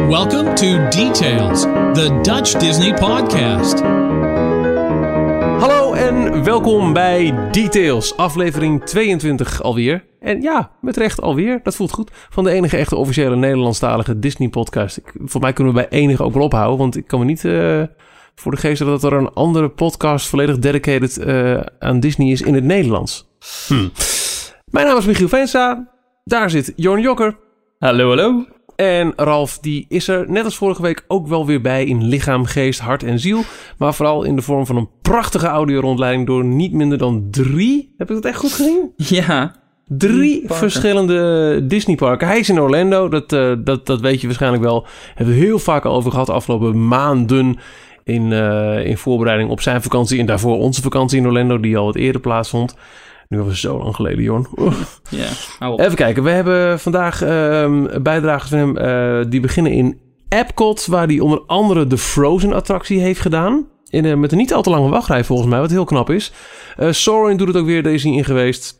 Welcome to Details, the Dutch Disney podcast. Hallo en welkom bij Details, aflevering 22 alweer. En ja, met recht alweer, dat voelt goed. Van de enige echte officiële Nederlandstalige Disney podcast. Voor mij kunnen we bij enige ook wel ophouden, want ik kan me niet voor de geest dat er een andere podcast volledig dedicated aan Disney is in het Nederlands. Mijn naam is Michiel Vensa, daar zit Jorn Jokker. Hallo, hallo. En Ralf, die is er net als vorige week ook wel weer bij in lichaam, geest, hart en ziel. Maar vooral in de vorm van een prachtige audiorondleiding door niet minder dan 3... Heb ik dat echt goed gezien? Ja. 3 verschillende Disneyparken. Hij is in Orlando, dat weet je waarschijnlijk wel. Hebben we heel vaak al over gehad de afgelopen maanden in voorbereiding op zijn vakantie. En daarvoor onze vakantie in Orlando, die al wat eerder plaatsvond. Nu was het zo lang geleden, Jorn. Ja, hou op. Even kijken, we hebben vandaag bijdragers van hem. Die beginnen in Epcot, waar hij onder andere de Frozen-attractie heeft gedaan. Met een niet al te lange wachtrij volgens mij, wat heel knap is. Soarin' doet het ook weer, daar is hij in geweest.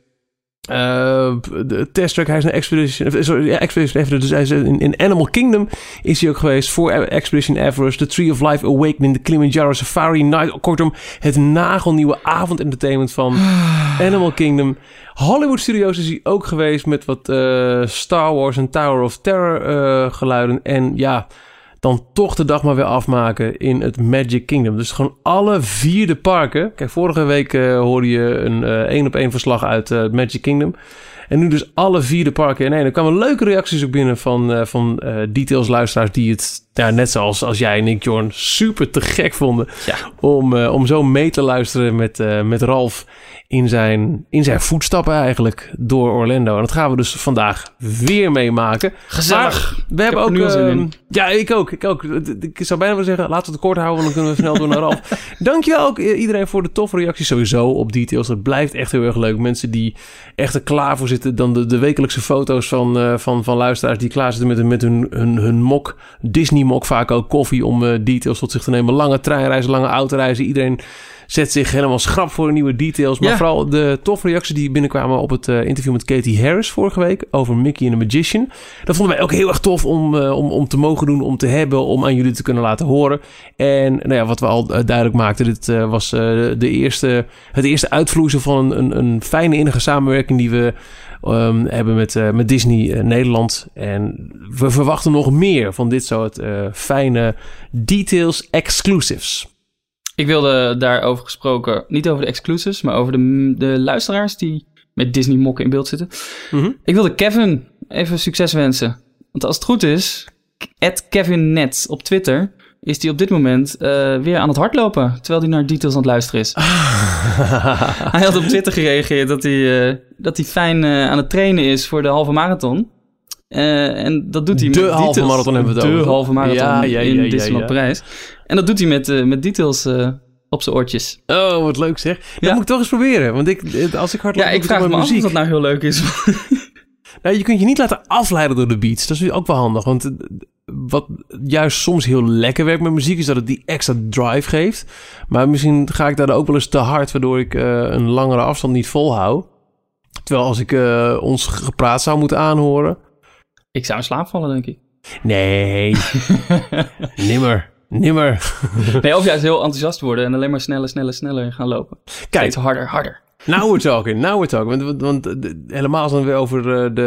De Test Track, hij is naar Expedition Everest. Dus hij is in Animal Kingdom is hij ook geweest voor Expedition Everest. The Tree of Life Awakening, de Kilimanjaro Safari Night. Kortom, het nagelnieuwe avondentertainment van Animal Kingdom. Hollywood Studios is hij ook geweest met wat Star Wars en Tower of Terror geluiden. En ja, dan toch de dag maar weer afmaken in het Magic Kingdom. Dus gewoon alle 4 de parken. Kijk, vorige week hoorde je een 1-op-1 verslag uit het Magic Kingdom. En nu dus alle 4 de parken in één. Er kwamen leuke reacties ook binnen van Details luisteraars die het, ja, net zoals als jij en ik, Jorn, super te gek vonden. Ja. Om zo mee te luisteren met Ralf in zijn voetstappen eigenlijk door Orlando. En dat gaan we dus vandaag weer meemaken. Gezellig. Maar we hebben ook... ja, ik ook. Ik zou bijna willen zeggen, laten we het kort houden, want dan kunnen we snel door naar Ralf. Dankjewel ook iedereen voor de toffe reacties sowieso op Details. Dat blijft echt heel erg leuk. Mensen die echt er klaar voor zitten. Dan de wekelijkse foto's van luisteraars die klaar zitten met hun mok. Disney mok, vaak ook koffie om Details tot zich te nemen. Lange treinreizen, lange autoreizen. Iedereen zet zich helemaal schrap voor nieuwe Details. Maar vooral de toffe reacties die binnenkwamen op het interview met Katie Harris vorige week over Mickey and the Magician. Dat vonden wij ook heel erg tof om te mogen doen, om te hebben, om aan jullie te kunnen laten horen. En nou ja, wat we al duidelijk maakten, dit was het eerste uitvloeisel van een fijne innige samenwerking die we hebben met Disney Nederland. En we verwachten nog meer van dit soort fijne Details exclusives. Ik wilde daarover gesproken, niet over de exclusives, maar over de luisteraars die met Disney mokken in beeld zitten. Mm-hmm. Ik wilde Kevin even succes wensen. Want als het goed is, @KevinNet op Twitter is hij op dit moment weer aan het hardlopen, terwijl hij naar Details aan het luisteren is. Hij had op Twitter gereageerd dat hij fijn aan het trainen is voor de halve marathon. En dat doet hij met Details. De halve marathon hebben we het over. De halve marathon in Disneyland Parijs. En dat doet hij met Details op zijn oortjes. Oh, wat leuk zeg. Dat moet ik toch eens proberen. Want als ik hardloop... Ja, ik vraag me af of dat nou heel leuk is. Nou, je kunt je niet laten afleiden door de beats. Dat is ook wel handig. Want wat juist soms heel lekker werkt met muziek is dat het die extra drive geeft. Maar misschien ga ik daar ook wel eens te hard, waardoor ik een langere afstand niet volhoud. Terwijl als ik ons gepraat zou moeten aanhoren... Ik zou in slaap vallen, denk ik. Nee. Nimmer. Nee, of juist heel enthousiast worden en alleen maar sneller gaan lopen. Kijk. Steeds harder. Now we're talking. Want helemaal als dan weer over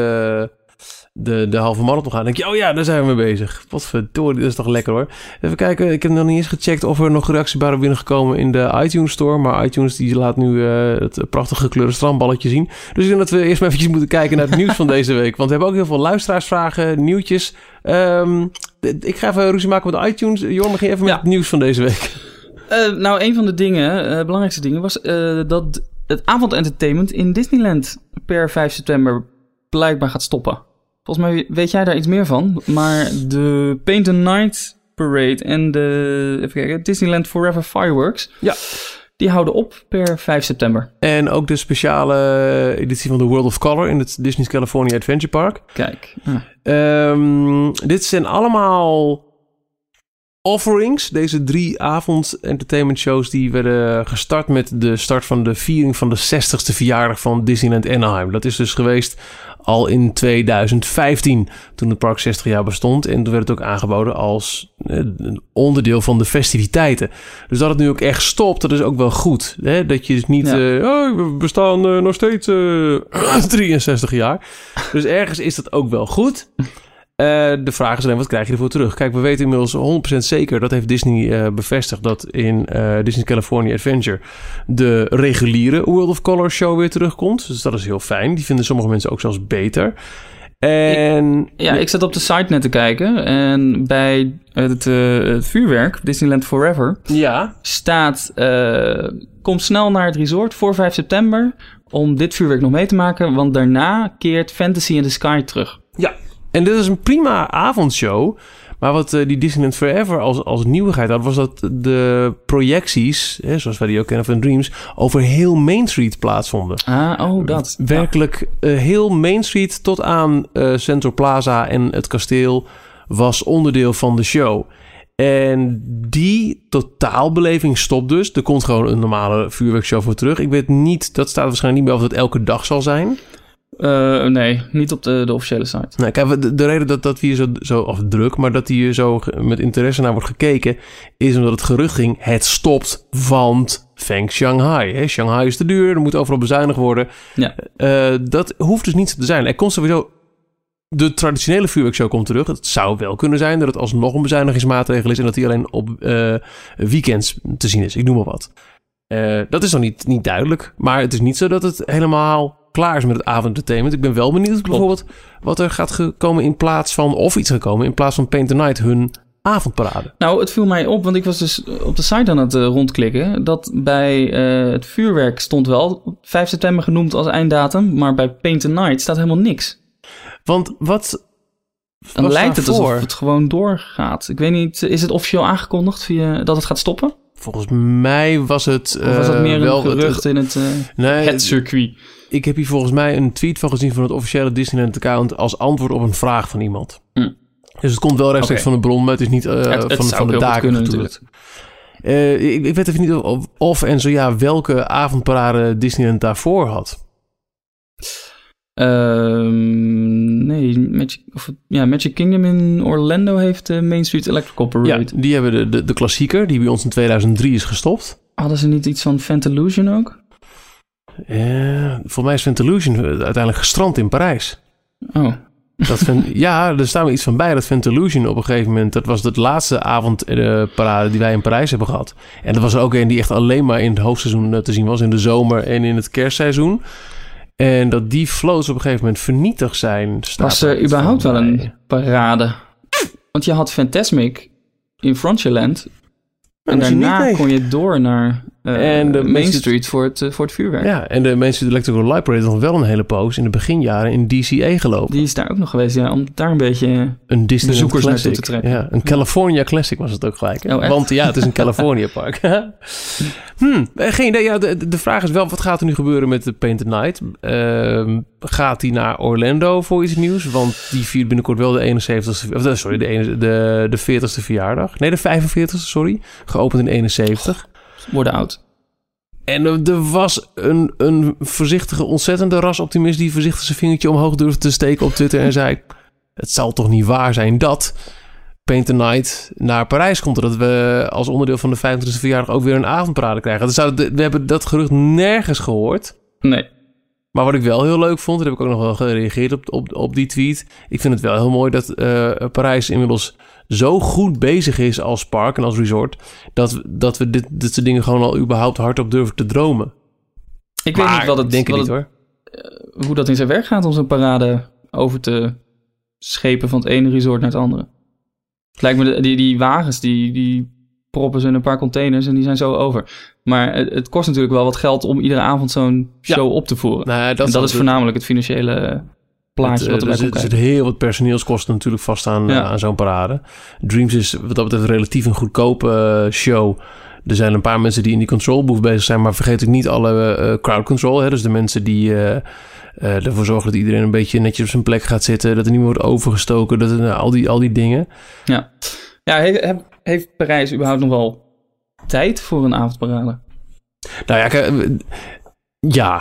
de halve marathon gaan, denk je, oh ja, daar zijn we mee bezig. Wat verdorie, dat is toch lekker hoor. Even kijken, ik heb nog niet eens gecheckt of er nog reacties waren binnengekomen in de iTunes Store. Maar iTunes die laat nu het prachtige gekleurde strandballetje zien. Dus ik denk dat we eerst maar eventjes moeten kijken naar het nieuws van deze week. Want we hebben ook heel veel luisteraarsvragen, nieuwtjes. Ik ga even ruzie maken met iTunes. Jorn, begin even met het nieuws van deze week. Nou, een van de belangrijkste dingen was dat het avondentertainment in Disneyland per 5 september blijkbaar gaat stoppen. Volgens mij weet jij daar iets meer van. Maar de Paint the Night Parade en de Disneyland Forever Fireworks... Ja. Die houden op per 5 september. En ook de speciale editie van The World of Color in het Disney's California Adventure Park. Kijk. Dit zijn allemaal offerings. Deze 3 avond entertainment shows die werden gestart met de start van de viering van de 60ste verjaardag van Disneyland Anaheim. Dat is dus geweest al in 2015, toen het park 60 jaar bestond. En toen werd het ook aangeboden als een onderdeel van de festiviteiten. Dus dat het nu ook echt stopt, dat is ook wel goed. Hè? Dat je dus niet... we bestaan nog steeds 63 jaar. Dus ergens is dat ook wel goed. De vraag is alleen, wat krijg je ervoor terug? Kijk, we weten inmiddels 100% zeker, dat heeft Disney bevestigd, dat in Disney California Adventure de reguliere World of Color show weer terugkomt. Dus dat is heel fijn. Die vinden sommige mensen ook zelfs beter. En ik zat op de site net te kijken en bij het vuurwerk, Disneyland Forever, staat, kom snel naar het resort voor 5 september om dit vuurwerk nog mee te maken, want daarna keert Fantasy in the Sky terug. Ja. En dit is een prima avondshow. Maar wat die Disneyland Forever als nieuwigheid had, was dat de projecties, zoals wij die ook kennen van Dreams, over heel Main Street plaatsvonden. Dat. Werkelijk heel Main Street tot aan Central Plaza en het kasteel was onderdeel van de show. En die totaalbeleving stopt dus. Er komt gewoon een normale vuurwerkshow voor terug. Ik weet niet, dat staat waarschijnlijk niet bij of dat elke dag zal zijn. Nee, niet op de officiële site. Nou, kijk, de reden dat we hier zo of druk, maar dat hier zo met interesse naar wordt gekeken, is omdat het gerucht ging, het stopt, want thanks Shanghai. Hè? Shanghai is te duur, er moet overal bezuinigd worden. Ja. Dat hoeft dus niet te zijn. Er komt sowieso, de traditionele vuurwerkshow komt terug. Het zou wel kunnen zijn dat het alsnog een bezuinigingsmaatregel is en dat die alleen op weekends te zien is. Ik noem maar wat. Dat is nog niet duidelijk, maar het is niet zo dat het helemaal klaar is met het avondentertainment. Ik ben wel benieuwd bijvoorbeeld wat er gaat komen in plaats van, of iets gekomen in plaats van Paint the Night, hun avondparade. Nou, het viel mij op, want ik was dus op de site aan het rondklikken, dat bij het vuurwerk stond wel 5 september genoemd als einddatum, maar bij Paint the Night staat helemaal niks. Want wat dan lijkt het alsof het gewoon doorgaat. Ik weet niet, is het officieel aangekondigd dat het gaat stoppen? Volgens mij was het of was dat meer een gerucht in het circuit? Ik heb hier volgens mij een tweet van gezien van het officiële Disneyland-account als antwoord op een vraag van iemand. Dus het komt wel rechtstreeks van de bron, maar het is niet van de daken natuurlijk. Ik weet even niet of en zo ja, welke avondparade Disneyland daarvoor had. Nee, Magic Kingdom in Orlando heeft de Main Street Electrical Parade. Ja, die hebben de klassieker, die bij ons in 2003 is gestopt. Hadden ze niet iets van Fantalusion ook? Volgens mij is Fantalusion uiteindelijk gestrand in Parijs. Oh. Er staat me iets van bij dat Fantalusion op een gegeven moment, dat was de laatste avondparade die wij in Parijs hebben gehad. En dat was er ook een die echt alleen maar in het hoofdseizoen te zien was, in de zomer en in het kerstseizoen. En dat die floats op een gegeven moment vernietigd zijn. Was er überhaupt wel een parade? Want je had Fantasmic in Frontierland. En daarna kon je door naar de Main Street voor het vuurwerk. Ja, en de Main Street Electrical Light Parade heeft nog wel een hele poos in de beginjaren in DCA gelopen. Die is daar ook nog geweest, ja, om daar een beetje een bezoekers naartoe te trekken. Ja, een California Classic was het ook gelijk. Want ja, het is een California park. Geen idee. Ja, de vraag is wel, wat gaat er nu gebeuren met de Paint the Night? Gaat hij naar Orlando voor iets nieuws? Want die viert binnenkort wel de 40ste verjaardag. Nee, de 45ste, sorry. Geopend in 71. Worden oud. En er was een voorzichtige, ontzettende rasoptimist die voorzichtig zijn vingertje omhoog durfde te steken op Twitter en zei, het zal toch niet waar zijn dat Paint the Night naar Parijs komt. Dat we als onderdeel van de 25e verjaardag ook weer een avondparade krijgen. We hebben dat gerucht nergens gehoord. Nee. Maar wat ik wel heel leuk vond, daar heb ik ook nog wel gereageerd op die tweet. Ik vind het wel heel mooi dat Parijs inmiddels zo goed bezig is als park en als resort, dat we dit soort dingen gewoon al überhaupt hardop durven te dromen. Ik weet niet wat het... denk ik niet hoor. Hoe dat in zijn werk gaat om zo'n parade over te schepen van het ene resort naar het andere. Het lijkt me, die wagens, die proppen ze in een paar containers en die zijn zo over. Maar het kost natuurlijk wel wat geld om iedere avond zo'n show op te voeren. Nou, dat is voornamelijk het financiële plaatje wat erbij komt. Er zitten heel wat personeelskosten natuurlijk vast aan zo'n parade. Dreams is wat dat betreft relatief een goedkope show. Er zijn een paar mensen die in die control booth bezig zijn, maar vergeet ik niet alle crowd control. Hè? Dus de mensen die ervoor zorgen dat iedereen een beetje netjes op zijn plek gaat zitten, dat er niet meer wordt overgestoken, dat al die dingen. Ja, heeft Parijs überhaupt nog wel tijd voor een avondparade? Nou ja, ja.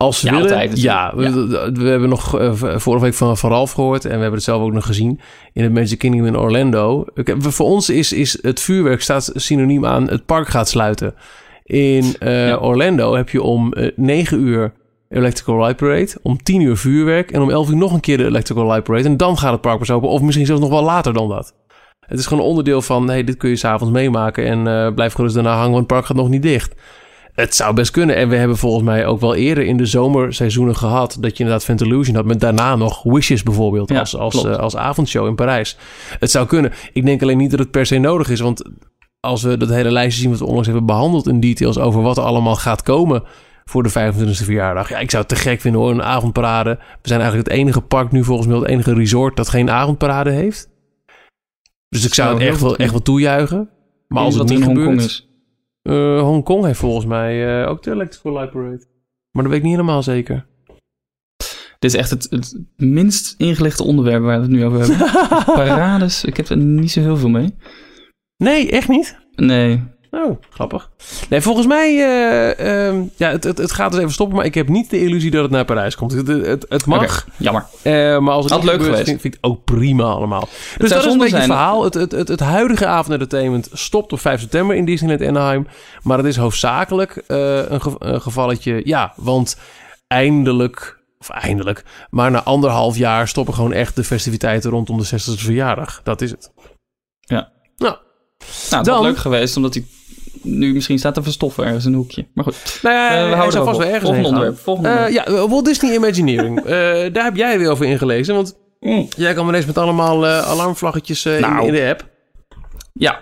Als ze willen, altijd. Ja. We hebben nog vorige week van Ralf gehoord... en we hebben het zelf ook nog gezien... in het Magic Kingdom in Orlando. Voor ons is het vuurwerk staat synoniem aan... het park gaat sluiten. In Orlando heb je om 9 uur... Electrical Light Parade, om 10 uur vuurwerk... en om 11 uur nog een keer de Electrical Light Parade... en dan gaat het park pas open, of misschien zelfs nog wel later dan dat. Het is gewoon een onderdeel van... hey, dit kun je 's avonds meemaken... en blijf gerust daarna hangen, want het park gaat nog niet dicht. Het zou best kunnen. En we hebben volgens mij ook wel eerder in de zomerseizoenen gehad... dat je inderdaad Fantalusion had... met daarna nog Wishes bijvoorbeeld... als avondshow in Parijs. Het zou kunnen. Ik denk alleen niet dat het per se nodig is... want als we dat hele lijstje zien... wat we onlangs hebben behandeld in details... over wat er allemaal gaat komen... voor de 25e verjaardag. Ja, ik zou het te gek vinden hoor, een avondparade. We zijn eigenlijk het enige park nu volgens mij... het enige resort dat geen avondparade heeft. Dus ik zou het echt wel toejuichen. Maar als het niet gebeurt... Hongkong heeft volgens mij ook de Electrical Light Parade. Maar dat weet ik niet helemaal zeker. Dit is echt het minst ingelichte onderwerp waar we het nu over hebben. Parades, ik heb er niet zo heel veel mee. Nee, echt niet? Nee. Oh, grappig. Nee, volgens mij... het gaat dus even stoppen... maar ik heb niet de illusie dat het naar Parijs komt. Het mag. Okay, jammer. Maar als het had niet leuk gebeurt, geweest. vind ik het ook prima allemaal. Dus dat is een beetje het verhaal. Het huidige avondentertainment stopt op 5 september in Disneyland Anaheim. Maar het is hoofdzakelijk een gevalletje... Ja, want eindelijk... maar na 1,5 jaar stoppen gewoon echt de festiviteiten rondom de 60e verjaardag. Dat is het. Ja. Nou, het was leuk geweest, omdat hij nu misschien staat te verstoffen ergens in een hoekje. Maar goed, we houden er vast wel ergens volgende onderwerp. Walt Disney Imagineering. Daar heb jij weer over ingelezen, want jij kan maar eens met allemaal alarmvlaggetjes in de app. Ja.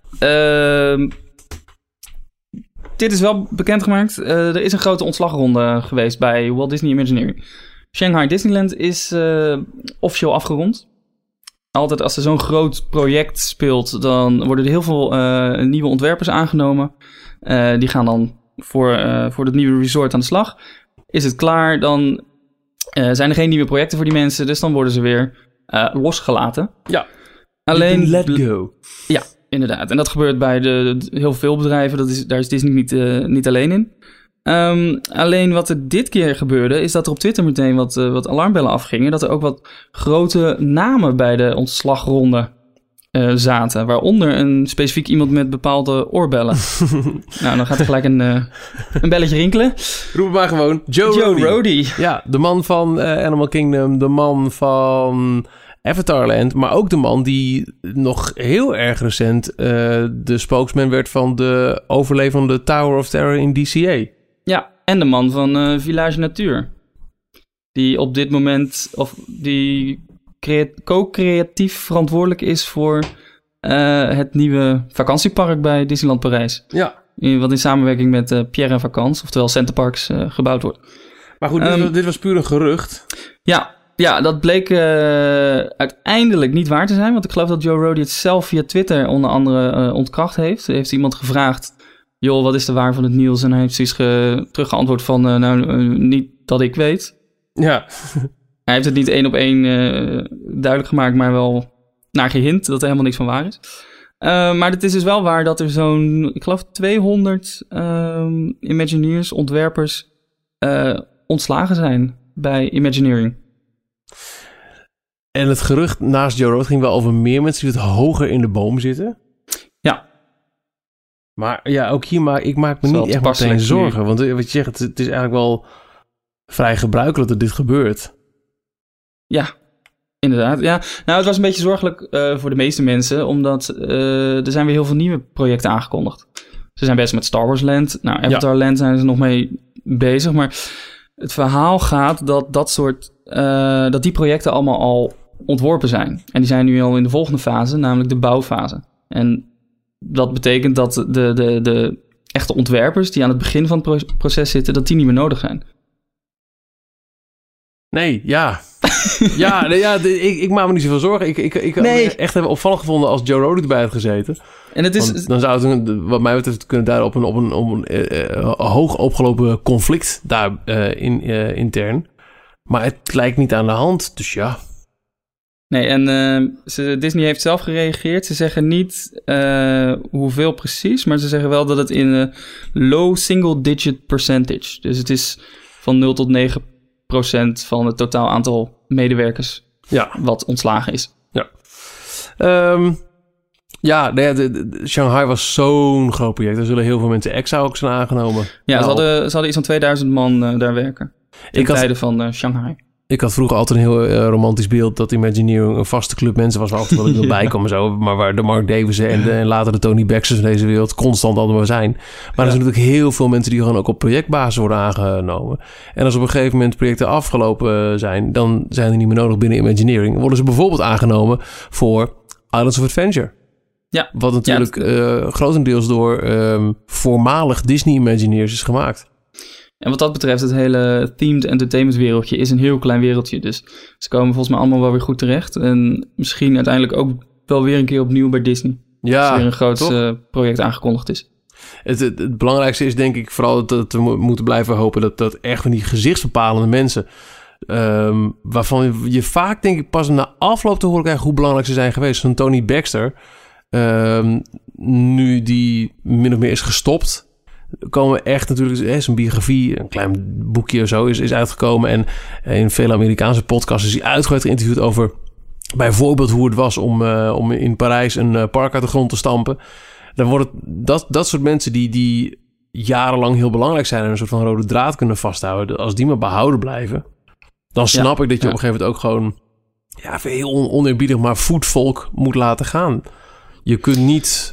Dit is wel bekendgemaakt. Er is een grote ontslagronde geweest bij Walt Disney Imagineering. Shanghai Disneyland is officieel afgerond. Altijd als er zo'n groot project speelt, dan worden er heel veel nieuwe ontwerpers aangenomen. Die gaan dan voor het nieuwe resort aan de slag. Is het klaar, dan zijn er geen nieuwe projecten voor die mensen. Dus dan worden ze weer losgelaten. Ja, alleen let go. Ja, inderdaad. En dat gebeurt bij heel veel bedrijven. Daar is Disney niet alleen in. Alleen wat er dit keer gebeurde, is dat er op Twitter meteen wat alarmbellen afgingen. Dat er ook wat grote namen bij de ontslagronde zaten. Waaronder een specifiek iemand met bepaalde oorbellen. Nou, dan gaat er gelijk een belletje rinkelen. Roep het maar gewoon. Joe Rohde. Ja, de man van Animal Kingdom, de man van Avatarland, maar ook de man die nog heel erg recent de spokesman werd van de overlevende Tower of Terror in DCA. Ja, en de man van Village Natuur. Die op dit moment, die co-creatief verantwoordelijk is voor het nieuwe vakantiepark bij Disneyland Parijs. Ja. Wat in samenwerking met Pierre en Vacances, oftewel Centerparks, gebouwd wordt. Maar goed, dit was puur een gerucht. Ja, dat bleek uiteindelijk niet waar te zijn. Want ik geloof dat Joe Rohde het zelf via Twitter onder andere ontkracht heeft. Er heeft iemand gevraagd, joh, wat is de waar van het nieuws? En hij heeft precies teruggeantwoord van, niet dat ik weet. Ja. Hij heeft het niet 1 op 1 duidelijk gemaakt, maar wel naar gehint dat er helemaal niks van waar is. Maar het is dus wel waar dat er zo'n, ik geloof 200 Imagineers, ontwerpers, ontslagen zijn bij Imagineering. En het gerucht naast Joe Rohde ging wel over meer mensen die het hoger in de boom zitten. Ja. Maar ja, ook hier, ik maak me niet echt meteen zorgen. Want wat je zegt, het is eigenlijk wel vrij gebruikelijk dat dit gebeurt. Ja, inderdaad. Ja. Nou, het was een beetje zorgelijk voor de meeste mensen, omdat er zijn weer heel veel nieuwe projecten aangekondigd. Ze zijn bezig met Star Wars Land. Nou, Avatar Land zijn ze nog mee bezig. Maar het verhaal gaat dat die projecten allemaal al ontworpen zijn. En die zijn nu al in de volgende fase, namelijk de bouwfase. En dat betekent dat de echte ontwerpers die aan het begin van het proces zitten, dat die niet meer nodig zijn. Nee, ja. Ik maak me niet zoveel zorgen. Ik had het echt even opvallend gevonden als Joe Rohde erbij had gezeten. En het is, dan zou het, wat mij betreft, kunnen duiden op een hoog opgelopen conflict daar intern. Maar het lijkt niet aan de hand, dus ja. Nee, en Disney heeft zelf gereageerd. Ze zeggen niet hoeveel precies, maar ze zeggen wel dat het in low single digit percentage. Dus het is van 0 tot 9% van het totaal aantal medewerkers wat ontslagen is. Shanghai was zo'n groot project. Er zullen heel veel mensen extra ook zijn aangenomen. Ja, ze hadden iets van 2000 man daar werken. In tijden van Shanghai. Ik had vroeger altijd een heel romantisch beeld dat Imagineering een vaste club mensen was waar altijd wel ik wil bijkomen zo, maar waar de Mark Davissen en later de Tony Baxters van deze wereld constant allemaal zijn. Maar er zijn natuurlijk heel veel mensen die gewoon ook op projectbasis worden aangenomen. En als op een gegeven moment projecten afgelopen zijn, dan zijn die niet meer nodig binnen Imagineering. Dan worden ze bijvoorbeeld aangenomen voor Islands of Adventure. Ja. Wat natuurlijk grotendeels door voormalig Disney Imagineers is gemaakt. En wat dat betreft, het hele themed entertainment wereldje is een heel klein wereldje. Dus ze komen volgens mij allemaal wel weer goed terecht. En misschien uiteindelijk ook wel weer een keer opnieuw bij Disney. Ja, als er weer een groot project aangekondigd is. Het belangrijkste is denk ik vooral dat we moeten blijven hopen dat echt van die gezichtsbepalende mensen, waarvan je vaak denk ik pas na afloop te horen krijgt hoe belangrijk ze zijn geweest. Zo'n Tony Baxter, nu die min of meer is gestopt, komen echt natuurlijk zijn biografie, een klein boekje of zo is uitgekomen. En in vele Amerikaanse podcasts is hij uitgebreid geïnterviewd over bijvoorbeeld hoe het was om in Parijs een park uit de grond te stampen. Dan wordt het dat soort mensen die jarenlang heel belangrijk zijn en een soort van rode draad kunnen vasthouden. Als die maar behouden blijven, dan snap ik dat je op een gegeven moment ook gewoon heel oneerbiedig maar voetvolk moet laten gaan. Je kunt niet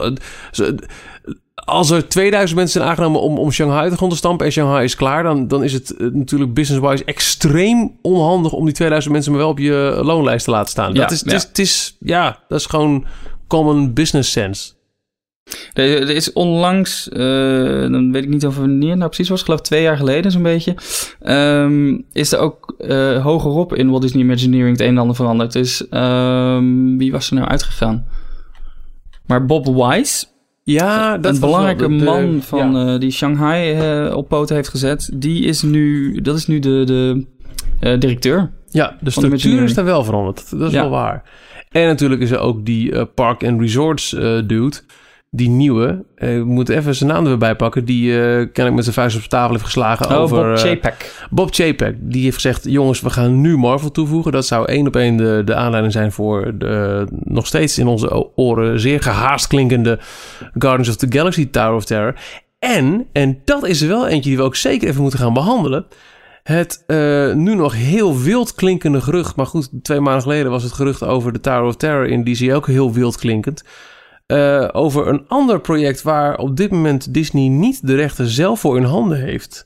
als er 2000 mensen zijn aangenomen om Shanghai te grond te stampen en Shanghai is klaar, dan is het natuurlijk business-wise extreem onhandig om die 2000 mensen maar wel op je loonlijst te laten staan. Dat is gewoon common business sense. Er is onlangs, dan weet ik niet of wanneer nou precies was, geloof 2 jaar geleden zo'n beetje, is er ook hogerop in Walt Disney Imagineering het een en ander veranderd. Dus wie was er nou uitgegaan? Maar Bob Wise, dat een belangrijke man van die Shanghai op poten heeft gezet, dat is nu de directeur. Ja, de structuur is daar wel veranderd. Dat is wel waar. En natuurlijk is er ook die Park and Resorts dude, die nieuwe. Ik moet even zijn naam erbij pakken. Die kennelijk met zijn vuist op tafel heeft geslagen over Bob Chapek. Bob Chapek. Die heeft gezegd, jongens, we gaan nu Marvel toevoegen. Dat zou 1 op 1 de aanleiding zijn voor de nog steeds in onze oren zeer gehaast klinkende Guardians of the Galaxy Tower of Terror. En dat is er wel eentje die we ook zeker even moeten gaan behandelen. Het nu nog heel wild klinkende gerucht. Maar goed, 2 maanden geleden was het gerucht over de Tower of Terror in DC ook heel wild klinkend. Over een ander project waar op dit moment Disney niet de rechten zelf voor in handen heeft.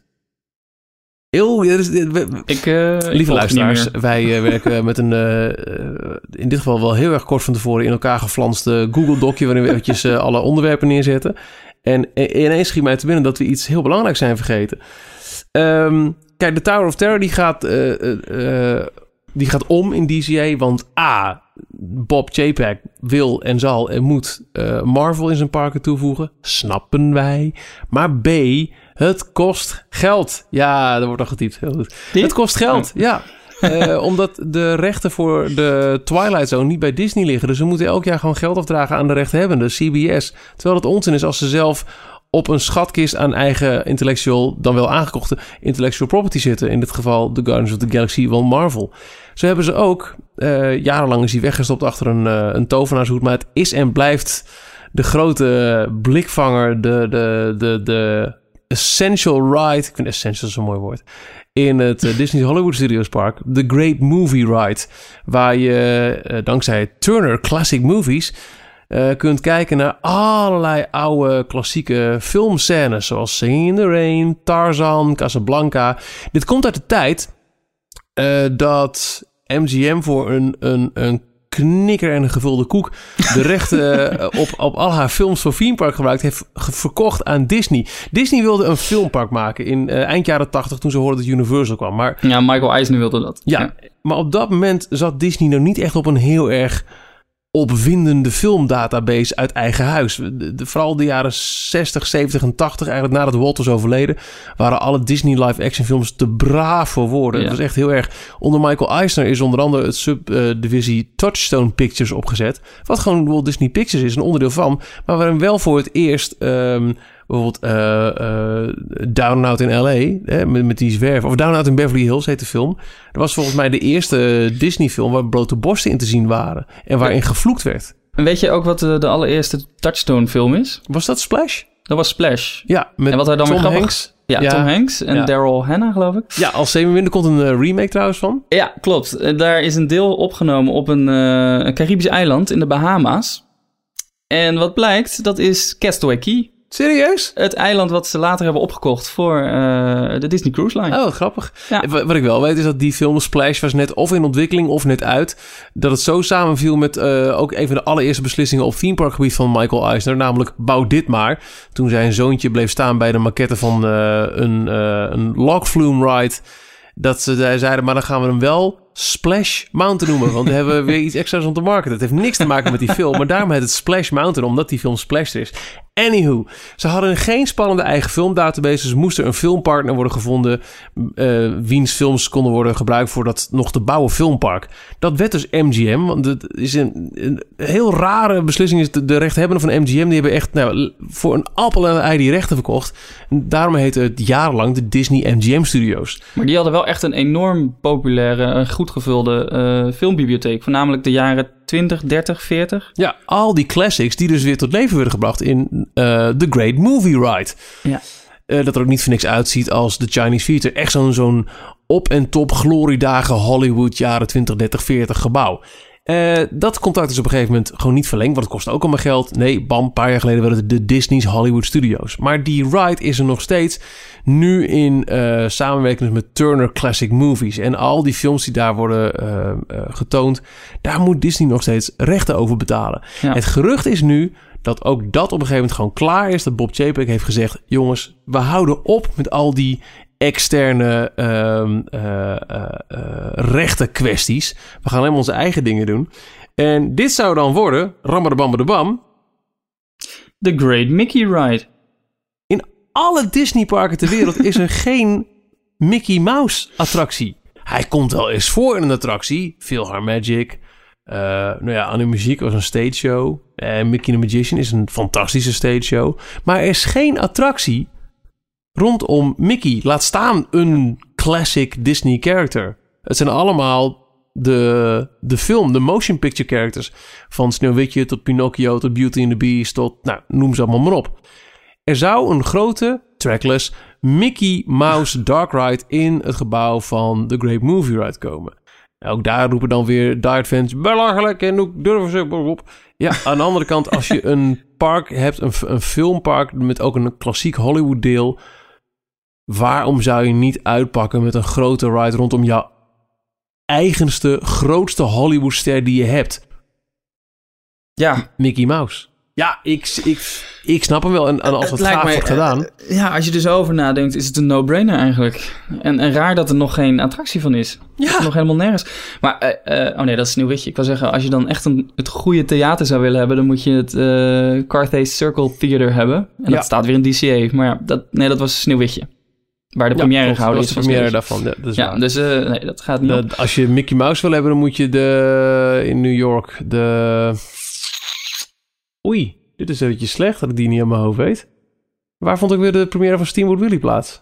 Lieve luisteraars, wij werken met een in dit geval wel heel erg kort van tevoren in elkaar geflanste Google Docje waarin we eventjes alle onderwerpen neerzetten. En ineens schiet mij te binnen dat we iets heel belangrijks zijn vergeten. Kijk, de Tower of Terror die gaat om in DCA, want Bob Chapek wil en zal en moet Marvel in zijn parken toevoegen. Snappen wij. Maar B, het kost geld. Ja, er wordt al getypt. Heel goed. Het kost geld, omdat de rechten voor de Twilight Zone niet bij Disney liggen. Dus ze moeten elk jaar gewoon geld afdragen aan de rechthebbende, CBS. Terwijl het onzin is als ze zelf op een schatkist aan eigen intellectual, dan wel aangekochte intellectual property zitten. In dit geval de Guardians of the Galaxy van Marvel. Zo hebben ze ook, jarenlang is hij weggestopt achter een tovenaarshoed. Maar het is en blijft de grote blikvanger, de essential ride. Ik vind essential zo'n mooi woord. In het Disney Hollywood Studios Park. The Great Movie Ride. Waar je dankzij Turner Classic Movies kunt kijken naar allerlei oude klassieke filmscènes. Zoals Singing in the Rain, Tarzan, Casablanca. Dit komt uit de tijd dat MGM voor een knikker en een gevulde koek de rechten op al haar films voor Theme Park gebruikt heeft verkocht aan Disney. Disney wilde een filmpark maken in eind jaren 80 toen ze hoorden dat Universal kwam. Maar, Michael Eisner wilde dat. Ja, maar op dat moment zat Disney nog niet echt op een heel erg opwindende filmdatabase uit eigen huis. Vooral de jaren 60, 70 en 80, eigenlijk nadat Walt was overleden, waren alle Disney live-action films te braaf voor woorden. Ja. Het was echt heel erg. Onder Michael Eisner is onder andere het subdivisie Touchstone Pictures opgezet, wat gewoon Walt Disney Pictures is, een onderdeel van, maar waarin wel voor het eerst Bijvoorbeeld Down and Out in L.A. Met die zwerf. Of Down and Out in Beverly Hills heet de film. Dat was volgens mij de eerste Disney film waar blote borsten in te zien waren. En waarin gevloekt werd. En weet je ook wat de allereerste Touchstone film is? Was dat Splash? Dat was Splash. Ja, met en wat hij dan Tom weer grappig... Hanks. Ja, Tom Hanks en Daryl Hannah, geloof ik. Ja, als Zeemermin, er komt een remake trouwens van. Ja, klopt. Daar is een deel opgenomen op een Caribisch eiland in de Bahama's. En wat blijkt, dat is Castaway Cay. Serieus? Het eiland wat ze later hebben opgekocht voor de Disney Cruise Line. Oh, wat grappig. Ja. Wat ik wel weet is dat die film Splash was net of in ontwikkeling of net uit. Dat het zo samenviel met ook een van de allereerste beslissingen op themeparkgebied van Michael Eisner. Namelijk, bouw dit maar. Toen zijn zoontje bleef staan bij de maquette van een log flume ride. Dat ze zeiden, maar dan gaan we hem wel Splash Mountain noemen. Want we hebben weer iets extra's om te marketen. Het heeft niks te maken met die film. Maar daarom heet het Splash Mountain, omdat die film Splash is. Anywho, ze hadden geen spannende eigen filmdatabase. Dus moest er een filmpartner worden gevonden. Wiens films konden worden gebruikt voor dat nog te bouwen filmpark. Dat werd dus MGM. Want het is een heel rare beslissing. Is de rechthebbenden van MGM, die hebben echt voor een appel en een ei die rechten verkocht. En daarom heette het jarenlang de Disney MGM Studios. Maar die hadden wel echt een enorm populaire, goed gevulde filmbibliotheek. Voornamelijk de jaren 20, 30, 40. Ja, al die classics die dus weer tot leven werden gebracht in The Great Movie Ride. Ja. Dat er ook niet voor niks uitziet als de Chinese Theater. Echt zo'n op- en top gloriedagen Hollywood jaren 20, 30, 40 gebouw. Dat contract is op een gegeven moment gewoon niet verlengd, want het kostte ook allemaal geld. Nee, bam, een paar jaar geleden werden het de Disney's Hollywood Studios. Maar die ride is er nog steeds, nu in samenwerking met Turner Classic Movies. En al die films die daar worden getoond, daar moet Disney nog steeds rechten over betalen. Ja. Het gerucht is nu dat ook dat op een gegeven moment gewoon klaar is. Dat Bob Chapek heeft gezegd, jongens, we houden op met al die externe rechten kwesties. We gaan helemaal onze eigen dingen doen. En dit zou dan worden, rammadabam, The Great Mickey Ride. In alle Disneyparken ter wereld is er geen Mickey Mouse attractie. Hij komt wel eens voor in een attractie. PhilharMagic. Animuziek was een stage show. Mickey the Magician is een fantastische stage show. Maar er is geen attractie rondom Mickey. Laat staan een classic Disney character. Het zijn allemaal de film, de motion picture characters. Van Sneeuwwitje tot Pinocchio tot Beauty and the Beast tot, noem ze allemaal maar op. Er zou een grote, trackless Mickey Mouse Dark Ride in het gebouw van The Great Movie Ride komen. Ook daar roepen dan weer diehard fans, belachelijk en ook durven ze op. Ja, aan de andere kant, als je een park hebt, een filmpark met ook een klassiek Hollywood deel, waarom zou je niet uitpakken met een grote ride rondom jouw eigenste, grootste Hollywoodster die je hebt? Ja. Mickey Mouse. Ja, ik snap hem wel. En als het gaaf wordt gedaan. Als je er zo over nadenkt, is het een no-brainer eigenlijk. En raar dat er nog geen attractie van is. Ja. Nog helemaal nergens. Maar, dat is Sneeuwwitje. Ik wil zeggen, als je dan echt het goede theater zou willen hebben, dan moet je het Carthay Circle Theater hebben. En dat staat weer in DCA. Maar dat was Sneeuwwitje. Waar de première gehouden is. De première daarvan. Dus dat gaat niet op. Als je Mickey Mouse wil hebben, dan moet je in New York Oei, dit is eventjes slecht dat ik die niet aan mijn hoofd weet. Waar vond ik weer de première van Steamboat Willie plaats?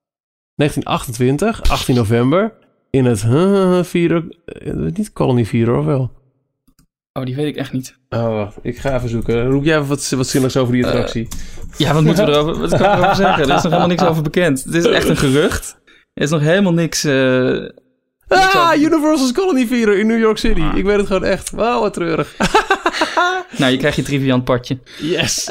1928, 18 november. In het niet Colony 4 of wel? Oh, die weet ik echt niet. Oh, wacht. Ik ga even zoeken. Roep jij even wat zinnigs over die attractie? Wat moeten we erover? Wat kan ik erover zeggen? Er is nog helemaal niks over bekend. Het is echt een gerucht. Er is nog helemaal niks... Universal's Colony 4 in New York City. Ik weet het gewoon echt. Wauw, wat treurig. Je krijgt je triviant padje. Yes.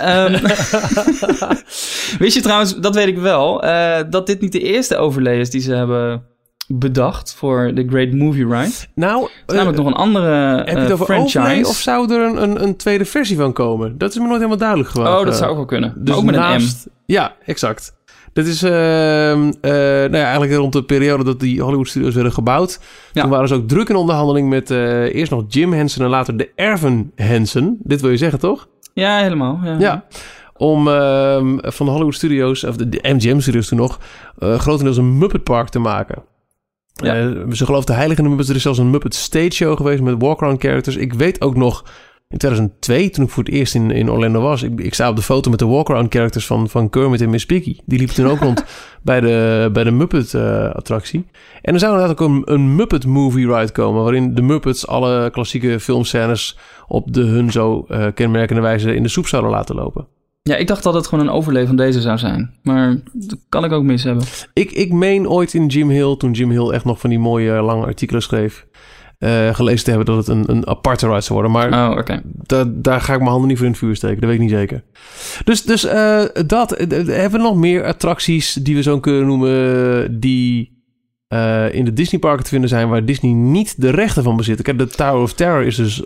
Wist je trouwens, dat weet ik wel, dat dit niet de eerste overlay is die ze hebben bedacht voor The Great Movie Ride? Het is namelijk nog een andere heb je het over franchise. Overlay, of zou er een tweede versie van komen? Dat is me nooit helemaal duidelijk geworden. Oh, dat zou ook wel kunnen. Dus ook met een M. Ja, exact. Dat is eigenlijk rond de periode dat die Hollywood Studios werden gebouwd. Ja. Toen waren ze ook druk in onderhandeling met eerst nog Jim Henson en later de erven Henson. Dit wil je zeggen, toch? Ja, helemaal. Ja. Om van de Hollywood Studios, of de MGM Studios toen nog, grotendeels een Muppet Park te maken. Ja. Ze geloofden heilig in de Muppets. Er is zelfs een Muppet Stage Show geweest met walk-around characters. Ik weet ook nog in 2002, toen ik voor het eerst in Orlando was. Ik sta op de foto met de walk-around characters van Kermit en Miss Piggy. Die liepen toen ook rond bij de Muppet attractie. En er zou inderdaad ook een Muppet movie ride komen, waarin de Muppets alle klassieke filmscènes op de hun zo kenmerkende wijze in de soep zouden laten lopen. Ja, ik dacht dat het gewoon een overlay van deze zou zijn. Maar dat kan ik ook mis hebben. Ik meen ooit in Jim Hill, toen Jim Hill echt nog van die mooie lange artikelen schreef, gelezen te hebben dat het een aparte ride zou worden. Maar daar ga ik mijn handen niet voor in het vuur steken. Dat weet ik niet zeker. Dus hebben we nog meer attracties die we zo kunnen noemen die in de Disneyparken te vinden zijn waar Disney niet de rechten van bezit. Kijk, de Tower of Terror is dus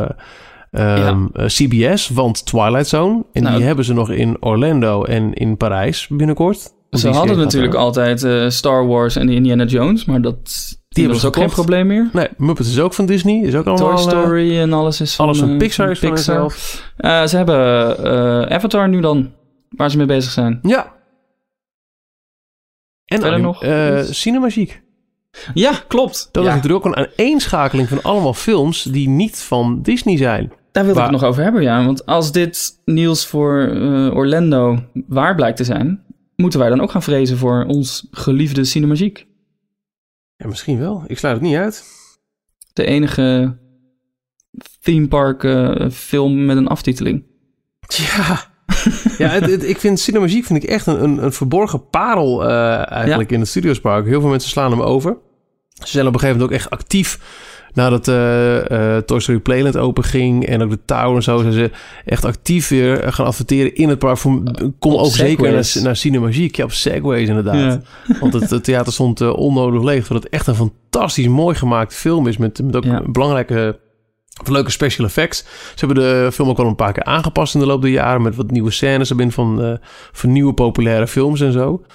CBS, want Twilight Zone. En die hebben ze nog in Orlando en in Parijs binnenkort. Ze hadden natuurlijk altijd Star Wars en Indiana Jones, maar die hebben ze ook geen probleem meer. Nee, Muppets is ook van Disney. Is ook allemaal, Toy Story en alles is van... Alles van Pixar is van zichzelf. Ze hebben Avatar nu dan, waar ze mee bezig zijn. Ja. En verder nog Cinemagique. Ja, klopt. Dat is natuurlijk ook een aaneenschakeling van allemaal films die niet van Disney zijn. Daar wil ik het nog over hebben, ja. Want als dit nieuws voor Orlando waar blijkt te zijn, moeten wij dan ook gaan vrezen voor ons geliefde Cinemagique? Ja, misschien wel. Ik sluit het niet uit. De enige themepark film met een aftiteling. Ja, ik vind Cinemagique echt een verborgen parel eigenlijk in het Studiospark. Heel veel mensen slaan hem over. Ze zijn op een gegeven moment ook echt actief nadat Toy Story Playland open ging en ook de Tower en zo, zijn ze echt actief weer gaan adverteren in het park. Kom ook Segways. Zeker naar Cinemagique. Ja, op Segways inderdaad. Ja. Want het theater stond onnodig leeg, terwijl het echt een fantastisch mooi gemaakt film is met ook belangrijke leuke special effects. Ze hebben de film ook al een paar keer aangepast in de loop der jaren met wat nieuwe scènes erin van nieuwe populaire films en zo.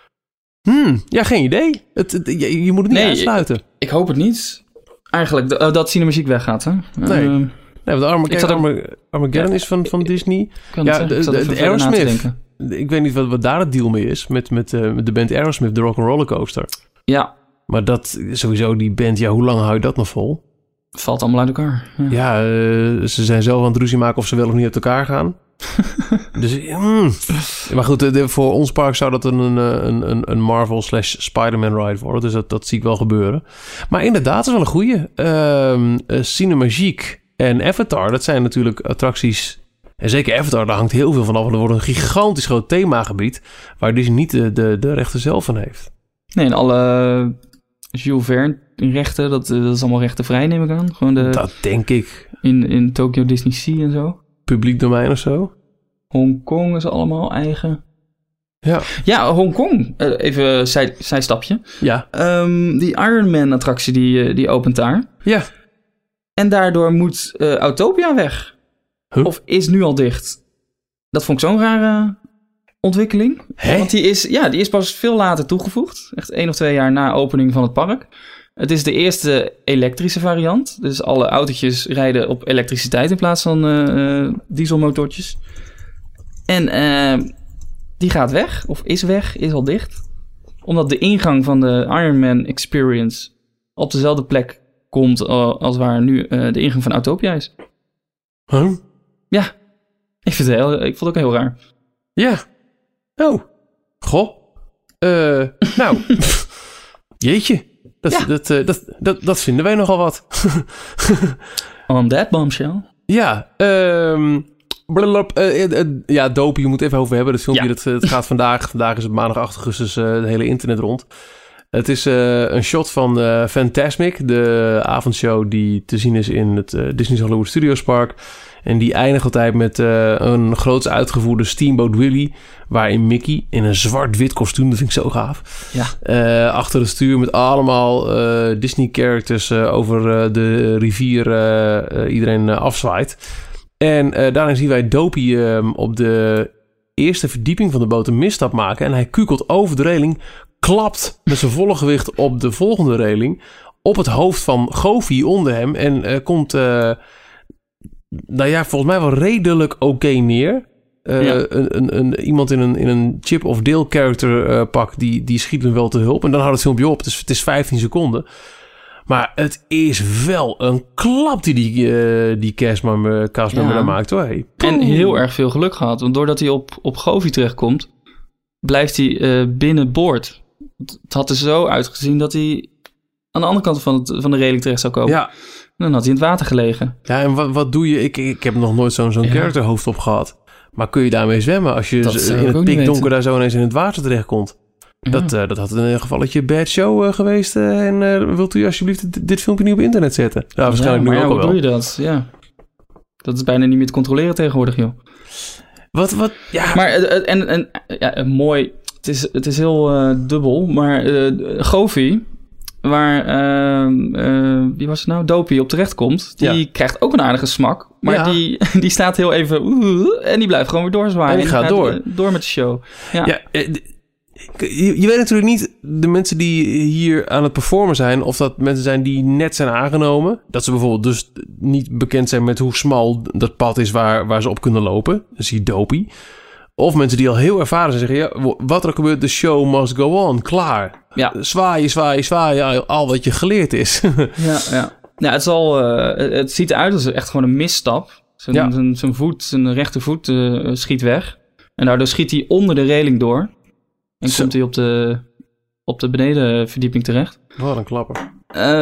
Ja, geen idee. Je moet het niet uitsluiten. Ik hoop het niet. Eigenlijk dat Cinemagique weggaat, hè? Nee. Want Armageddon is van Disney. De Aerosmith. Ik weet niet wat daar het deal mee is met de band Aerosmith, de Rock'n'Roller Coaster. Ja. Maar dat sowieso die band, hoe lang hou je dat nog vol? Valt allemaal uit elkaar. Ja, ze zijn zelf aan het ruzie maken of ze wel of niet uit elkaar gaan. Dus, maar goed, voor ons park zou dat een Marvel / Spider-Man ride worden. Dus dat zie ik wel gebeuren. Maar inderdaad, dat is wel een goeie. Cinemagique en Avatar, dat zijn natuurlijk attracties. En zeker Avatar, daar hangt heel veel van af. Want er wordt een gigantisch groot themagebied waar Disney niet de rechten zelf van heeft. Nee, en alle Jules Verne rechten, dat is allemaal rechtenvrij, neem ik aan. Gewoon dat denk ik. In Tokyo Disney Sea en zo. Publiek domein of zo. Hongkong is allemaal eigen. Ja, Hongkong. Even zijstapje. Ja. Die Iron Man attractie die opent daar. Ja. En daardoor moet Autopia weg. Huh? Of is nu al dicht. Dat vond ik zo'n rare ontwikkeling. Hè? Want die is pas veel later toegevoegd. Echt 1 of 2 jaar na opening van het park. Het is de eerste elektrische variant. Dus alle autootjes rijden op elektriciteit in plaats van dieselmotortjes. En die gaat weg, of is weg, is al dicht. Omdat de ingang van de Iron Man Experience op dezelfde plek komt als waar nu de ingang van Autopia is. Huh? Ja, ik vond het ook heel raar. Ja. Oh. Goh. Nou. Jeetje. Dat vinden wij nogal wat. On that bombshell. Ja. Ja, Dopey, je moet even over hebben. Dat filmpje, het gaat vandaag. Vandaag is het maandag 8 augustus het hele internet rond. Het is een shot van Fantasmic, de avondshow die te zien is in het Disney's Hollywood Studios Park. En die eindigt altijd met een groots uitgevoerde Steamboat Willie, waarin Mickey in een zwart-wit kostuum, dat vind ik zo gaaf, achter het stuur met allemaal Disney-characters over de rivier iedereen afzwaait. En daarin zien wij Dopey op de eerste verdieping van de boot een misstap maken. En hij kukelt over de reling, klapt met zijn volle gewicht op de volgende reling, op het hoofd van Goofy onder hem. En komt, volgens mij wel redelijk oké neer. Iemand in een Chip of Dale character pak, die schiet hem wel te hulp. En dan houdt het filmpje op. Het is 15 seconden. Maar het is wel een klap die castmember daar maakt, hoor. Hey. En heel erg veel geluk gehad. Want doordat hij op Govi terechtkomt, blijft hij binnenboord. Het had er zo uitgezien dat hij aan de andere kant van de reling terecht zou komen. Ja. En dan had hij in het water gelegen. Ja, en wat doe je? Ik heb nog nooit zo'n characterhoofd op gehad. Maar kun je daarmee zwemmen als je in het pikdonker daar zo ineens in het water terechtkomt? Ja. Dat had in een gevalletje bad show geweest. En wilt u alsjeblieft dit filmpje niet op internet zetten? Ja, waarschijnlijk nu ook al wel. Hoe doe je dat? Ja. Dat is bijna niet meer te controleren tegenwoordig, joh. Wat? Ja. Maar mooi. Het is heel dubbel. Maar Govi, waar wie was het nou? Dopey op terecht komt, die krijgt ook een aardige smak. Maar die staat heel even en die blijft gewoon weer doorzwaaien. En die gaat door met de show. Ja. Je weet natuurlijk niet, de mensen die hier aan het performen zijn, of dat mensen zijn die net zijn aangenomen. Dat ze bijvoorbeeld dus niet bekend zijn met hoe smal dat pad is waar ze op kunnen lopen. Dat zie je Dopey. Of mensen die al heel ervaren zijn zeggen, ja, wat er gebeurt, de show must go on. Klaar. Ja. Zwaaien, al wat je geleerd is. Ja, het ziet eruit als echt gewoon een misstap. Zijn rechtervoet schiet weg. En daardoor schiet hij onder de reling door. En komt hij op de benedenverdieping terecht. Wat een klapper.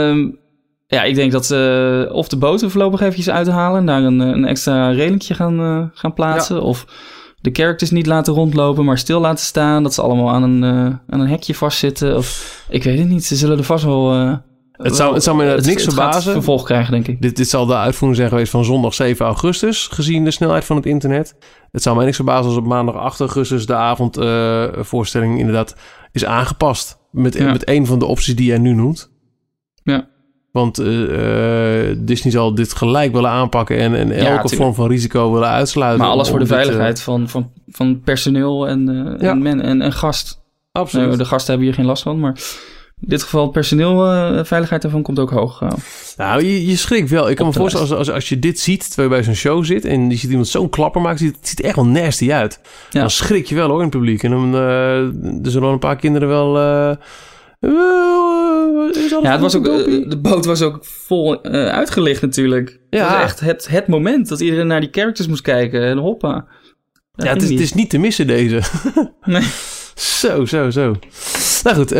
Ik denk dat ze of de boot er voorlopig eventjes uithalen en daar een extra relingje gaan plaatsen. Ja. Of de characters niet laten rondlopen, maar stil laten staan. Dat ze allemaal aan een hekje vastzitten. Of ik weet het niet. Ze zullen er vast wel... Het zou me niks verbazen. Het gaat vervolg krijgen, denk ik. Dit zal de uitvoering zijn geweest van zondag 7 augustus... gezien de snelheid van het internet. Het zou mij niks verbazen als op maandag 8 augustus... de avondvoorstelling inderdaad is aangepast. Met een van de opties die jij nu noemt. Ja. Want Disney zal dit gelijk willen aanpakken... en elke vorm van risico willen uitsluiten. Maar alles voor de veiligheid van personeel en gast. Absoluut. De gasten hebben hier geen last van, maar... In dit geval personeel, veiligheid daarvan komt ook hoog. Nou, je schrikt wel. Ik kan me voorstellen, als je dit ziet, terwijl je bij zo'n show zit... en je ziet iemand zo'n klapper maken, het ziet er echt wel nasty uit. Ja. Dan schrik je wel hoor in het publiek. En dan er zullen een paar kinderen wel... het was ook, de boot was ook vol uitgelicht natuurlijk. Ja. Het was echt het moment dat iedereen naar die characters moest kijken. En hoppa. Het is niet te missen deze. Nee. Zo. Nou goed,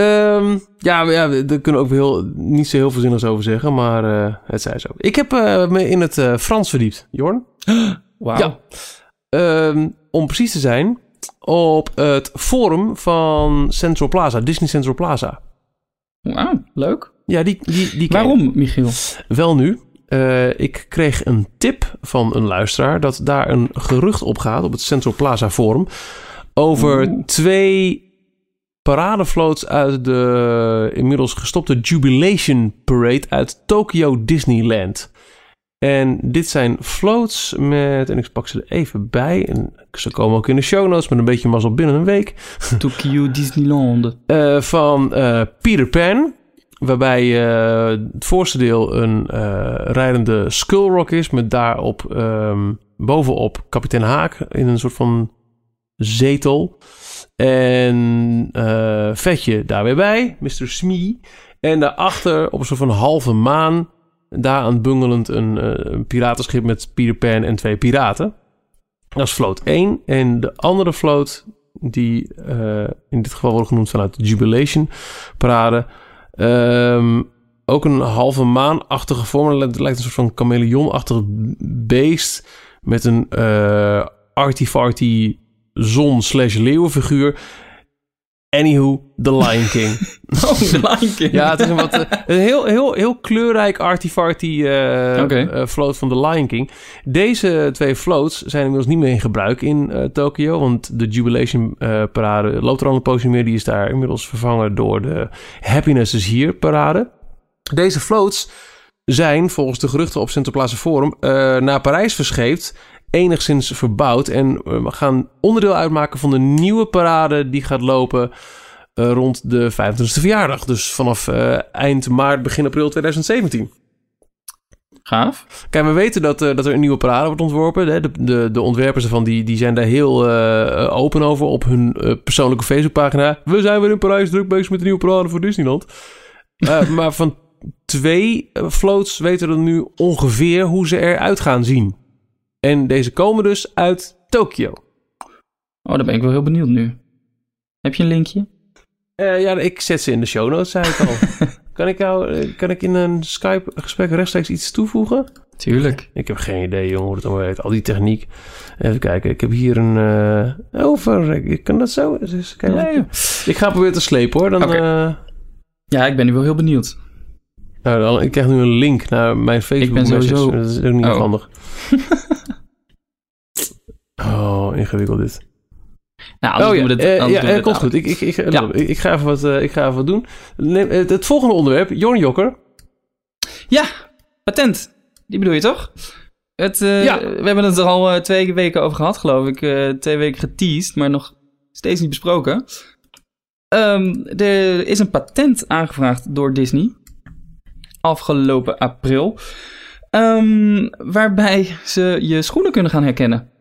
daar kunnen we ook niet zo heel veel zinnigs over zeggen, maar het zij zo. Ik heb me in het Frans verdiept, Jorn. Wauw. Ja. Om precies te zijn, op het forum van Central Plaza, Disney Central Plaza. Wauw, leuk. Ja, die Waarom, Michiel? Wel nu, ik kreeg een tip van een luisteraar dat daar een gerucht op gaat op het Central Plaza forum over 2 paradefloats uit de inmiddels gestopte Jubilation Parade uit Tokyo Disneyland. En dit zijn floats met, en ik pak ze er even bij, en ze komen ook in de show notes met een beetje mazzel binnen een week. Tokyo Disneyland. Van Peter Pan, waarbij het voorste deel een rijdende Skull Rock is, met daarop bovenop kapitein Haak in een soort van zetel. En Vetje daar weer bij, Mr. Smee. En daarachter op een soort van halve maan, daaraan bungelend een piratenschip met Peter Pan en 2 piraten. Dat is float 1. En de andere float, die in dit geval wordt genoemd vanuit de Jubilation Parade, ook een halve maanachtige vorm. Het lijkt een soort van chameleonachtig beest met een arty-farty zon/leeuwenfiguur. Anywho, The Lion King. The Lion King. Ja, het is een heel kleurrijk arty-farty float van The Lion King. Deze 2 floats zijn inmiddels niet meer in gebruik in Tokio, want de Jubilation parade loopt er al een poosje meer. Die is daar inmiddels vervangen door de Happiness is Here parade. Deze floats zijn volgens de geruchten op Central Plaza Forum naar Parijs verscheept, enigszins verbouwd en we gaan onderdeel uitmaken van de nieuwe parade die gaat lopen rond de 25e verjaardag. Dus vanaf eind maart, begin april 2017. Gaaf. Kijk, we weten dat er een nieuwe parade wordt ontworpen. Hè? De ontwerpers ervan die zijn daar heel open over op hun persoonlijke Facebookpagina. We zijn weer in Parijs druk bezig met de nieuwe parade voor Disneyland. Maar van 2 floats weten we nu ongeveer hoe ze eruit gaan zien. En deze komen dus uit Tokio. Oh, daar ben ik wel heel benieuwd nu. Heb je een linkje? Ja, ik zet ze in de show notes, zei ik al. Kan ik in een Skype-gesprek rechtstreeks iets toevoegen? Tuurlijk. Ik heb geen idee, jongen, hoe het allemaal werkt. Al die techniek. Even kijken, ik heb hier een... kan dat zo? Dus, ik ga proberen te slepen, hoor. Dan, ja, ik ben nu wel heel benieuwd. Nou, ik krijg nu een link naar mijn Facebook-message. Dat is ook niet handig. Ingewikkeld dit. Nou, komt goed. Ik ga even wat doen. Het volgende onderwerp, Jorn Jokker. Ja, patent. Die bedoel je toch? We hebben het er al 2 weken over gehad, geloof ik. 2 weken geteased, maar nog steeds niet besproken. Er is een patent aangevraagd door Disney. Afgelopen april. Waarbij ze je schoenen kunnen gaan herkennen.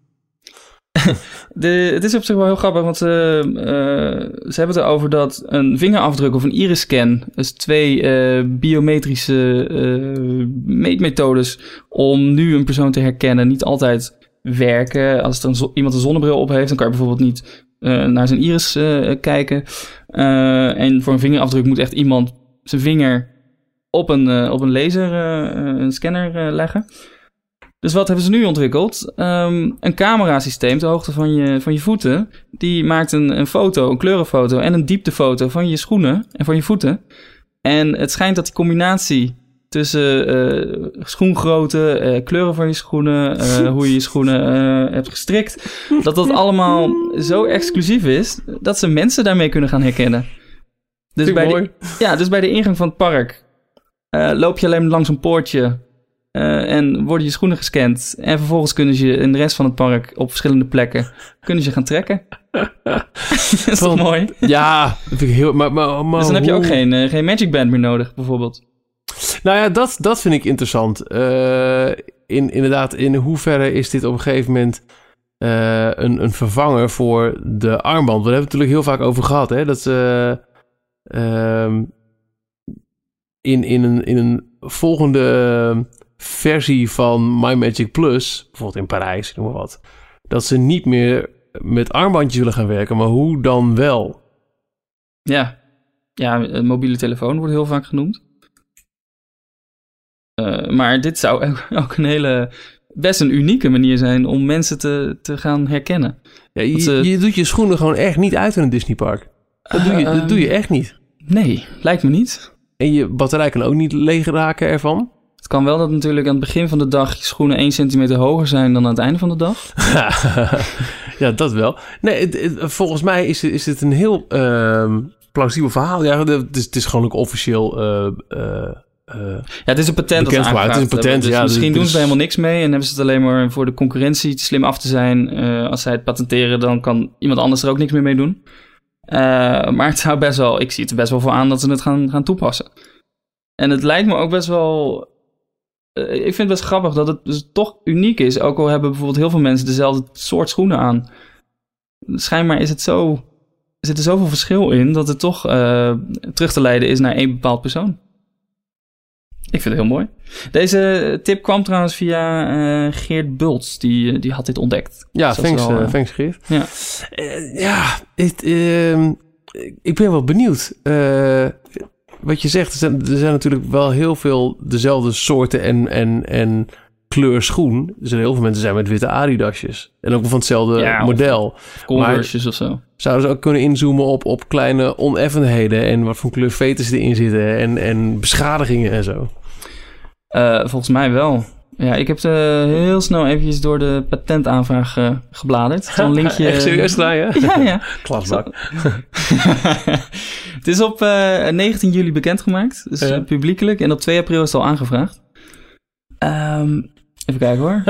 Het is op zich wel heel grappig, want ze hebben het erover dat een vingerafdruk of een iris-scan, dus 2 biometrische meetmethodes om nu een persoon te herkennen, niet altijd werken. Als er iemand een zonnebril op heeft, dan kan je bijvoorbeeld niet naar zijn iris kijken. En voor een vingerafdruk moet echt iemand zijn vinger op een laser, een scanner leggen. Dus wat hebben ze nu ontwikkeld? Een camerasysteem ter hoogte van je voeten. Die maakt een foto, een kleurenfoto en een dieptefoto van je schoenen en van je voeten. En het schijnt dat die combinatie tussen schoengrootte, kleuren van je schoenen, hoe je schoenen hebt gestrikt, dat allemaal zo exclusief is dat ze mensen daarmee kunnen gaan herkennen. Dus bij de ingang van het park loop je alleen langs een poortje en worden je schoenen gescand. En vervolgens kunnen ze in de rest van het park op verschillende plekken kunnen ze gaan trekken. Dat is toch mooi? Ja, dat vind ik heel... Maar dus dan heb je ook geen Magic Band meer nodig, bijvoorbeeld. Nou ja, dat vind ik interessant. Inderdaad, in hoeverre is dit op een gegeven moment een vervanger voor de armband? We hebben het natuurlijk heel vaak over gehad, hè? Dat in een volgende versie van My Magic Plus, bijvoorbeeld in Parijs, noem maar wat, dat ze niet meer met armbandjes willen gaan werken, maar hoe dan wel? Ja, een mobiele telefoon wordt heel vaak genoemd. Maar dit zou ook best een unieke manier zijn om mensen te gaan herkennen. Ja, je doet je schoenen gewoon echt niet uit in een Disneypark. Dat doe je echt niet. Nee, lijkt me niet. En je batterij kan ook niet leeg raken ervan. Het kan wel dat natuurlijk aan het begin van de dag je schoenen 1 centimeter hoger zijn dan aan het einde van de dag. Ja, dat wel. Nee, volgens mij is het een heel plausibel verhaal. Ja, het is gewoon ook officieel... het is een patent. Het is een patent, dus misschien doen ze er helemaal niks mee en hebben ze het alleen maar voor de concurrentie te slim af te zijn. Als zij het patenteren, dan kan iemand anders er ook niks meer mee doen. Maar het zou ik zie het er best wel voor aan dat ze het gaan toepassen. En het lijkt me ook best wel... ik vind het best grappig dat het dus toch uniek is. Ook al hebben bijvoorbeeld heel veel mensen dezelfde soort schoenen aan. Schijnbaar zit er zoveel verschil in dat het toch terug te leiden is naar één bepaald persoon. Ik vind het heel mooi. Deze tip kwam trouwens via Geert Bults. Die had dit ontdekt. Ja, thanks Geert. Ja, ik ben wel benieuwd. Wat je zegt, er zijn natuurlijk wel heel veel dezelfde soorten en kleur schoen. Er zijn heel veel mensen zijn met witte Adidasjes. En ook van hetzelfde model. Converse's of zo. Zouden ze ook kunnen inzoomen op kleine oneffenheden en wat voor kleur veters erin zitten en beschadigingen en zo? Volgens mij wel. Ja, ik heb heel snel eventjes door de patentaanvraag gebladerd. Zo'n linkje... Echt serieus daar, ja? Ja. Klasbak. Het is op 19 juli bekendgemaakt. Dus publiekelijk. En op 2 april is het al aangevraagd. Even kijken hoor.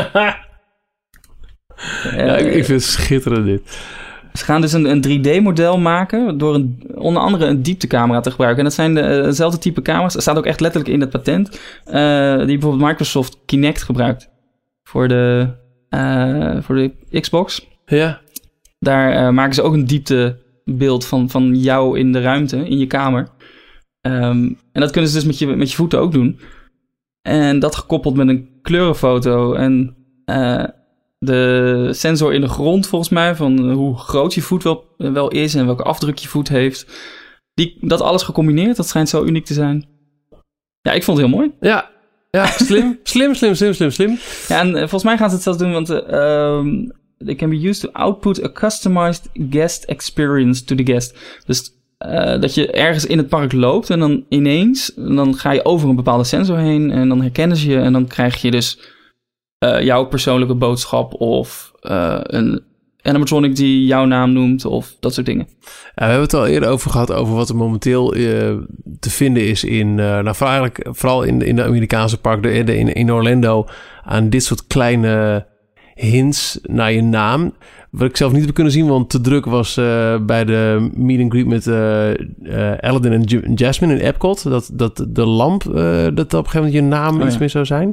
Ik vind het schitterend dit. Ze gaan dus een 3D-model maken door onder andere een dieptecamera te gebruiken. En dat zijn dezelfde type camera's. Er staat ook echt letterlijk in het patent. Die bijvoorbeeld Microsoft Kinect gebruikt voor de Xbox. Ja. Daar maken ze ook een dieptebeeld van jou in de ruimte, in je kamer. En dat kunnen ze dus met je voeten ook doen. En dat gekoppeld met een kleurenfoto en de sensor in de grond volgens mij, van hoe groot je voet wel is en welke afdruk je voet heeft. Dat alles gecombineerd, dat schijnt zo uniek te zijn. Ja, ik vond het heel mooi. Ja, slim. Slim. Ja, en volgens mij gaan ze het zelfs doen, want they can be used to output a customized guest experience to the guest. Dus dat je ergens in het park loopt en dan ineens, dan ga je over een bepaalde sensor heen en dan herkennen ze je en dan krijg je dus jouw persoonlijke boodschap of een animatronic die jouw naam noemt of dat soort dingen. Ja, we hebben het al eerder over gehad over wat er momenteel te vinden is in, vooral in de Amerikaanse parken, in Orlando, aan dit soort kleine hints naar je naam. Wat ik zelf niet heb kunnen zien, want te druk was bij de meet and greet met Aladdin en Jasmine in Epcot. Dat de lamp, dat op een gegeven moment je naam iets meer zou zijn.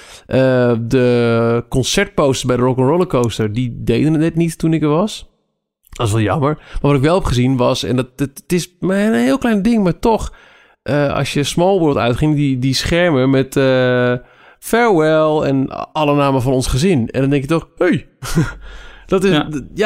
De concertposters bij de Rock'n'Roller Coaster, die deden het net niet toen ik er was. Dat is wel jammer. Maar wat ik wel heb gezien was, en het is maar een heel klein ding, maar toch, als je Small World uitging, die schermen met farewell en alle namen van ons gezin. En dan denk je toch, hey, dat is,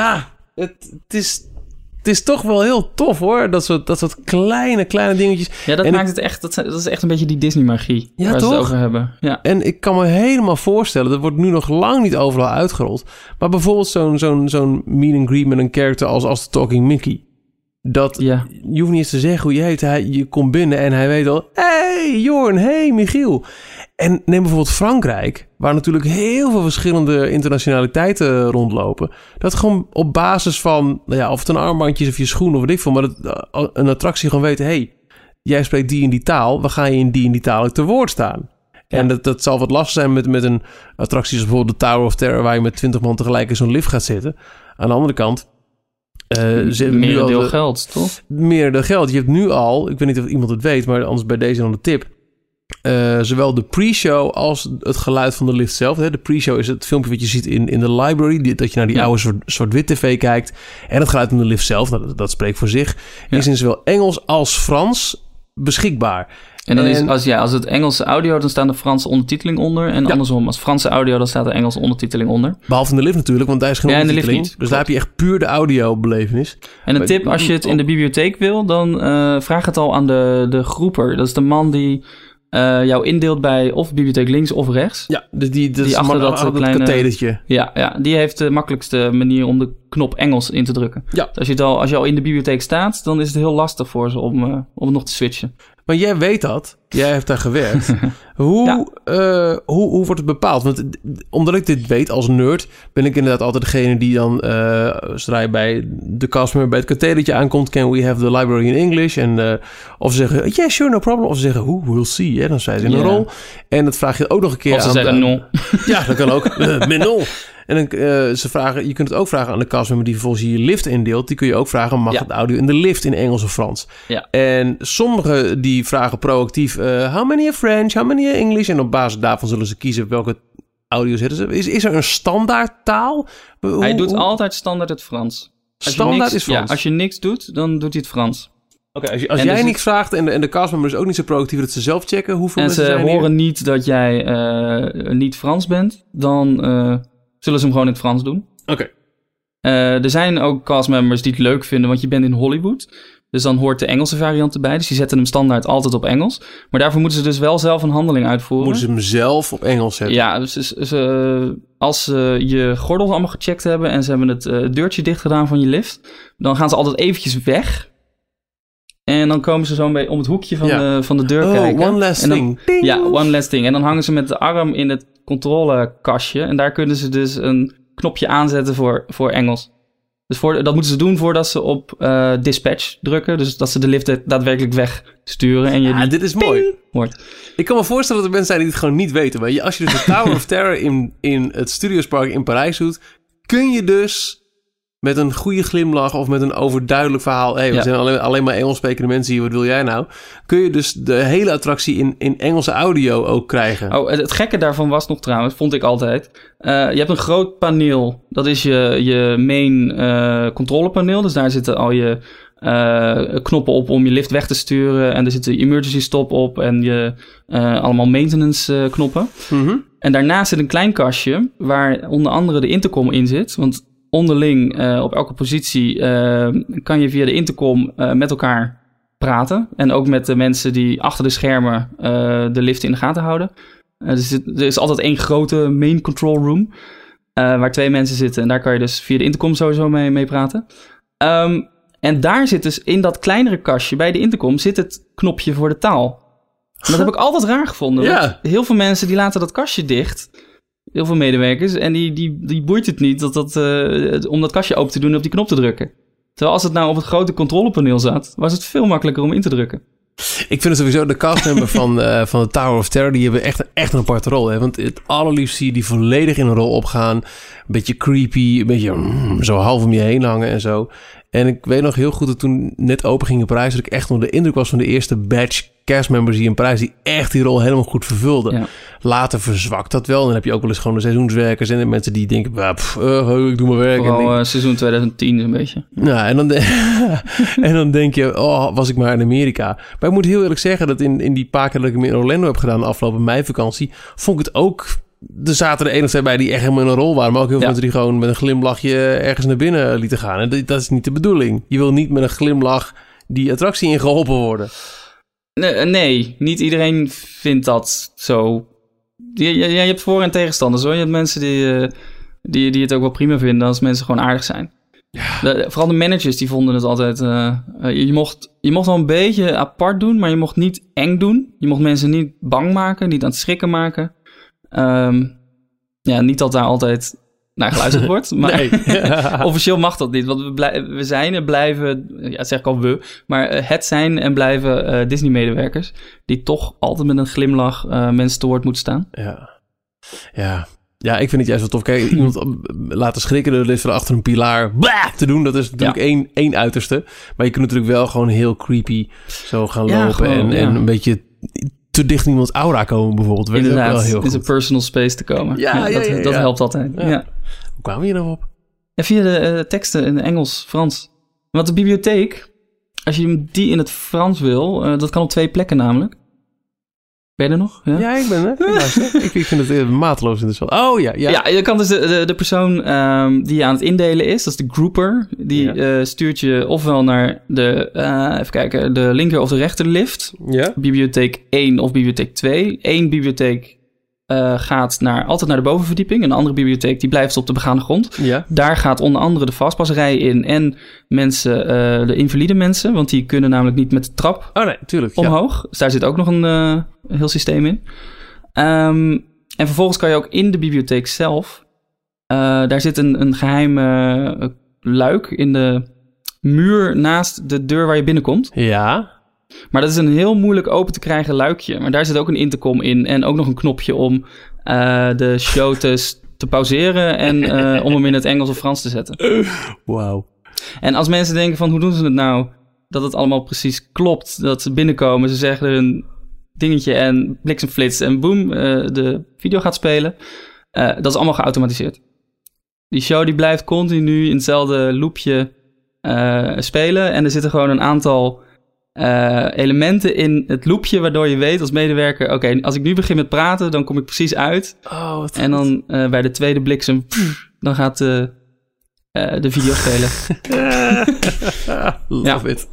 het is toch wel heel tof hoor, dat soort kleine dingetjes. Ja, dat maakt het echt, dat is echt een beetje die Disney-magie waar toch? ze het over hebben. Ja. En ik kan me helemaal voorstellen, dat wordt nu nog lang niet overal uitgerold, maar bijvoorbeeld zo'n meet and greet met een character als de Talking Mickey. Je hoeft niet eens te zeggen hoe je heet. Je komt binnen en hij weet al, hey Jorn, hey Michiel. En neem bijvoorbeeld Frankrijk, waar natuurlijk heel veel verschillende internationaliteiten rondlopen. Dat gewoon op basis van, of het een armbandje is of je schoen of wat ik veel, maar een attractie gewoon weten, hey, jij spreekt die in die taal, we gaan je in die taal ook te woord staan. Ja. En dat zal wat lastig zijn met een attractie zoals bijvoorbeeld de Tower of Terror, waar je met 20 man tegelijk in zo'n lift gaat zitten. Aan de andere kant, merendeel geld, toch? Merendeel geld. Je hebt nu al, ik weet niet of iemand het weet, maar anders bij deze dan de tip. Zowel de pre-show als het geluid van de lift zelf. Hè. De pre-show is het filmpje wat je ziet in de library. Dat je naar die oude zwart-wit tv kijkt. En het geluid van de lift zelf, dat spreekt voor zich. Is in zowel Engels als Frans beschikbaar. En dan als het Engelse audio, dan staat de Franse ondertiteling onder. En andersom, als Franse audio, dan staat de Engelse ondertiteling onder. Behalve in de lift natuurlijk, want daar is geen ondertiteling. In de lift niet. Dus daar heb je echt puur de audiobelevenis. En een tip, als je het in de bibliotheek wil, dan vraag het al aan de groeper. Dat is de man die jou indeelt bij of bibliotheek links of rechts. Ja, dus die achter dat kleine kathedertje. Ja, die heeft de makkelijkste manier om de knop Engels in te drukken. Ja. Dus als je al in de bibliotheek staat, dan is het heel lastig voor ze om het nog te switchen. Maar jij weet dat. Jij hebt daar gewerkt. Hoe wordt het bepaald? Want omdat ik dit weet als nerd, ben ik inderdaad altijd degene die dan, zodra je bij de castmember bij het kathedertje aankomt, can we have the library in English? En of ze zeggen, yeah, sure, no problem. Of ze zeggen, we'll see. Hè? Dan zijn ze in een rol. En dat vraag je ook nog een keer aan. Of ze zeggen, non. Ja, dat kan ook. Non. En dan, je kunt het ook vragen aan de castmember die vervolgens je lift indeelt. Die kun je ook vragen, mag het audio in de lift in Engels of Frans? Ja. En sommigen die vragen proactief, how many are French, how many are English? En op basis daarvan zullen ze kiezen welke audio zetten ze. Is er een standaard taal? Hij doet altijd standaard het Frans. Standaard is Frans? Ja, als je niks doet, dan doet hij het Frans. Oké, als jij niks vraagt en de castmember is ook niet zo proactief dat ze zelf checken hoeveel mensen zijn. En ze horen niet dat jij niet Frans bent, dan zullen ze hem gewoon in het Frans doen. Oké. Er zijn ook castmembers die het leuk vinden, want je bent in Hollywood. Dus dan hoort de Engelse variant erbij. Dus die zetten hem standaard altijd op Engels. Maar daarvoor moeten ze dus wel zelf een handeling uitvoeren. Moeten ze hem zelf op Engels zetten? Ja, dus als ze je gordel allemaal gecheckt hebben en ze hebben het deurtje dicht gedaan van je lift, dan gaan ze altijd eventjes weg. En dan komen ze zo om het hoekje van de deur kijken. One last thing. Ja, one last thing. En dan hangen ze met de arm in het controlekastje. En daar kunnen ze dus een knopje aanzetten voor Engels. Dus dat moeten ze doen voordat ze op dispatch drukken. Dus dat ze de lift daadwerkelijk wegsturen. En dit is mooi. Hoort. Ik kan me voorstellen dat er mensen zijn die het gewoon niet weten. Maar als je dus de Tower of Terror in het Studiospark in Parijs doet, kun je dus met een goede glimlach of met een overduidelijk verhaal, we zijn alleen maar Engels sprekende mensen hier, wat wil jij nou? Kun je dus de hele attractie in Engelse audio ook krijgen. Oh, het gekke daarvan was nog trouwens, vond ik altijd. Je hebt een groot paneel. Dat is je main controlepaneel. Dus daar zitten al je knoppen op om je lift weg te sturen. En er zit de emergency stop op en je allemaal maintenance knoppen. Mm-hmm. En daarnaast zit een klein kastje waar onder andere de intercom in zit. Want onderling op elke positie kan je via de intercom met elkaar praten. En ook met de mensen die achter de schermen de lift in de gaten houden. Er is altijd één grote main control room waar 2 mensen zitten. En daar kan je dus via de intercom sowieso mee praten. En daar zit dus in dat kleinere kastje bij de intercom zit het knopje voor de taal. En dat heb ik altijd raar gevonden. Ja. Want heel veel mensen die laten dat kastje dicht. Heel veel medewerkers. En die boeit het niet om dat kastje open te doen en op die knop te drukken. Terwijl als het nou op het grote controlepaneel zat, was het veel makkelijker om in te drukken. Ik vind het sowieso, de castmember van de Tower of Terror, die hebben echt een aparte rol. Hè? Want het allerliefst zie je die volledig in een rol opgaan. Een beetje creepy, een beetje zo half om je heen hangen en zo. En ik weet nog heel goed dat toen net open ging in Parijs, dat ik echt onder de indruk was van de eerste batch castmembers hier in Parijs, die echt die rol helemaal goed vervulden. Ja. Later verzwakt dat wel. Dan heb je ook wel eens gewoon de seizoenswerkers en de mensen die denken, ik doe mijn werk. Vooral seizoen 2010 een beetje. Nou, en dan denk je, was ik maar in Amerika. Maar ik moet heel eerlijk zeggen dat in die paar keer dat ik me in Orlando heb gedaan de afgelopen meivakantie, vond ik het ook. Er zaten er 1 of 2 bij die echt helemaal in een rol waren. Maar ook heel veel mensen die gewoon met een glimlachje ergens naar binnen lieten gaan. En dat is niet de bedoeling. Je wil niet met een glimlach die attractie ingeholpen worden. Nee, niet iedereen vindt dat zo. Je hebt voor- en tegenstanders hoor. Je hebt mensen die het ook wel prima vinden als mensen gewoon aardig zijn. Ja. Vooral de managers die vonden het altijd. Je mocht wel een beetje apart doen, maar je mocht niet eng doen. Je mocht mensen niet bang maken, niet aan het schrikken maken. Niet dat daar altijd naar geluisterd wordt. Maar nee. Officieel mag dat niet. Want we zijn en blijven, ja, zeg ik al maar het zijn en blijven Disney-medewerkers die toch altijd met een glimlach mensen te woord moeten staan. Ja, ik vind het juist wel tof. Kijk, iemand laten schrikken door dit van achter een pilaar te doen. Dat is natuurlijk één uiterste. Maar je kunt natuurlijk wel gewoon heel creepy zo gaan lopen en een beetje te dicht in iemands aura komen bijvoorbeeld. Inderdaad, wel heel goed. in zijn personal space te komen. Dat helpt altijd. Ja. Hoe kwamen we hier nou op? Ja, via de teksten in Engels, Frans. Want de bibliotheek, als je die in het Frans wil, dat kan op 2 plekken namelijk. Ben je er nog? Ja, ik ben er. Ik vind het mateloos interessant. Oh ja. Ja, je kan dus de persoon die je aan het indelen is, dat is de grouper. Die stuurt je ofwel naar de linker of de rechterlift. Ja. Bibliotheek 1 of bibliotheek 2. 1 bibliotheek gaat altijd naar de bovenverdieping. Een andere bibliotheek die blijft op de begane grond. Ja. Daar gaat onder andere de vastpasrij in en mensen, de invalide mensen, want die kunnen namelijk niet met de trap omhoog. Dus daar zit ook nog een heel systeem in. En vervolgens kan je ook in de bibliotheek zelf, daar zit een geheime luik in de muur naast de deur waar je binnenkomt. Ja. Maar dat is een heel moeilijk open te krijgen luikje. Maar daar zit ook een intercom in en ook nog een knopje om de show te pauzeren en om hem in het Engels of Frans te zetten. Wauw. En als mensen denken van hoe doen ze het nou? Dat het allemaal precies klopt. Dat ze binnenkomen, ze zeggen een dingetje en bliksemflits en boem, de video gaat spelen. Dat is allemaal geautomatiseerd. Die show die blijft continu in hetzelfde loopje spelen. En er zitten gewoon een aantal elementen in het loopje waardoor je weet als medewerker, oké, als ik nu begin met praten, dan kom ik precies uit. Oh, en dan bij de tweede bliksem, dan gaat de video spelen. Love it.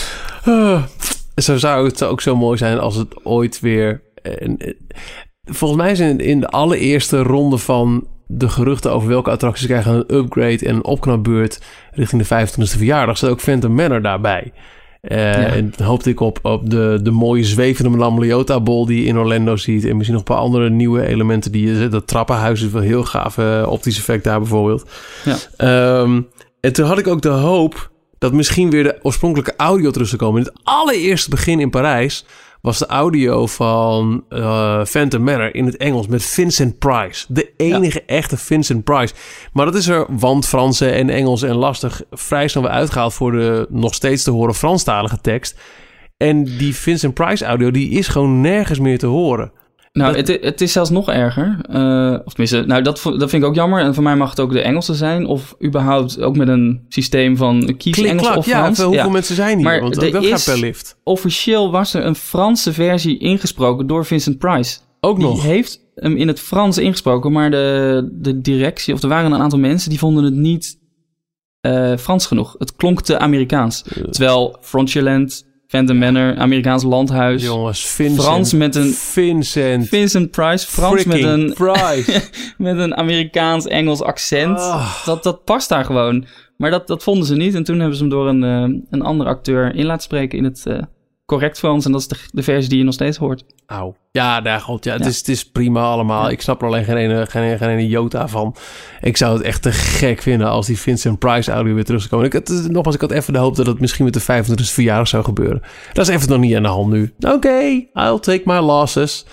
Zo zou het ook zo mooi zijn als het ooit weer. Volgens mij is in de allereerste ronde van de geruchten over welke attracties krijgen een upgrade en een opknapbeurt richting de 25e verjaardag, zat ook Phantom Manor daarbij. En dan hoopte ik op de mooie zwevende Madame Leota bol die je in Orlando ziet. En misschien nog een paar andere nieuwe elementen die je... Dat trappenhuis is wel heel gaaf optisch effect daar bijvoorbeeld. Ja. En toen had ik ook de hoop dat misschien weer de oorspronkelijke audio terug zou komen. In het allereerste begin in Parijs was de audio van Phantom Manor in het Engels met Vincent Price. De enige echte Vincent Price. Maar dat is er, want Franse en Engels en lastig, vrij snel weer uitgehaald voor de nog steeds te horen Franstalige tekst. En die Vincent Price audio, die is gewoon nergens meer te horen. Nou, het is zelfs nog erger. Of tenminste, nou, dat vind ik ook jammer. En voor mij mag het ook de Engelse zijn. Of überhaupt ook met een systeem van kies Engels of Frans. Ja, hoeveel mensen zijn hier? Maar want dat gaat per lift. Officieel was er een Franse versie ingesproken door Vincent Price. Ook nog? Die heeft hem in het Frans ingesproken. Maar de directie, of er waren een aantal mensen... die vonden het niet Frans genoeg. Het klonk te Amerikaans. Terwijl Frontierland... Phantom Manor, Amerikaans landhuis. Jongens, Vincent. Frans met een... Vincent Price. Frans met een... Price. met een Amerikaans-Engels accent. Dat past daar gewoon. Maar dat vonden ze niet. En toen hebben ze hem door een andere acteur in laten spreken in het correct Frans. En dat is de versie die je nog steeds hoort. Auw. Ja, daar god. Ja, het is prima allemaal. Ja. Ik snap er alleen geen ene jota van. Ik zou het echt te gek vinden als die Vincent Price audio weer terug zou komen. Nogmaals, ik had even de hoop dat het misschien met de 25e verjaardag zou gebeuren. Dat is even nog niet aan de hand nu. Oké, I'll take my losses.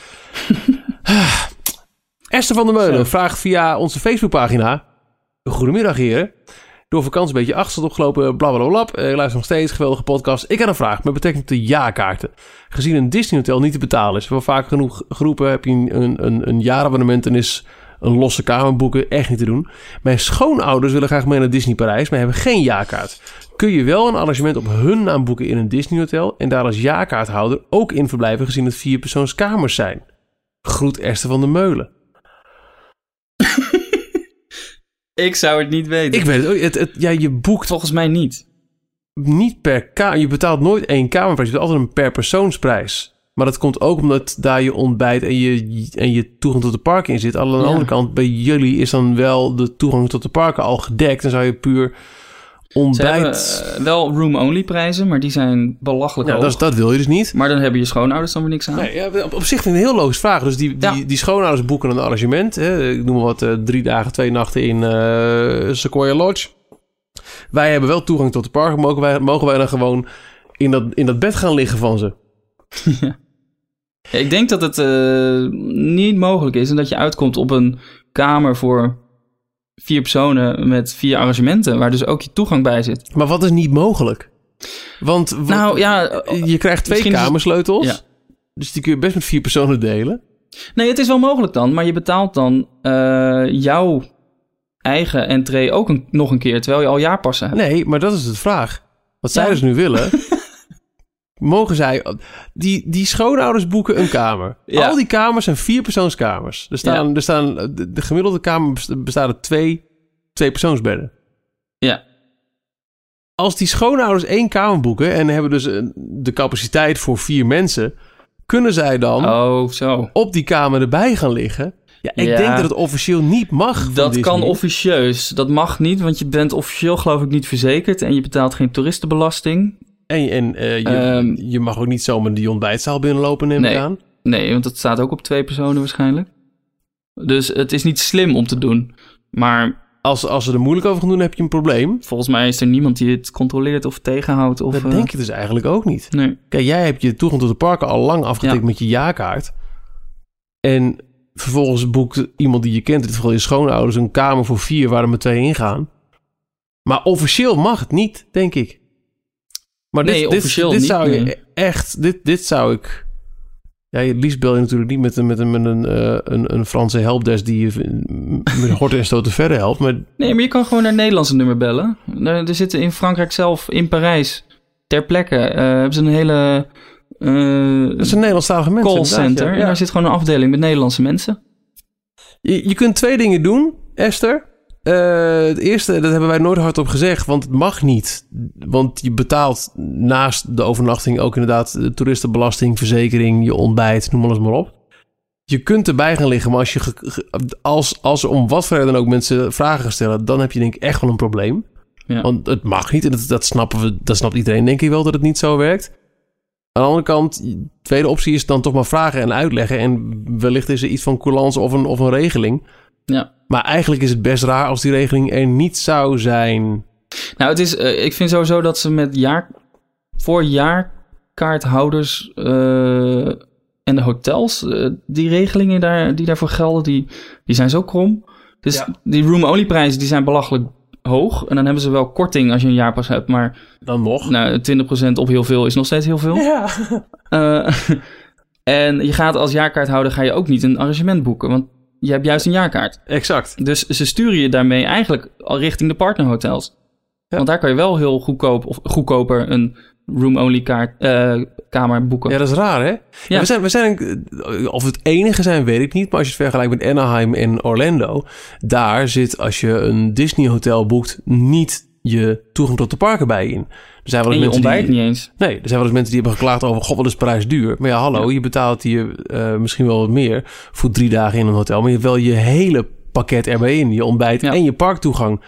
Esther van der Meulen vraagt via onze Facebookpagina. Goedemiddag heren. Door vakantie een beetje achterstand opgelopen, blablabla. Ik luister nog steeds, geweldige podcast. Ik had een vraag met betrekking tot de jaarkaarten. Gezien een Disney hotel niet te betalen is, wel vaak genoeg geroepen, heb je een jaarabonnement en is een losse kamer boeken echt niet te doen. Mijn schoonouders willen graag mee naar Disney Parijs, maar hebben geen jaarkaart. Kun je wel een arrangement op hun naam boeken in een Disney hotel en daar als jaarkaarthouder ook in verblijven gezien het 4-persoonskamers zijn? Groet Esther van der Meulen. Ik zou het niet weten. Ik weet het. Je boekt... Volgens mij niet. Niet per kamer. Je betaalt nooit één kamerprijs. Je betaalt altijd een per persoonsprijs. Maar dat komt ook omdat daar je ontbijt en je toegang tot de parken in zit. Aan de andere kant, bij jullie is dan wel de toegang tot de parken al gedekt. Dan zou je puur ontbijt... Ze hebben wel room-only prijzen, maar die zijn belachelijk hoog. Dat wil je dus niet. Maar dan hebben je schoonouders dan weer niks aan. Nee, op zich vind ik een heel logische vraag. Dus die schoonouders boeken een arrangement. Hè. Ik noem maar wat 3 dagen, 2 nachten in Sequoia Lodge. Wij hebben wel toegang tot de parken. Mogen wij dan gewoon in dat bed gaan liggen van ze? Ja, ik denk dat het niet mogelijk is en dat je uitkomt op een kamer voor 4 personen met 4 arrangementen, waar dus ook je toegang bij zit. Maar wat is niet mogelijk? Want je krijgt 2 kamersleutels, dus die kun je best met 4 personen delen. Nee, het is wel mogelijk dan, maar je betaalt dan jouw eigen entree ook nog een keer, terwijl je al jaarpassen hebt. Nee, maar dat is de vraag. Wat zij dus nu willen... Mogen zij... Die schoonouders boeken een kamer. Ja. Al die kamers zijn 4-persoonskamers. Er staan, de gemiddelde kamer bestaat uit 2 persoonsbedden. Ja. Als die schoonouders 1 kamer boeken... en hebben dus de capaciteit voor 4 mensen... kunnen zij dan op die kamer erbij gaan liggen... Ja, ik denk dat het officieel niet mag. Dat kan officieus. Dat mag niet, want je bent officieel geloof ik niet verzekerd... en je betaalt geen toeristenbelasting... En je mag ook niet zomaar die ontbijtzaal binnenlopen, neem ik aan. Nee, want dat staat ook op 2 personen waarschijnlijk. Dus het is niet slim om te doen. Maar als ze er moeilijk over gaan doen, heb je een probleem. Volgens mij is er niemand die het controleert of tegenhoudt. Of, dat denk ik dus eigenlijk ook niet. Nee. Kijk, jij hebt je toegang tot de parken al lang afgetikt met je jaarkaart. En vervolgens boekt iemand die je kent, in dit geval je schoonouders, een kamer voor 4 waar er maar 2 in gaan. Maar officieel mag het niet, denk ik. Maar officieel dit niet. Zou je echt... Dit zou ik... Ja, het liefst bel je natuurlijk niet met een Franse helpdesk die je met horten en stoten verder helpt. Maar... Nee, maar je kan gewoon naar het Nederlandse nummer bellen. Er zitten in Frankrijk zelf, in Parijs, ter plekke, hebben ze een hele... dat is een Nederlandstalige mensen. Callcenter. Ja. En daar zit gewoon een afdeling met Nederlandse mensen. Je kunt 2 dingen doen, Esther. Het eerste, dat hebben wij nooit hardop gezegd, want het mag niet. Want je betaalt naast de overnachting ook inderdaad de toeristenbelasting, verzekering, je ontbijt, noem alles maar op. Je kunt erbij gaan liggen, maar als om wat voor reden dan ook mensen vragen gaan stellen, dan heb je denk ik echt wel een probleem. Ja. Want het mag niet en dat snapt iedereen denk ik wel dat het niet zo werkt. Aan de andere kant, de tweede optie is dan toch maar vragen en uitleggen en wellicht is er iets van coulance of een regeling. Ja. Maar eigenlijk is het best raar als die regeling er niet zou zijn. Nou, ik vind sowieso dat ze met voor jaarkaarthouders en de hotels, die regelingen die daarvoor gelden, die zijn zo krom. Dus die room-only prijzen die zijn belachelijk hoog. En dan hebben ze wel korting als je een jaarpas hebt, maar... Dan nog? Nou, 20% op heel veel is nog steeds heel veel. Ja. En je gaat als jaarkaarthouder ga je ook niet een arrangement boeken, want je hebt juist een jaarkaart. Exact. Dus ze sturen je daarmee eigenlijk al richting de partnerhotels. Ja. Want daar kan je wel heel goedkoper een room-only kamer boeken. Ja, dat is raar, hè? Ja. We zijn, of het enige zijn, weet ik niet. Maar als je het vergelijkt met Anaheim en Orlando, daar zit, als je een Disney hotel boekt, niet je toegang tot de parken bij in. Er zijn wel eens en je ontbijt niet eens. Nee, er zijn wel eens mensen die hebben geklaagd over, god, wat is prijs duur. Maar ja, hallo, je betaalt hier misschien wel wat meer voor 3 dagen in een hotel. Maar je hebt wel je hele pakket erbij in. Je ontbijt en je parktoegang.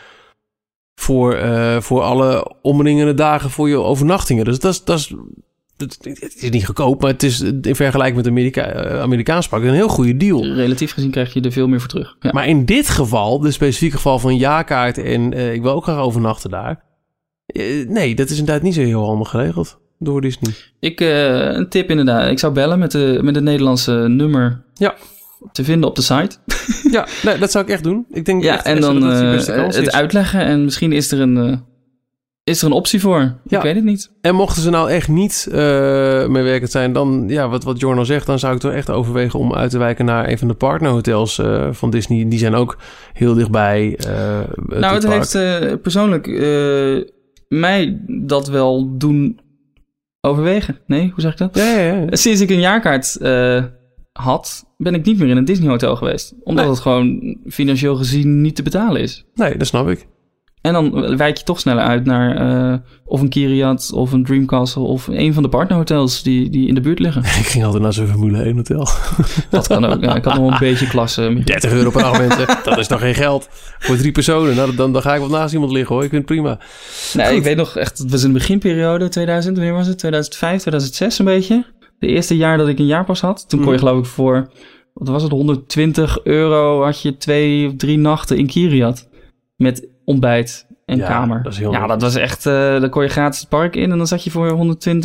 Voor alle omringende dagen voor je overnachtingen. Dus het is niet goedkoop, maar het is in vergelijking met Amerikaans park een heel goede deal. Relatief gezien krijg je er veel meer voor terug. Ja. Maar in dit geval, de specifieke geval van jaarkaart en ik wil ook graag overnachten daar. Nee, dat is inderdaad niet zo heel handig geregeld door Disney. Een tip inderdaad. Ik zou bellen met het Nederlandse nummer. Ja. Te vinden op de site. Ja, nee, dat zou ik echt doen. Ik denk en dan het uitleggen en misschien is er een optie voor. Ja. Ik weet het niet. En mochten ze nou echt niet meewerkend zijn, dan, ja, wat Jorno zegt, dan zou ik toch echt overwegen om uit te wijken naar een van de partnerhotels van Disney. Die zijn ook heel dichtbij. Het heeft persoonlijk mij dat wel doen overwegen. Nee, hoe zeg ik dat? Ja. Sinds ik een jaarkaart ben ik niet meer in een Disney hotel geweest. Omdat het gewoon financieel gezien niet te betalen is. Nee, dat snap ik. En dan wijk je toch sneller uit naar of een Kiryat of een Dreamcastle of een van de partnerhotels die in de buurt liggen. Ik ging altijd naar zo'n Formule 1 hotel. Dat kan ook. Ja, ik had nog een beetje klasse. €30 per dag, mensen. Dat is toch geen geld voor 3 personen. Nou, dan ga ik wat naast iemand liggen, hoor. Ik vind het prima. Nee, ik weet nog echt, het was in de beginperiode 2000. Wanneer was het? 2005, 2006 een beetje. De eerste jaar dat ik een jaarpas had. Toen kon je geloof ik voor, wat was het, €120 had je 2 of 3 nachten in Kiryat. Met ontbijt en kamer. Dat is heel dat was echt, dan kon je gratis het park in en dan zat je voor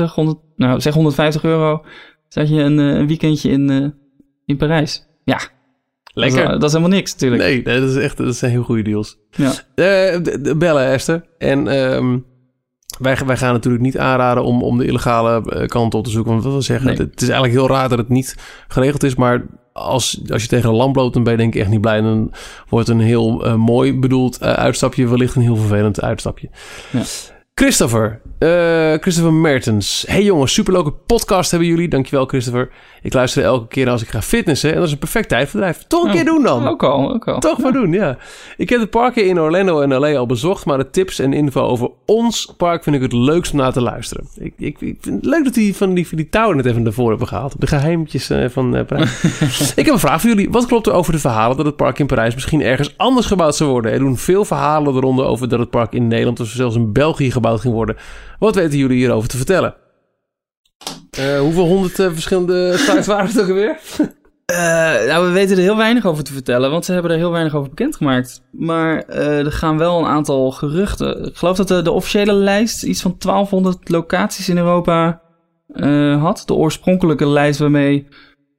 €150 zat je een weekendje in Parijs. Ja. Lekker. Dat is helemaal niks natuurlijk. Nee, dat zijn heel goede deals. Ja. Bellen, Esther. En wij gaan natuurlijk niet aanraden om de illegale kant op te zoeken. Want wat wil zeggen, het is eigenlijk heel raar dat het niet geregeld is. Maar als je tegen een lamp loopt, dan ben je denk ik echt niet blij. Dan wordt een heel mooi bedoeld uitstapje wellicht een heel vervelend uitstapje. Ja. Christopher Mertens. Hey jongens, superleuke podcast hebben jullie. Dankjewel, Christopher. Ik luister elke keer als ik ga fitnessen. En dat is een perfect tijdverdrijf. Toch een keer doen dan. Ook al. Toch maar doen, ja. Ik heb de parken in Orlando en LA al bezocht. Maar de tips en info over ons park vind ik het leukst om naar te luisteren. Ik vind het leuk dat die van die touwen net even naar voren hebben gehaald. De geheimpjes van Parijs. Ik heb een vraag voor jullie. Wat klopt er over de verhalen dat het park in Parijs misschien ergens anders gebouwd zou worden? Er doen veel verhalen eronder over dat het park in Nederland of zelfs in België gebouwd ging worden. Wat weten jullie hierover te vertellen? Hoeveel 100 verschillende sites waren het ook alweer? We weten er heel weinig over te vertellen, want ze hebben er heel weinig over bekendgemaakt. Maar er gaan wel een aantal geruchten. Ik geloof dat de officiële lijst iets van 1200 locaties in Europa had. De oorspronkelijke lijst waarmee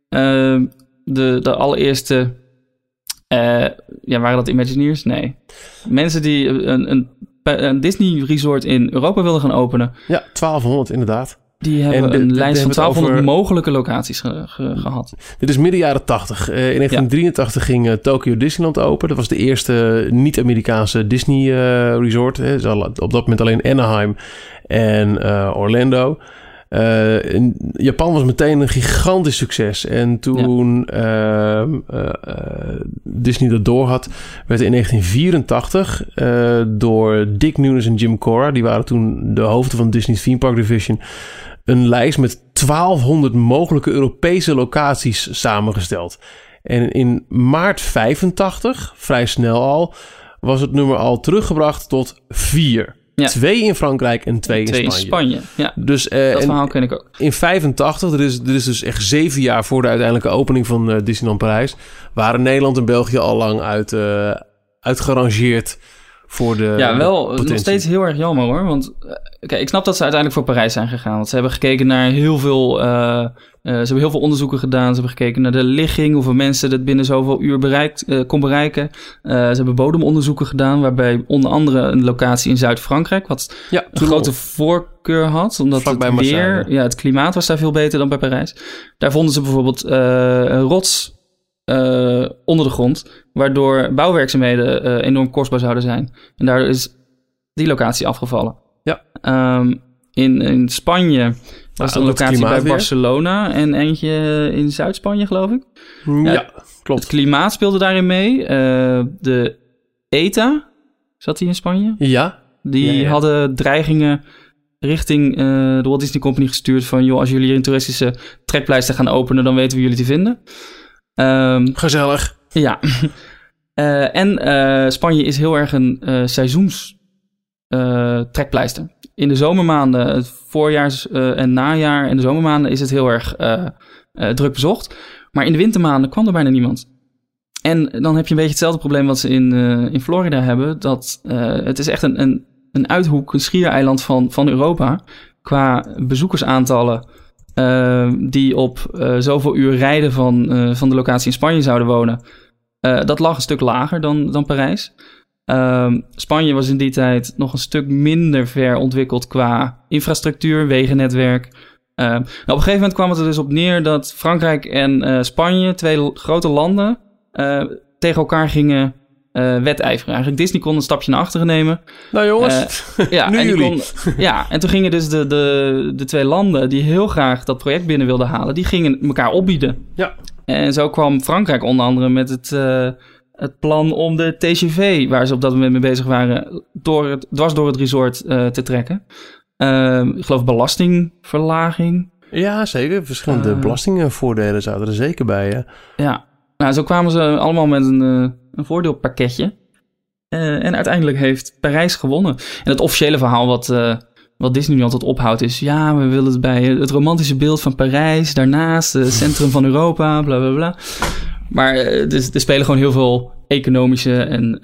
de allereerste... waren dat Imagineers? Nee. Mensen die een Disney resort in Europa wilden gaan openen. Ja, 1200 inderdaad. Die hebben een lijst van 1200 mogelijke locaties gehad. Dit is midden jaren 80. In 1983 ging Tokyo Disneyland open. Dat was de eerste niet-Amerikaanse Disney resort. Op dat moment alleen Anaheim en Orlando. Japan was meteen een gigantisch succes. En toen Disney dat door had, werd in 1984 door Dick Nunes en Jim Cora, die waren toen de hoofden van Disney's Theme Park Division, een lijst met 1200 mogelijke Europese locaties samengesteld. En in maart 85, vrij snel al, was het nummer al teruggebracht tot 4. Ja. 2 in Frankrijk en 2 in Spanje. Ja, dus, dat verhaal ken ik ook. In 85, er is dus echt 7 jaar voor de uiteindelijke opening van Disneyland Parijs, waren Nederland en België al lang uitgerangeerd voor de potentie. Nog steeds heel erg jammer hoor. Want kijk, ik snap dat ze uiteindelijk voor Parijs zijn gegaan. Want ze hebben gekeken naar heel veel... ze hebben heel veel onderzoeken gedaan. Ze hebben gekeken naar de ligging, hoeveel mensen het binnen zoveel uur kon bereiken. Ze hebben bodemonderzoeken gedaan, waarbij onder andere een locatie in Zuid-Frankrijk, wat een grote voorkeur had, omdat het klimaat was daar veel beter dan bij Parijs. Daar vonden ze bijvoorbeeld een rots onder de grond, waardoor bouwwerkzaamheden enorm kostbaar zouden zijn. En daar is die locatie afgevallen. Ja. In Spanje was er een locatie bij Barcelona en eentje in Zuid-Spanje, geloof ik. Ja, klopt. Het klimaat speelde daarin mee. De ETA, zat die in Spanje? Ja. Die hadden dreigingen richting de Walt Disney Company gestuurd van... joh, als jullie hier een toeristische trekpleister gaan openen, dan weten we jullie te vinden. Gezellig. Ja. En Spanje is heel erg een seizoens trekpleister. In de zomermaanden, het voorjaars en najaar en de zomermaanden is het heel erg druk bezocht. Maar in de wintermaanden kwam er bijna niemand. En dan heb je een beetje hetzelfde probleem wat ze in Florida hebben. Dat het is echt een uithoek, een schiereiland van Europa. Qua bezoekersaantallen die op zoveel uur rijden van de locatie in Spanje zouden wonen. Dat lag een stuk lager dan Parijs. Spanje was in die tijd nog een stuk minder ver ontwikkeld qua infrastructuur, wegennetwerk. Op een gegeven moment kwam het er dus op neer dat Frankrijk en Spanje, twee grote landen, tegen elkaar gingen wedijveren. Eigenlijk Disney kon een stapje naar achteren nemen. Nou jongens, nu en jullie. En toen gingen dus de twee landen die heel graag dat project binnen wilden halen, die gingen elkaar opbieden. Ja. En zo kwam Frankrijk onder andere met het plan om de TGV, waar ze op dat moment mee bezig waren, dwars door het resort te trekken. Ik geloof belastingverlaging. Ja, zeker. Verschillende belastingvoordelen zaten er zeker bij. Ja, nou, zo kwamen ze allemaal met een voordeelpakketje. En uiteindelijk heeft Parijs gewonnen. En het officiële verhaal wat Disney nu altijd ophoudt is... ja, we willen het bij het romantische beeld van Parijs, daarnaast het centrum van Europa, bla bla bla. Maar er spelen gewoon heel veel economische en...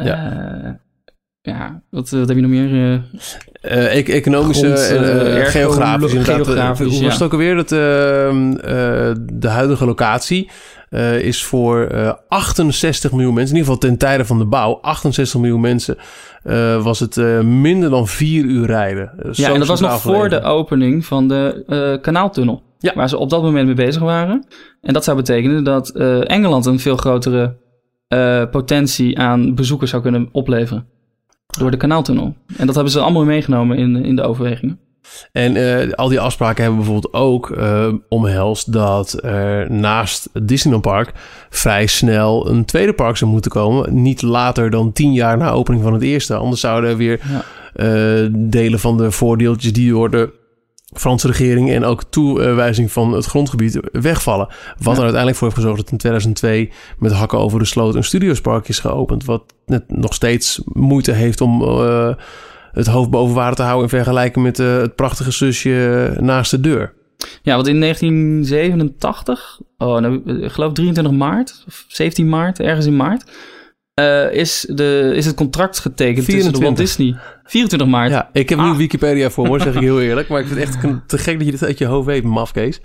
wat heb je nog meer? Economische en geografische. Hoe was het ook alweer? Dat de huidige locatie is voor 68 miljoen mensen, in ieder geval ten tijde van de bouw, 68 miljoen mensen, was het minder dan 4 uur rijden. En dat was nog voor de opening van de kanaaltunnel. Ja. Waar ze op dat moment mee bezig waren. En dat zou betekenen dat Engeland een veel grotere potentie aan bezoekers zou kunnen opleveren. Door de kanaaltunnel. En dat hebben ze allemaal meegenomen in de overwegingen. En al die afspraken hebben bijvoorbeeld ook omhelst dat naast het Disneyland Park vrij snel een tweede park zou moeten komen. Niet later dan 10 jaar na opening van het eerste. Anders zouden er weer delen van de voordeeltjes die door de Franse regering en ook toewijzing van het grondgebied wegvallen. Wat er uiteindelijk voor heeft gezorgd dat in 2002 met hakken over de sloot een Studiospark is geopend. Wat net nog steeds moeite heeft om het hoofd boven water te houden in vergelijking met het prachtige zusje naast de deur. Ja, want in 1987, ik geloof 23 maart of 17 maart, ergens in maart, is het contract getekend tussen de Walt Disney. 24 maart. Ja, ik heb nu Wikipedia voor me, zeg ik heel eerlijk. Maar ik vind het echt te gek dat je dit uit je hoofd weet, mafkees.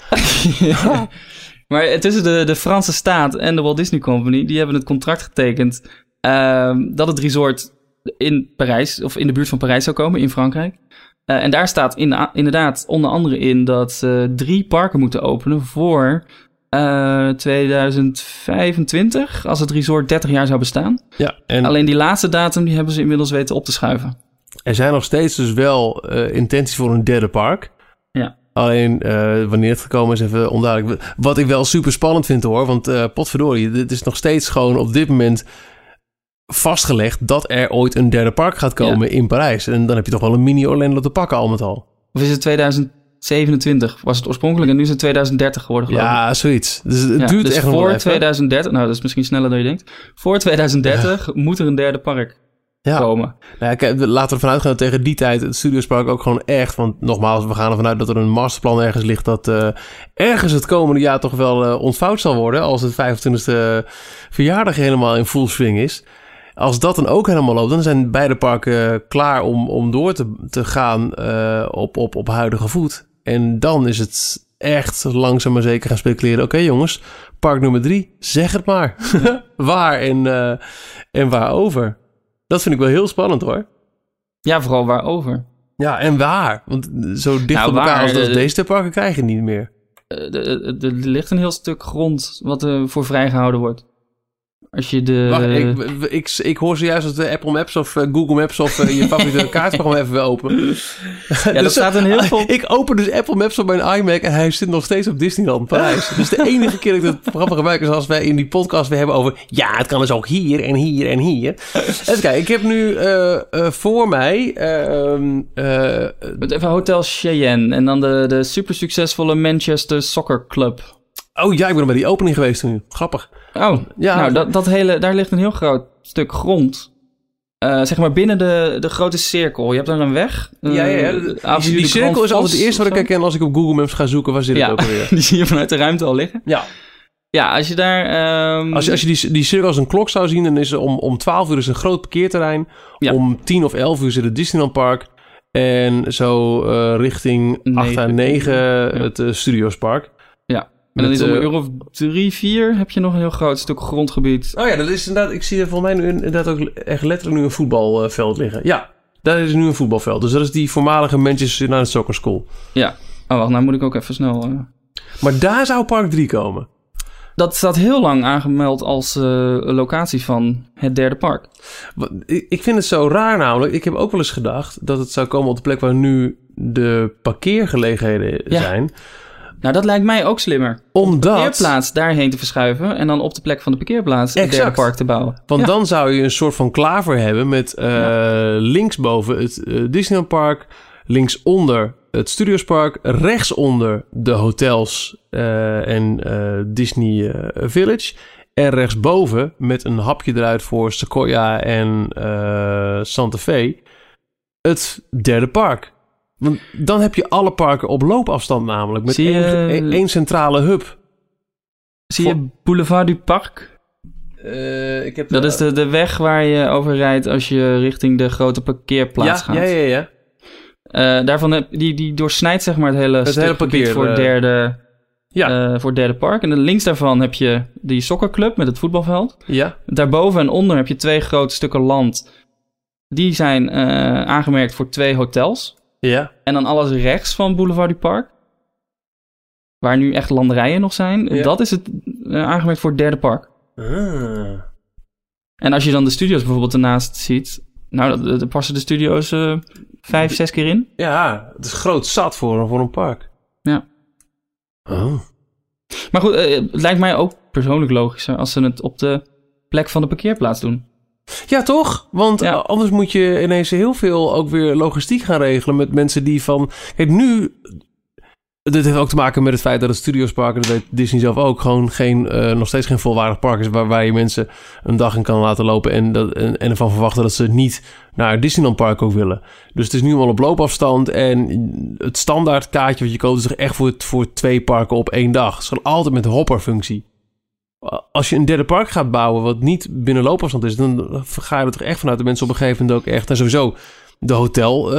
Maar tussen de Franse staat en de Walt Disney Company, die hebben het contract getekend dat het resort in Parijs, of in de buurt van Parijs zou komen, in Frankrijk. En daar staat inderdaad onder andere in dat ze 3 parken moeten openen voor 2025, als het resort 30 jaar zou bestaan. Ja, en alleen die laatste datum, die hebben ze inmiddels weten op te schuiven. Er zijn nog steeds dus wel intenties voor een derde park. Ja. Alleen wanneer het gekomen is, even onduidelijk. Wat ik wel super spannend vind hoor, want potverdorie, dit is nog steeds gewoon op dit moment vastgelegd dat er ooit een derde park gaat komen in Parijs. En dan heb je toch wel een mini Orlando te pakken al met al. Of is het 2027 was het oorspronkelijk en nu is het 2030 geworden, geloof ik. Ja, zoiets. Dus het duurt dus echt nog voor 2030, nou dat is misschien sneller dan je denkt. Voor 2030 moet er een derde park komen. Nou, kijk, laten we ervan uitgaan dat tegen die tijd het Studiospark ook gewoon echt, want nogmaals, we gaan ervan uit dat er een masterplan ergens ligt dat ergens het komende jaar toch wel ontvouwd zal worden als het 25e verjaardag helemaal in full swing is. Als dat dan ook helemaal loopt, dan zijn beide parken klaar om door te gaan op huidige voet. En dan is het echt langzaam maar zeker gaan speculeren. Oké, jongens, park nummer 3, zeg het maar. Waar en waarover. Dat vind ik wel heel spannend, hoor. Ja, vooral waarover. Ja, en waar? Want zo dicht op elkaar als deze twee parken krijg je niet meer. Er ligt een heel stuk grond wat er voor vrijgehouden wordt. Als je ik hoor zojuist dat de Apple Maps of Google Maps of je favoriete kaartprogramma even wil openen. Ja, dus, dat staat een heel veel... Ik open dus Apple Maps op mijn iMac en hij zit nog steeds op Disneyland Parijs. Dus de enige keer dat ik het programma gebruik is als wij in die podcast weer hebben over... Ja, het kan dus ook hier en hier en hier. Even kijken, ik heb nu voor mij... even Hotel Cheyenne en dan de super succesvolle Manchester Soccer Club. Oh ja, ik ben bij die opening geweest toen. Grappig. Oh, ja. Nou, daar ligt een heel groot stuk grond. Zeg maar binnen de grote cirkel. Je hebt daar een weg. Die cirkel is altijd het eerste wat ik herken als ik op Google Maps ga zoeken. Waar zit het ook alweer? Die zie je vanuit de ruimte al liggen. Ja. Ja, als je daar... Als je die cirkel als een klok zou zien, dan is er om 12 uur is een groot parkeerterrein. Ja. Om 10 of 11 uur zit het Disneyland Park. En zo richting 8 à 9 het Studiospark. Ja. En dan is om een uur of 3, 4 heb je nog een heel groot stuk grondgebied. Oh ja, dat is inderdaad... Ik zie er volgens mij nu inderdaad ook echt letterlijk nu een voetbalveld liggen. Ja, daar is nu een voetbalveld. Dus dat is die voormalige Manchester United Soccer School. Ja. Oh, wacht, nou moet ik ook even snel... Maar daar zou Park 3 komen. Dat staat heel lang aangemeld als locatie van het derde park. Ik vind het zo raar namelijk. Ik heb ook wel eens gedacht dat het zou komen op de plek waar nu de parkeergelegenheden zijn... Nou, dat lijkt mij ook slimmer. Omdat... De parkeerplaats daarheen te verschuiven... en dan op de plek van de parkeerplaats het derde park te bouwen. Want dan zou je een soort van klaver hebben met linksboven het Disneyland Park... linksonder het Studiospark... rechtsonder de hotels en Disney Village... en rechtsboven met een hapje eruit voor Sequoia en Santa Fe... het derde park. Want dan heb je alle parken op loopafstand namelijk. Met één centrale hub. Zie je Boulevard du Parc? Dat is de weg waar je over rijdt als je richting de grote parkeerplaats gaat. Ja. Daarvan die doorsnijdt zeg maar het hele parkeer voor het derde park. En links daarvan heb je die soccerclub met het voetbalveld. Ja. Daarboven en onder heb je 2 grote stukken land. Die zijn aangemerkt voor 2 hotels. Ja. En dan alles rechts van Boulevard du Parc, waar nu echt landerijen nog zijn, dat is het aangemerkt voor het derde park. En als je dan de studio's bijvoorbeeld ernaast ziet, nou, daar passen de studio's 5, 6 keer in. Ja, het is groot zat voor een park. Ja. Oh. Maar goed, het lijkt mij ook persoonlijk logischer als ze het op de plek van de parkeerplaats doen. Ja, toch? Want anders moet je ineens heel veel ook weer logistiek gaan regelen met mensen die van... Kijk, nu... Dit heeft ook te maken met het feit dat het Studiospark, en dat weet Disney zelf ook, gewoon nog steeds geen volwaardig park is waar je mensen een dag in kan laten lopen en ervan verwachten dat ze niet naar het Disneyland Park ook willen. Dus het is nu al op loopafstand en het standaard kaartje wat je koopt is toch echt voor 2 parken op 1 dag. Het is gewoon altijd met de hopperfunctie. Als je een derde park gaat bouwen wat niet binnen loopafstand is, dan ga je er toch echt vanuit de mensen op een gegeven moment ook echt... En sowieso, de hotel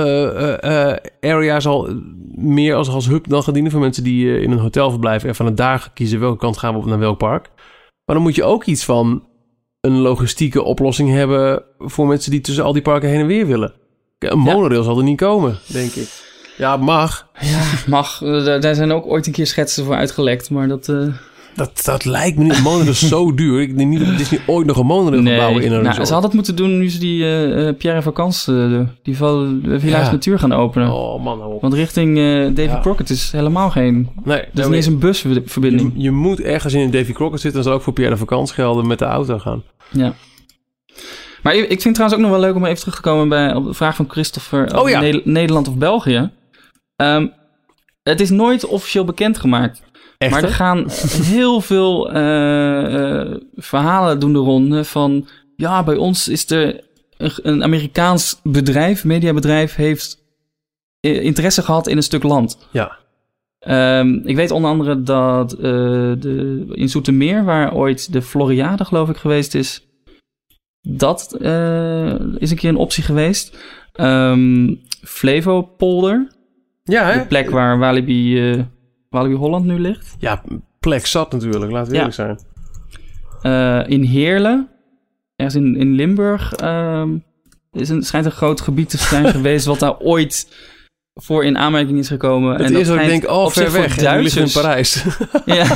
area zal meer als hub dan gaan dienen voor mensen die in een hotel verblijven en vanuit daar kiezen welke kant gaan we op naar welk park. Maar dan moet je ook iets van een logistieke oplossing hebben voor mensen die tussen al die parken heen en weer willen. Een monorail zal er niet komen, denk ik. Ja, mag. Ja, mag. Daar zijn ook ooit een keer schetsen voor uitgelekt, maar dat... Dat lijkt me niet. Een monorail is zo duur. Ik denk niet dat Disney ooit nog een monorail gaat bouwen in een resort. Ze hadden het moeten doen nu ze die Pierre en Vacances, die Village Natuur gaan openen. Oh man, hou op. Want richting Davy Crockett is helemaal geen... Nee. Dat is niet eens een busverbinding. Je moet ergens in Davy Crockett zitten en zal ook voor Pierre en Vacances gelden met de auto gaan. Ja. Maar ik vind het trouwens ook nog wel leuk om even terug te komen op de vraag van Christopher over Nederland of België. Het is nooit officieel bekendgemaakt. Echt, maar er gaan heel veel verhalen doen de ronde van... Ja, bij ons is er een Amerikaans bedrijf, mediabedrijf... heeft interesse gehad in een stuk land. Ja. Ik weet onder andere dat in Zoetermeer... waar ooit de Floriade geloof ik geweest is... Dat is een keer een optie geweest. Flevopolder. Ja, hè? De plek waar Walibi Holland nu ligt. Ja, plek zat natuurlijk, laten we eerlijk zijn. In Heerlen, ergens in Limburg, schijnt een groot gebied te zijn geweest wat daar ooit voor in aanmerking is gekomen. Het en is ook, ik denk, ver weg. En ligt in Parijs. Ja.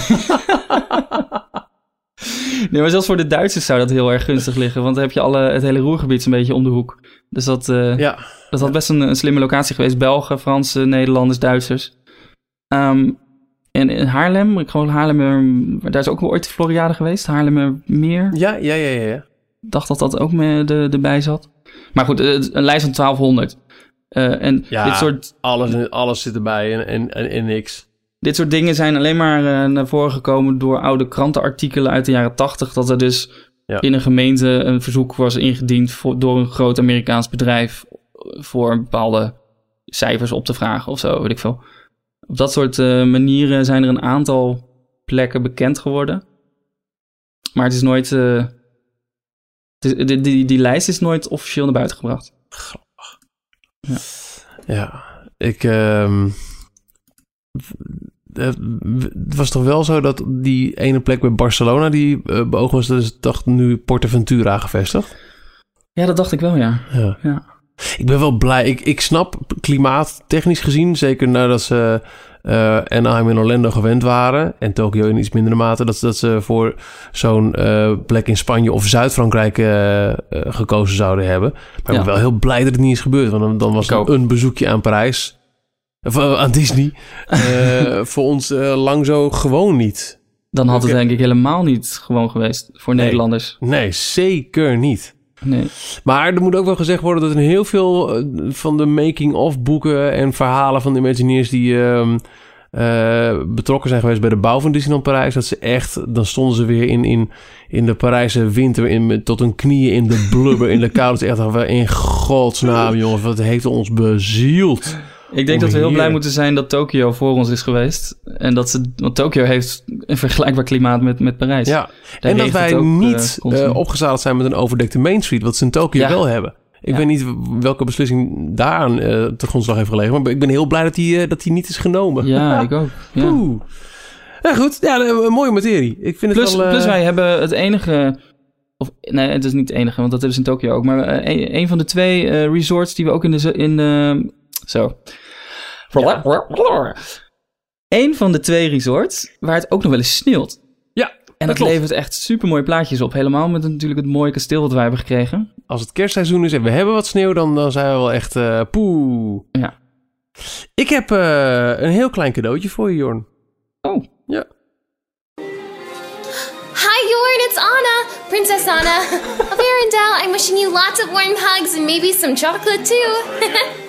Nee, maar zelfs voor de Duitsers zou dat heel erg gunstig liggen. Want dan heb je het hele Roergebied een beetje om de hoek. Dus dat had best een slimme locatie geweest. Belgen, Fransen, Nederlanders, Duitsers. En in Haarlem, daar is ook wel ooit de Floriade geweest. Haarlemmermeer. Ja. Dacht dat ook erbij zat. Maar goed, een lijst van 1200. Dit soort... alles zit erbij en niks. Dit soort dingen zijn alleen maar naar voren gekomen door oude krantenartikelen uit de jaren 80. Dat er dus in een gemeente een verzoek was ingediend door een groot Amerikaans bedrijf voor bepaalde cijfers op te vragen of zo, weet ik veel. Op dat soort manieren zijn er een aantal plekken bekend geworden. Maar het is nooit... Die lijst is nooit officieel naar buiten gebracht. Grappig. Ja. Het was toch wel zo dat die ene plek bij Barcelona die beoogd was, dat is toch nu Portaventura gevestigd? Ja, dat dacht ik wel, ja. Ik ben wel blij. Ik snap klimaattechnisch gezien, zeker nadat ze Anaheim en Orlando gewend waren en Tokio in iets mindere mate, dat ze voor zo'n plek in Spanje of Zuid-Frankrijk gekozen zouden hebben. Maar ik ben wel heel blij dat het niet is gebeurd, want dan was een bezoekje aan Parijs, of aan Disney, voor ons lang zo gewoon niet. Dan had het denk ik helemaal niet gewoon geweest voor Nederlanders. Nee, zeker niet. Nee. Maar er moet ook wel gezegd worden dat in heel veel van de making-of boeken en verhalen van de Imagineers die betrokken zijn geweest bij de bouw van Disneyland Parijs, dat ze echt, dan stonden ze weer in de Parijse winter tot hun knieën in de blubber, in de kou. Dat is echt in godsnaam, jongens, wat heeft ons bezield. Ik denk dat we heel blij moeten zijn dat Tokio voor ons is geweest. En want Tokio heeft een vergelijkbaar klimaat met Parijs. Ja, en dat wij niet opgezadeld zijn met een overdekte Main Street, wat ze in Tokio wel hebben. Ik weet niet welke beslissing daaraan te grondslag heeft gelegen, maar ik ben heel blij dat die niet is genomen. Ja, ik ook. Ja. Oeh. Ja, goed. Ja, een mooie materie. Ik vind plus wij hebben het enige... Nee, het is niet het enige, want dat hebben ze in Tokio ook. Maar een van de 2 resorts die we ook Eén van de 2 resorts waar het ook nog wel eens sneeuwt. Ja, en dat levert echt super mooie plaatjes op. Helemaal met natuurlijk het mooie kasteel wat wij hebben gekregen. Als het kerstseizoen is en we hebben wat sneeuw, dan zijn we wel echt poeh. Ja. Ik heb een heel klein cadeautje voor je, Jorn. Oh. Ja. Hi, Jorn, it's Anna, Princess Anna. Of Arendelle, I'm wishing you lots of warm hugs and maybe some chocolate too.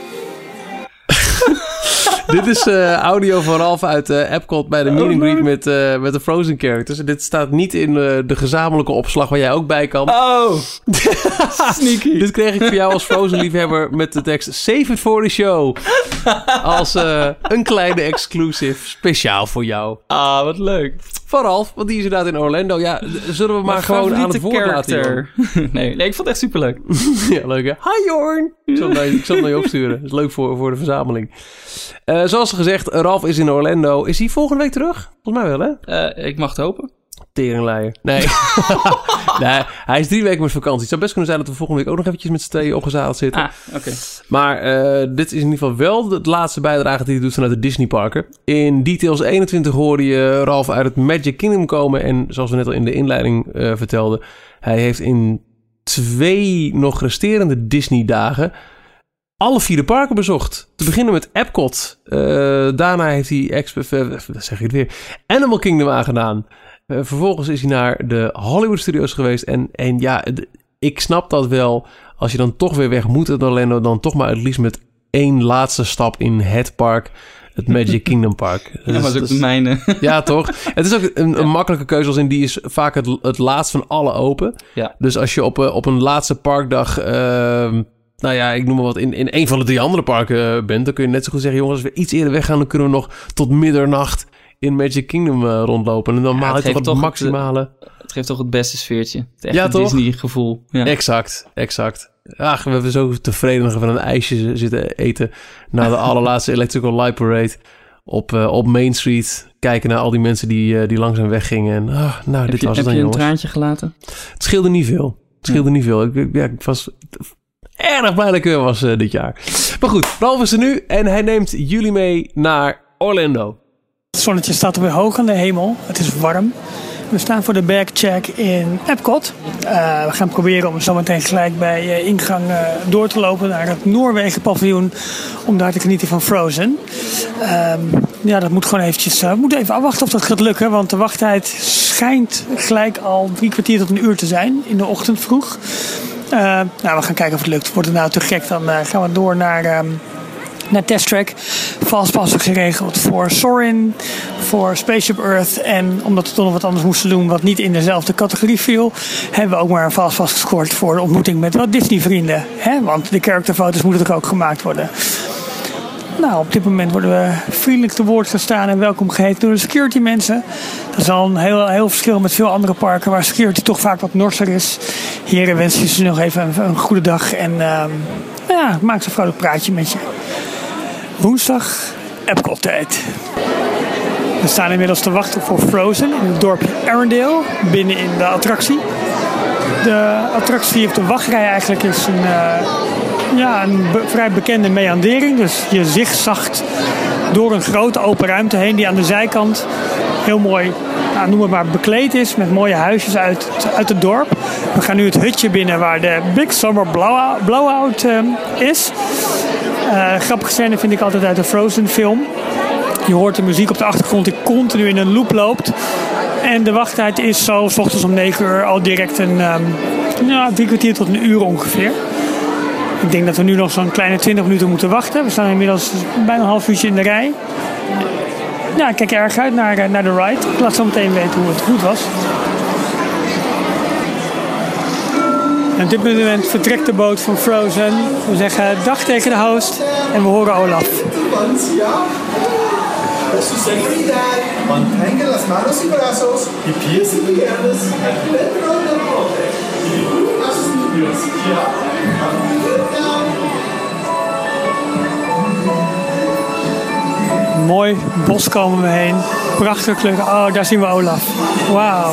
Dit is audio van Ralf uit Epcot bij de meet and greet met de Frozen characters. Dit staat niet in de gezamenlijke opslag waar jij ook bij kan. Oh, sneaky. Dit kreeg ik voor jou als Frozen liefhebber met de tekst Save it for the show. Als een kleine exclusive, speciaal voor jou. Ah, wat leuk. Van Ralf, want die is inderdaad in Orlando. Ja, zullen we maar gewoon aan het woord laten. Nee, ik vond het echt superleuk. Ja, leuk hè. Hi Jorn. Ik zal het naar je opsturen. Dat is leuk voor de verzameling. Zoals gezegd, Ralf is in Orlando. Is hij volgende week terug? Volgens mij wel hè? Ik mag het hopen. Teringleier. Nee. Nee, hij is 3 weken met vakantie. Het zou best kunnen zijn dat we volgende week ook nog eventjes met z'n tweeën opgezadeld zitten. Ah, oké. Maar dit is in ieder geval wel de laatste bijdrage die hij doet vanuit de Disneyparken. In Details 21 hoorde je Ralf uit het Magic Kingdom komen. En zoals we net al in de inleiding vertelden, hij heeft in 2 nog resterende Disney-dagen alle 4 de parken bezocht. Te beginnen met Epcot. Daarna heeft hij Animal Kingdom aangedaan. Vervolgens is hij naar de Hollywood Studios geweest. En ja, ik snap dat wel. Als je dan toch weer weg moet uit Orlando, dan toch maar het liefst met 1 laatste stap in het park. Het Magic Kingdom Park. Dat was ook de mijne. Ja, toch? Het is ook een makkelijke keuze als in die is vaak het laatst van alle open. Ja. Dus als je op een laatste parkdag, nou ja, ik noem maar wat, in een van de 3 andere parken bent, dan kun je net zo goed zeggen, jongens, als we iets eerder weggaan, dan kunnen we nog tot middernacht in Magic Kingdom rondlopen. En dan maal je toch het maximale... Het geeft toch het beste sfeertje. Het echte toch? Disney-gevoel. Ja. Exact. Ach, we hebben zo tevreden van een ijsje zitten eten... na de allerlaatste Electrical Light Parade op Main Street. Kijken naar al die mensen die langzaam weggingen. En, dit was het dan, jongens. Heb je een traantje gelaten? Het scheelde niet veel. Ik was erg blij dat ik er was dit jaar. Maar goed, Ralf is er nu en hij neemt jullie mee naar Orlando. Het zonnetje staat weer hoog aan de hemel. Het is warm. We staan voor de bagcheck in Epcot. We gaan proberen om zometeen gelijk bij ingang door te lopen naar het Noorwegen paviljoen. Om daar te genieten van Frozen. Dat moet gewoon eventjes... we moeten even afwachten of dat gaat lukken. Want de wachttijd schijnt gelijk al 3 kwartier tot 1 uur te zijn. In de ochtend vroeg. We gaan kijken of het lukt. Wordt het nou te gek, dan gaan we door naar Test Track. Fastpassen geregeld voor Soarin', voor Spaceship Earth. En omdat we toch nog wat anders moesten doen wat niet in dezelfde categorie viel, hebben we ook maar een Fastpass gescoord voor de ontmoeting met wat Disney vrienden. Want de characterfoto's moeten er ook gemaakt worden. Nou, op dit moment worden we vriendelijk te woord gestaan en welkom geheten door de security mensen. Dat is al een heel verschil met veel andere parken waar security toch vaak wat norser is. Heren, wens je ze nog even een goede dag en maak zo'n vrolijk praatje met je. Woensdag, Epcot tijd. We staan inmiddels te wachten voor Frozen in het dorpje Arendelle, binnen in de attractie. De attractie of de wachtrij eigenlijk is een vrij bekende meandering. Dus je zigzagt door een grote open ruimte heen die aan de zijkant heel mooi, noem het maar, bekleed is met mooie huisjes uit het dorp. We gaan nu het hutje binnen waar de Big Summer Blowout is. Grappige scène vind ik altijd uit de Frozen film. Je hoort de muziek op de achtergrond die continu in een loop loopt. En de wachttijd is zo, 's ochtends om 9 uur al direct 3 kwartier tot 1 uur ongeveer. Ik denk dat we nu nog zo'n kleine 20 minuten moeten wachten. We staan inmiddels bijna een half uurtje in de rij. Ja, ik kijk erg uit naar de ride. Ik laat zo meteen weten hoe het goed was. En op dit moment vertrekt de boot van Frozen. We zeggen dag tegen de host en we horen Olaf. Su seguridad, mantenga las manos y brazos y pies y piernas dentro del bote. Y a sus niños, ya. Mooi bos komen we heen. Prachtige kleuren. Oh, daar zien we Olaf. Wauw.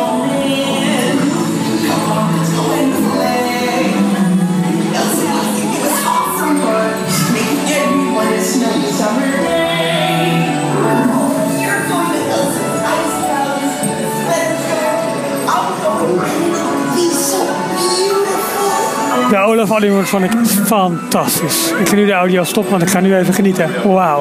De Olaf audio vond ik fantastisch. Ik ga nu de audio stoppen, want ik ga nu even genieten. Wauw.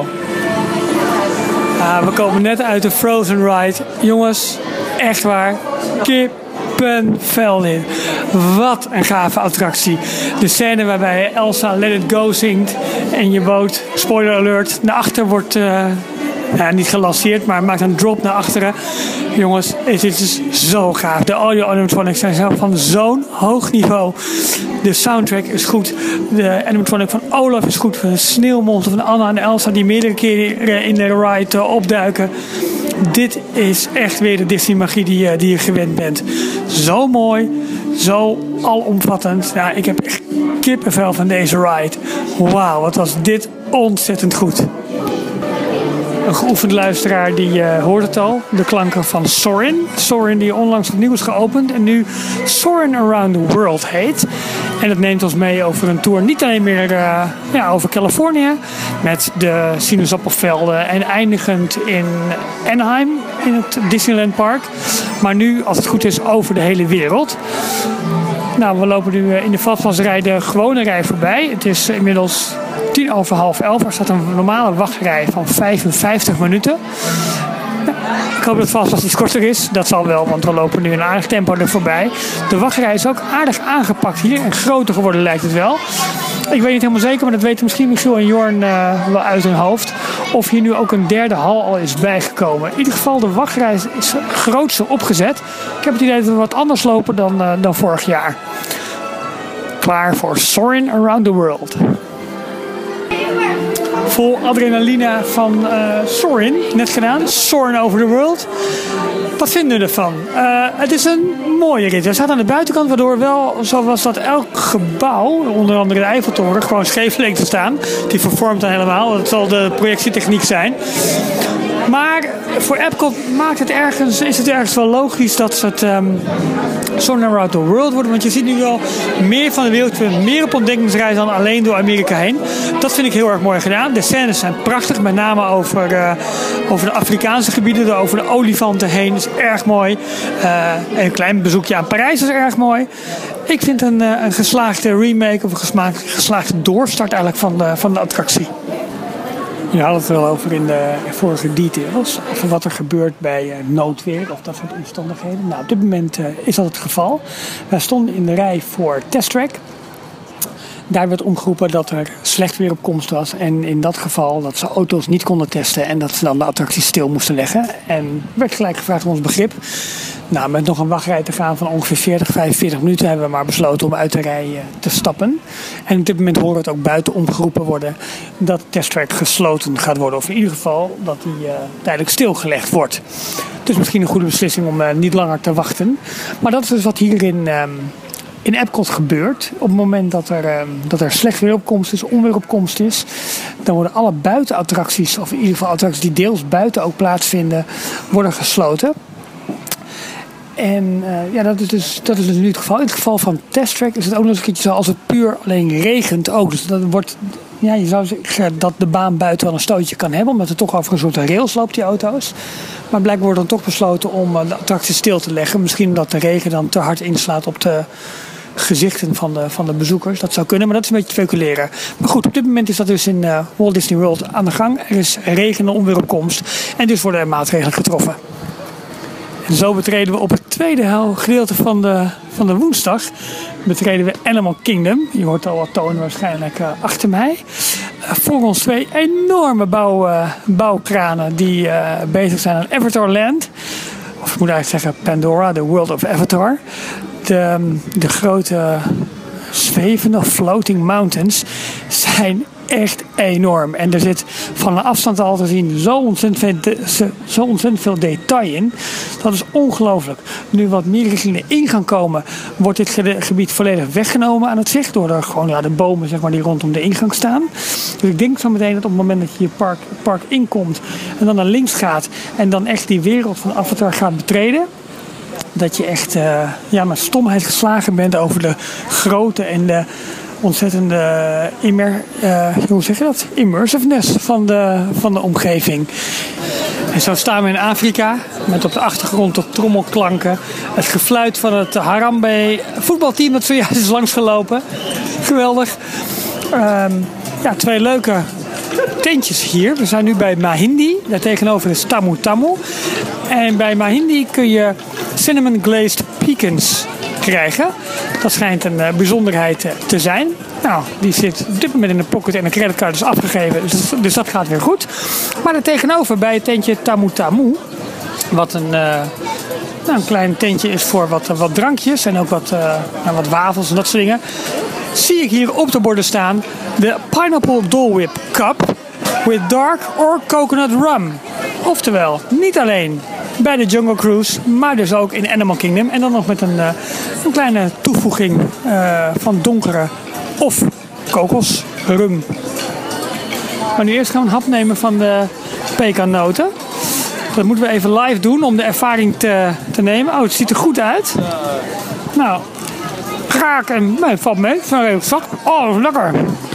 We komen net uit de Frozen Ride. Jongens, echt waar. Kippenvel in. Wat een gave attractie. De scène waarbij Elsa Let It Go zingt en je boot, spoiler alert, naar achter wordt... niet gelanceerd, maar maakt een drop naar achteren. Jongens, het is zo gaaf. De audio animatronics zijn zelf van zo'n hoog niveau. De soundtrack is goed. De animatronic van Olaf is goed. De sneeuwmonster van Anna en Elsa die meerdere keren in de ride opduiken. Dit is echt weer de Disney magie die je gewend bent. Zo mooi, zo alomvattend. Ja, ik heb echt kippenvel van deze ride. Wauw, wat was dit ontzettend goed. Een geoefend luisteraar die hoort het al. De klanken van Soarin'. Soarin' die onlangs opnieuw is geopend. En nu Soarin' Around the World heet. En dat neemt ons mee over een tour. Niet alleen meer over Californië. Met de sinaasappelvelden. En eindigend in Anaheim. In het Disneyland Park. Maar nu, als het goed is, over de hele wereld. Nou, we lopen nu in de Fastpassrij de gewone rij voorbij. Het is inmiddels 11:10. Er staat een normale wachtrij van 55 minuten. Nou, ik hoop dat het Fastpass iets korter is. Dat zal wel, want we lopen nu in een aardig tempo er voorbij. De wachtrij is ook aardig aangepakt hier. En groter geworden lijkt het wel. Ik weet niet helemaal zeker, maar dat weten misschien Michiel en Jorn wel uit hun hoofd. Of hier nu ook een derde hal al is bijgekomen. In ieder geval, de wachtrij is grootser opgezet. Ik heb het idee dat we wat anders lopen dan vorig jaar. Klaar voor Soarin' Around the World. vol adrenaline van Soarin', net gedaan. Soarin' over the World. Wat vinden we ervan? Het is een mooie rit. Hij staat aan de buitenkant, waardoor wel, zoals dat elk gebouw, onder andere de Eiffeltoren, gewoon scheef leek te staan. Die vervormt dan helemaal. Dat zal de projectietechniek zijn. Maar voor Epcot is het ergens wel logisch dat ze het Somewhere Around the World worden. Want je ziet nu wel meer van de wereld, meer op ontdekkingsreis dan alleen door Amerika heen. Dat vind ik heel erg mooi gedaan. De scènes zijn prachtig, met name over de Afrikaanse gebieden, over de olifanten heen. Dat is erg mooi. Een klein bezoekje aan Parijs is erg mooi. Ik vind een geslaagde remake of een geslaagde doorstart eigenlijk van de attractie. Je had het er wel over in de vorige details. Over wat er gebeurt bij noodweer of dat soort omstandigheden. Nou, op dit moment is dat het geval. Wij stonden in de rij voor Test Track. Daar werd omgeroepen dat er slecht weer op komst was. En in dat geval dat ze auto's niet konden testen. En dat ze dan de attractie stil moesten leggen. En werd gelijk gevraagd om ons begrip. Nou, met nog een wachtrij te gaan van ongeveer 45 minuten hebben we maar besloten om uit de rij te stappen. En op dit moment horen we het ook buiten omgeroepen worden dat de testtrack gesloten gaat worden. Of in ieder geval dat die tijdelijk stilgelegd wordt. Dus misschien een goede beslissing om niet langer te wachten. Maar dat is dus wat hier in Epcot gebeurt. Op het moment dat er slecht weeropkomst is, onweeropkomst is, dan worden alle buitenattracties, of in ieder geval attracties die deels buiten ook plaatsvinden, worden gesloten. En dat is dus nu het geval. In het geval van Test Track is het ook nog eens een keertje zo als het puur alleen regent ook. Dus dat wordt, je zou zeggen dat de baan buiten wel een stootje kan hebben, omdat het toch over een soort rails loopt, die auto's. Maar blijkbaar wordt dan toch besloten om de attractie stil te leggen. Misschien omdat de regen dan te hard inslaat op de gezichten van de bezoekers. Dat zou kunnen, maar dat is een beetje speculeren. Maar goed, op dit moment is dat dus in Walt Disney World aan de gang. Er is regen en onweeropkomst en dus worden er maatregelen getroffen. En zo betreden we op het tweede gedeelte van de woensdag betreden we Animal Kingdom. Je hoort al wat tonen waarschijnlijk achter mij. Voor ons 2 enorme bouwkranen die bezig zijn aan Avatar Land. Of ik moet eigenlijk zeggen Pandora, the World of Avatar. De grote zwevende floating mountains zijn echt enorm. En er zit van een afstand al te zien zo ontzettend veel detail in. Dat is ongelooflijk. Nu wat meer richting de ingang komen, wordt dit gebied volledig weggenomen aan het zicht. Door de bomen zeg maar, die rondom de ingang staan. Dus ik denk zo meteen dat op het moment dat je park inkomt en dan naar links gaat en dan echt die wereld van Avatar gaat betreden, dat je echt met stomheid geslagen bent over de grootte en de ontzettende immersiveness van de omgeving. En zo staan we in Afrika met op de achtergrond de trommelklanken, het gefluit van het Harambe voetbalteam dat zojuist is langsgelopen. Geweldig. 2 leuke tentjes hier. We zijn nu bij Mahindi. Daar tegenover is Tamu Tamu. En bij Mahindi kun je cinnamon glazed pecans krijgen. Dat schijnt een bijzonderheid te zijn. Nou, die zit op dit moment in de pocket en de creditcard is afgegeven. Dus dat gaat weer goed. Maar er tegenover bij het tentje Tamu Tamu, wat een klein tentje is voor wat drankjes en ook wat wafels en dat soort dingen, zie ik hier op de borden staan de Pineapple Dole Whip Cup with dark or coconut rum. Oftewel, niet alleen bij de Jungle Cruise, maar dus ook in Animal Kingdom. En dan nog met een kleine toevoeging van donkere of kokosrum. Maar nu eerst gaan we een hap nemen van de pekannoten. Dat moeten we even live doen om de ervaring te nemen. Oh, het ziet er goed uit. Nou, kraak en... Nee, het valt mee. Het is redelijk zacht. Oh, dat is lekker.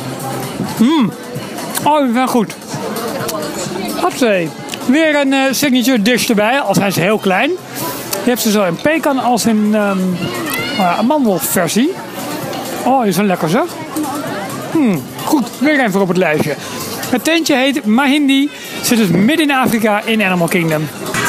Oh, die zijn goed. Hapsee. Weer een signature dish erbij, al zijn ze heel klein. Je hebt ze zo in pekan als in amandelversie. Oh, die zijn lekker zeg. Goed, weer even voor op het lijstje. Het tentje heet Mahindi. Zit dus midden in Afrika in Animal Kingdom.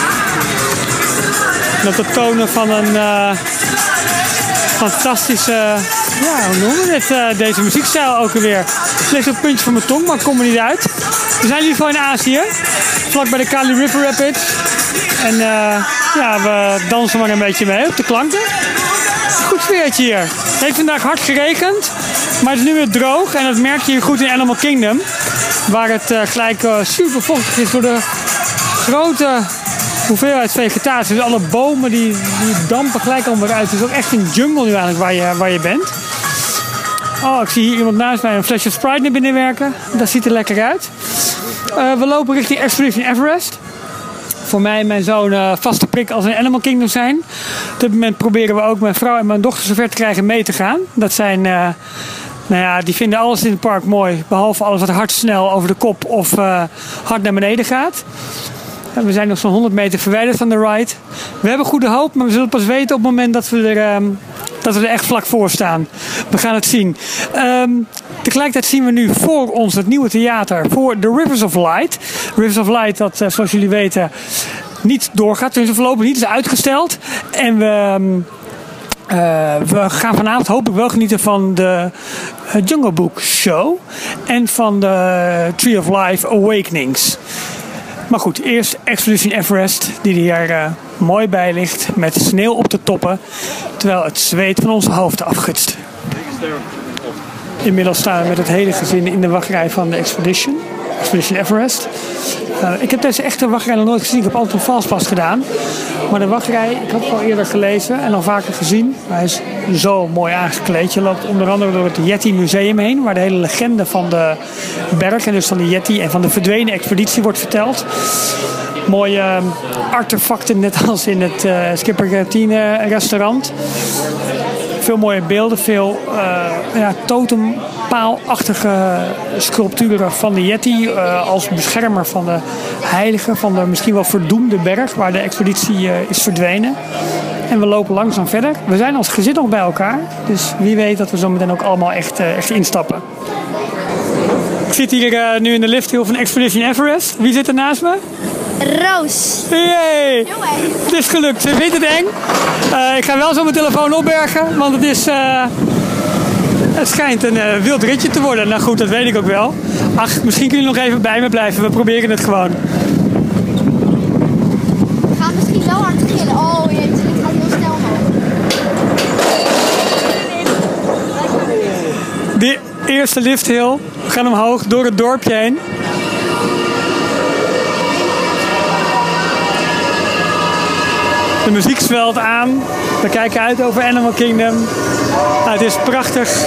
Met de tonen van een fantastische... hoe noemen we dit? Deze muziekstijl ook alweer. Het ligt op het puntje van mijn tong, maar ik kom er niet uit. We zijn in ieder geval in Azië. Vlak bij de Kali River Rapids. En we dansen maar een beetje mee op de klanken. Goed sfeertje hier. Het heeft vandaag hard geregend. Maar het is nu weer droog. En dat merk je hier goed in Animal Kingdom. Waar het gelijk super vochtig is door de grote hoeveelheid vegetatie. Dus alle bomen die dampen gelijk allemaal uit. Het is ook echt een jungle nu eigenlijk waar je bent. Oh, ik zie hier iemand naast mij een flesje Sprite naar binnen werken. Dat ziet er lekker uit. We lopen richting Expedition Everest. Voor mij en mijn zoon vaste prik als we in Animal Kingdom zijn. Op dit moment proberen we ook mijn vrouw en mijn dochter zover te krijgen mee te gaan. Dat zijn, die vinden alles in het park mooi. Behalve alles wat hard snel over de kop of hard naar beneden gaat. We zijn nog zo'n 100 meter verwijderd van de ride. We hebben goede hoop, maar we zullen pas weten op het moment dat we er echt vlak voor staan. We gaan het zien. Tegelijkertijd zien we nu voor ons het nieuwe theater voor The Rivers of Light. Rivers of Light, dat zoals jullie weten niet doorgaat. Dus voorlopig niet, is uitgesteld. En we gaan vanavond hopelijk wel genieten van de Jungle Book Show. En van de Tree of Life Awakenings. Maar goed, eerst Expedition Everest, die hier mooi bij ligt met sneeuw op de toppen, terwijl het zweet van onze hoofden afgutst. Inmiddels staan we met het hele gezin in de wachtrij van de Expedition Everest. Ik heb deze echte wachtrij nog nooit gezien. Ik heb altijd een Fastpass gedaan. Maar de wachtrij, ik had het al eerder gelezen en al vaker gezien. Hij is zo mooi aangekleed. Je loopt onder andere door het Yeti Museum heen, waar de hele legende van de berg en dus van de Yeti en van de verdwenen expeditie wordt verteld. Mooie artefacten, net als in het Skipper Kantine restaurant. Veel mooie beelden, veel totempaalachtige sculpturen van de Yeti als beschermer van de heilige, van de misschien wel verdoemde berg waar de expeditie is verdwenen. En we lopen langzaam verder. We zijn als gezin nog bij elkaar, dus wie weet dat we zo meteen ook allemaal echt instappen. Ik zit hier nu in de lifthill van Expedition Everest. Wie zit er naast me? Roos. Yay! Het is gelukt. Ze vindt het eng. Ik ga wel zo mijn telefoon opbergen, want het schijnt een wild ritje te worden. Nou goed, dat weet ik ook wel. Ach, misschien kunnen jullie nog even bij me blijven. We proberen het gewoon. We gaan misschien wel hard beginnen. Oh jeetje, dit gaat heel snel omhoog. De eerste lifthill. We gaan omhoog door het dorpje heen. De muziek zwelt aan. We kijken uit over Animal Kingdom. Nou, het is prachtig.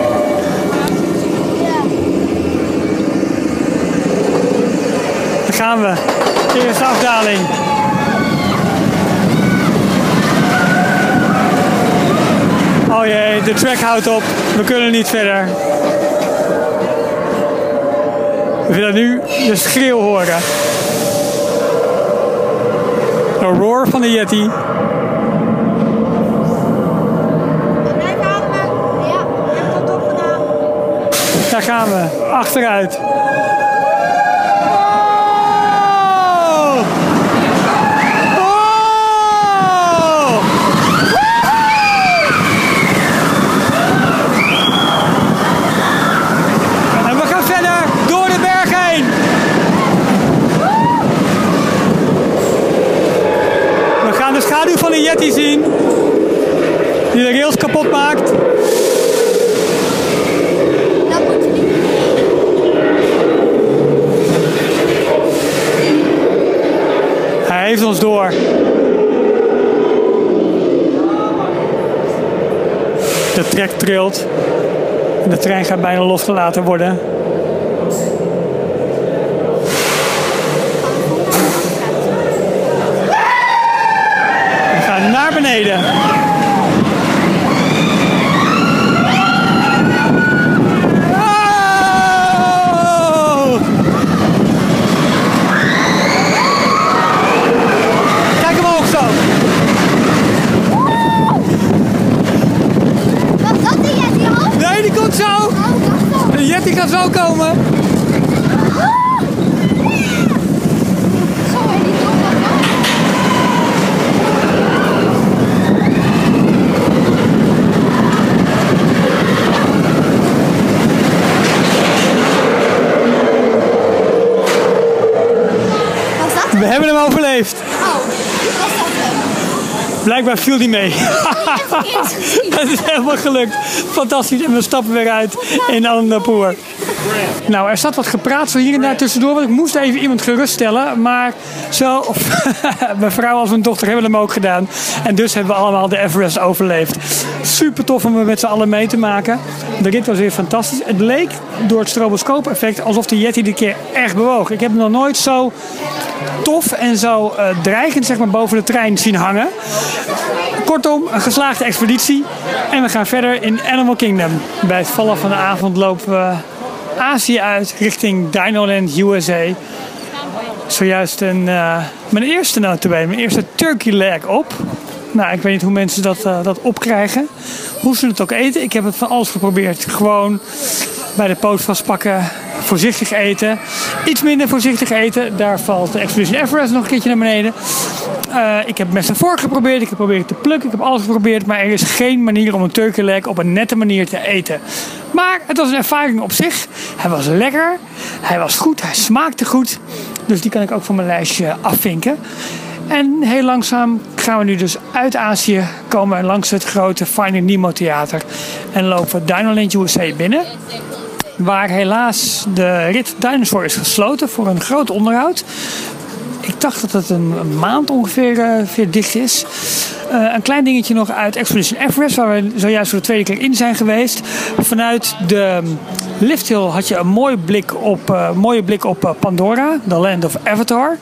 Daar gaan we. Eerste afdaling. Oh jee, de track houdt op. We kunnen niet verder. We willen nu de schreeuw horen. De roar van de Yeti. Blijf ademen. Ja, je hebt het toch gedaan. Daar gaan we. Achteruit. En we gaan verder door de berg heen. We gaan de schaduw van de Yeti zien. Die de rails kapot maakt. Dat moet je niet. Hij heeft ons door. De trek trilt. En de trein gaat bijna losgelaten worden. We gaan naar beneden. Oh! Kijk omhoog zo. Was dat de Yeti al? Nee, die komt zo. Oh, dat zo. De Yeti gaat zo komen. Zo, en die doet dat wel. Was dat? We hebben hem overleefd. Oh, was dat hem? Blijkbaar viel die mee. Eerst gezien. Het is helemaal gelukt. Fantastisch. En we stappen weer uit in Annapur. Nou, er staat wat gepraat zo hier en daar tussendoor, want ik moest even iemand geruststellen. Maar zo, mijn vrouw als mijn dochter hebben hem ook gedaan. En dus hebben we allemaal de Everest overleefd. Super tof om er met z'n allen mee te maken. De rit was weer fantastisch. Het leek door het stroboscoop-effect alsof de Yeti dit keer echt bewoog. Ik heb hem nog nooit zo tof en zo dreigend zeg maar, boven de trein zien hangen. Kortom, een geslaagde expeditie. En we gaan verder in Animal Kingdom. Bij het vallen van de avond lopen we Azië uit richting Dinoland, USA. Zojuist mijn eerste turkey leg op. Nou, ik weet niet hoe mensen dat opkrijgen. Hoe ze het ook eten. Ik heb het van alles geprobeerd. Gewoon bij de poot vastpakken. Voorzichtig eten. Iets minder voorzichtig eten. Daar valt de Expedition Everest nog een keertje naar beneden. Ik heb mes en vork geprobeerd. Ik heb geprobeerd te plukken. Ik heb alles geprobeerd. Maar er is geen manier om een turkey leg op een nette manier te eten. Maar het was een ervaring op zich. Hij was lekker. Hij was goed. Hij smaakte goed. Dus die kan ik ook van mijn lijstje afvinken. En heel langzaam gaan we nu dus uit Azië. Komen we langs het grote Finding Nemo theater. En lopen we Dinoland USA binnen. Waar helaas de rit Dinosaur is gesloten voor een groot onderhoud. Ik dacht dat het een maand ongeveer dicht is. Een klein dingetje nog uit Expedition Everest, waar we zojuist voor de tweede keer in zijn geweest. Vanuit de lifthill had je een mooie blik op Pandora, the Land of Avatar.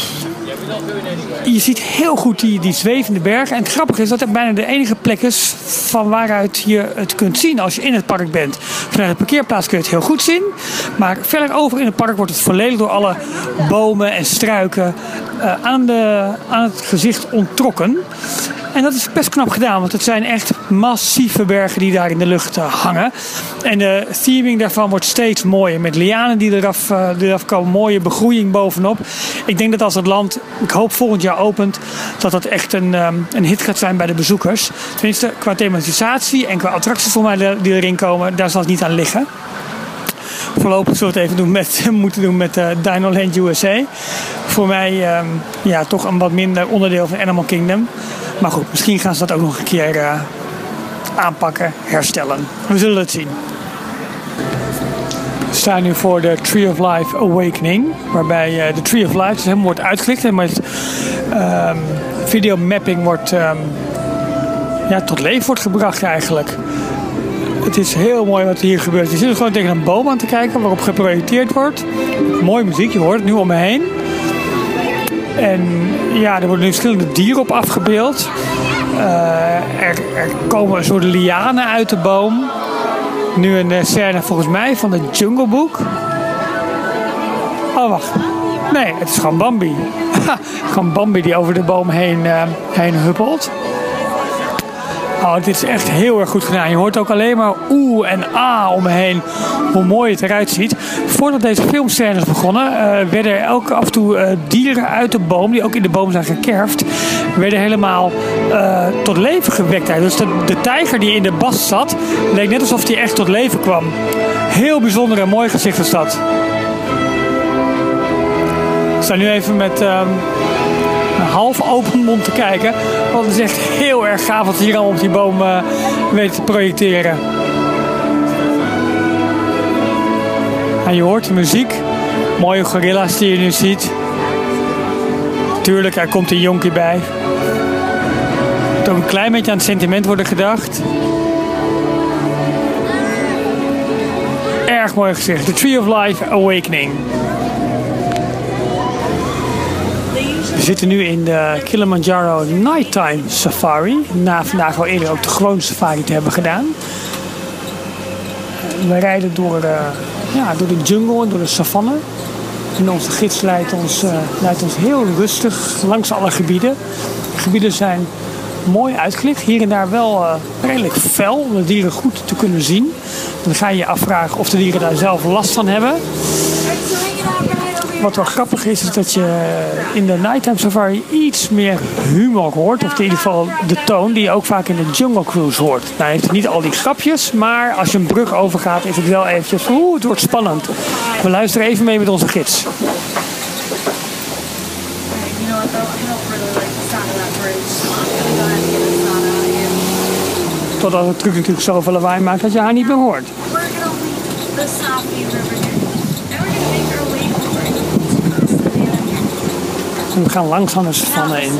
Je ziet heel goed die zwevende bergen. En het grappige is dat het bijna de enige plek is van waaruit je het kunt zien als je in het park bent. Vanuit de parkeerplaats kun je het heel goed zien. Maar verder over in het park wordt het volledig door alle bomen en struiken aan het gezicht onttrokken. En dat is best knap gedaan, want het zijn echt massieve bergen die daar in de lucht hangen. En de theming daarvan wordt steeds mooier. Met lianen die eraf komen, mooie begroeiing bovenop. Ik denk dat als het land, ik hoop volgend jaar opent, dat dat echt een hit gaat zijn bij de bezoekers. Tenminste, qua thematisatie en qua attracties voor mij die erin komen, daar zal het niet aan liggen. Voorlopig zullen we het even moeten doen met Dinoland USA. Voor mij toch een wat minder onderdeel van Animal Kingdom. Maar goed, misschien gaan ze dat ook nog een keer aanpakken, herstellen. We zullen het zien. We staan nu voor de Tree of Life Awakening. Waarbij de Tree of Life dus helemaal wordt uitgelicht. En met videomapping wordt tot leven wordt gebracht eigenlijk. Het is heel mooi wat hier gebeurt. Je zit er gewoon tegen een boom aan te kijken waarop geprojecteerd wordt. Mooie muziek, je hoort het nu om me heen. En ja, er worden nu verschillende dieren op afgebeeld. Er komen een soort lianen uit de boom. Nu een scène volgens mij van de Jungle Book. Oh, wacht. Nee, het is gewoon Bambi. Gewoon Bambi die over de boom heen huppelt. Oh, dit is echt heel erg goed gedaan. Je hoort ook alleen maar oeh en ah om me heen. Hoe mooi het eruit ziet. Voordat deze filmscènes begonnen, werden er ook af en toe dieren uit de boom, die ook in de boom zijn gekerfd, werden helemaal tot leven gewekt. Dus de tijger die in de bast zat, leek net alsof hij echt tot leven kwam. Heel bijzonder en mooi gezicht is dat. Ik sta nu even met een half open mond te kijken. Want het is echt heel erg gaaf wat ze hier allemaal op die boom weten te projecteren. En je hoort de muziek. Mooie gorilla's die je nu ziet. Tuurlijk, er komt een jonkie bij. Er moet ook een klein beetje aan het sentiment worden gedacht. Erg mooi gezicht. The Tree of Life Awakening. We zitten nu in de Kilimanjaro Nighttime Safari. Na vandaag al eerder ook de gewone safari te hebben gedaan. We rijden door de jungle en door de savanne. En onze gids leidt ons heel rustig langs alle gebieden. De gebieden zijn mooi uitgelicht. Hier en daar wel redelijk fel om de dieren goed te kunnen zien. Dan ga je je afvragen of de dieren daar zelf last van hebben. Wat wel grappig is dat je in de Nighttime Safari iets meer humor hoort. Of in ieder geval de toon die je ook vaak in de Jungle Cruise hoort. Nou heeft het niet al die grapjes, maar als je een brug overgaat is het wel eventjes van het wordt spannend. We luisteren even mee met onze gids. Totdat het truc natuurlijk zoveel lawaai maakt dat je haar niet meer hoort. the Softy River here. And we're gonna make our way over. We gaan langzaam de savanne in.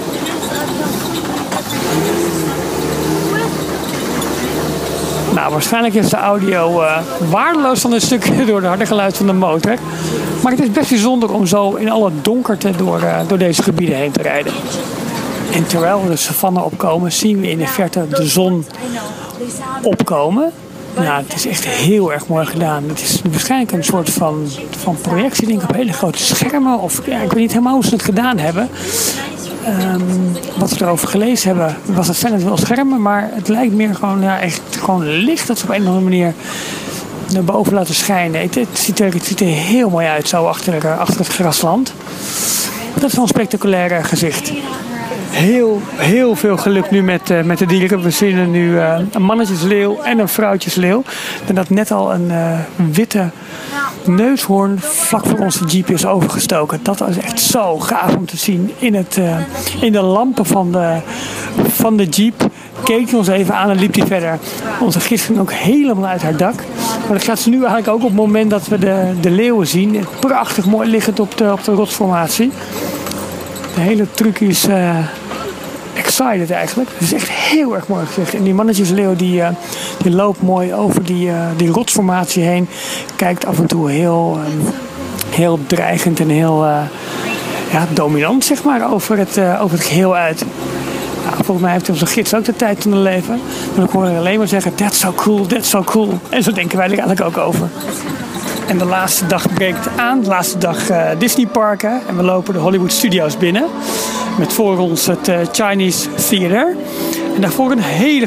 Nou, waarschijnlijk is de audio waardeloos van een stuk door het harde geluid van de motor. Maar het is best bijzonder om zo in alle donkerte door deze gebieden heen te rijden. En terwijl we de savanne opkomen, zien we in de verte de zon opkomen. Nou, het is echt heel erg mooi gedaan. Het is waarschijnlijk een soort van projectie, denk ik, op hele grote schermen. Of ja, ik weet niet helemaal hoe ze het gedaan hebben. Wat we erover gelezen hebben, zijn het wel schermen, maar het lijkt meer echt gewoon licht dat ze op een of andere manier naar boven laten schijnen. Het ziet er heel mooi uit zo achter het grasland. Dat is wel een spectaculair gezicht. Heel veel geluk nu met de dieren. We zien er nu een mannetjesleeuw en een vrouwtjesleeuw. En dat net al een witte neushoorn vlak voor onze jeep is overgestoken. Dat was echt zo gaaf om te zien. In de lampen van de jeep keek hij ons even aan en liep hij verder. Onze gids ging ook helemaal uit haar dak. Maar dat gaat ze nu eigenlijk ook op het moment dat we de leeuwen zien. Prachtig mooi liggend op de rotsformatie. De hele truc is excited eigenlijk. Het is echt heel erg mooi gezicht. En die mannetjesleeuw die loopt mooi over die rotsformatie heen. Kijkt af en toe heel dreigend en heel dominant zeg maar over het geheel uit. Nou, volgens mij heeft onze gids ook de tijd van het leven. Dan hoor ik alleen maar zeggen, that's so cool, that's so cool. En zo denken wij er eigenlijk ook over. En de laatste dag breekt aan. De laatste dag Disney parken. En we lopen de Hollywood Studios binnen. Met voor ons het Chinese Theater. En daarvoor een heel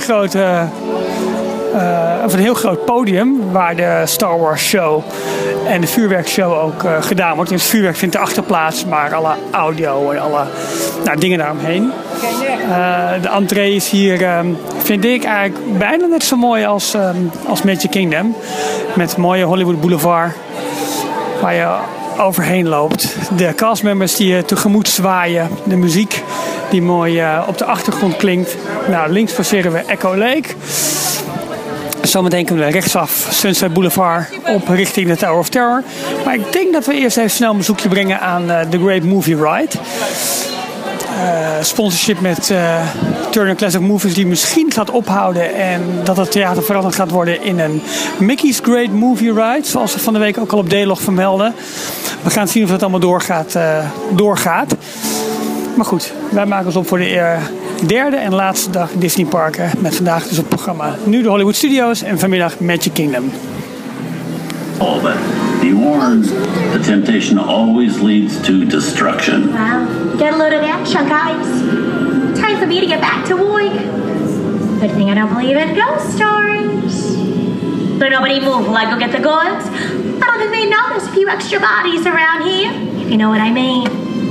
groot podium. Waar de Star Wars show en de vuurwerkshow ook gedaan wordt. En het vuurwerk vindt erachter plaats. Maar alle audio en alle dingen daaromheen. De entree is hier, vind ik eigenlijk bijna net zo mooi als Magic Kingdom. Met mooie Hollywood Boulevard waar je overheen loopt. De castmembers die je tegemoet zwaaien. De muziek die mooi op de achtergrond klinkt. Nou, links passeren we Echo Lake. Zometeen kunnen we rechtsaf Sunset Boulevard op richting de Tower of Terror. Maar ik denk dat we eerst even snel een bezoekje brengen aan The Great Movie Ride. Sponsorship met Turner Classic Movies die misschien gaat ophouden en dat het theater veranderd gaat worden in een Mickey's Great Movie Ride, zoals we van de week ook al op D-log vermelden. We gaan zien of dat allemaal doorgaat. Maar goed, wij maken ons op voor de derde en laatste dag Disney parken met vandaag dus op programma nu de Hollywood Studios en vanmiddag Magic Kingdom. But be warned, the temptation always leads to destruction. Wow, get a load of that, guys. Time for me to get back to work. Good thing I don't believe in ghost stories. So nobody move while I go get the goods. I don't think they know there's a few extra bodies around here, if you know what I mean.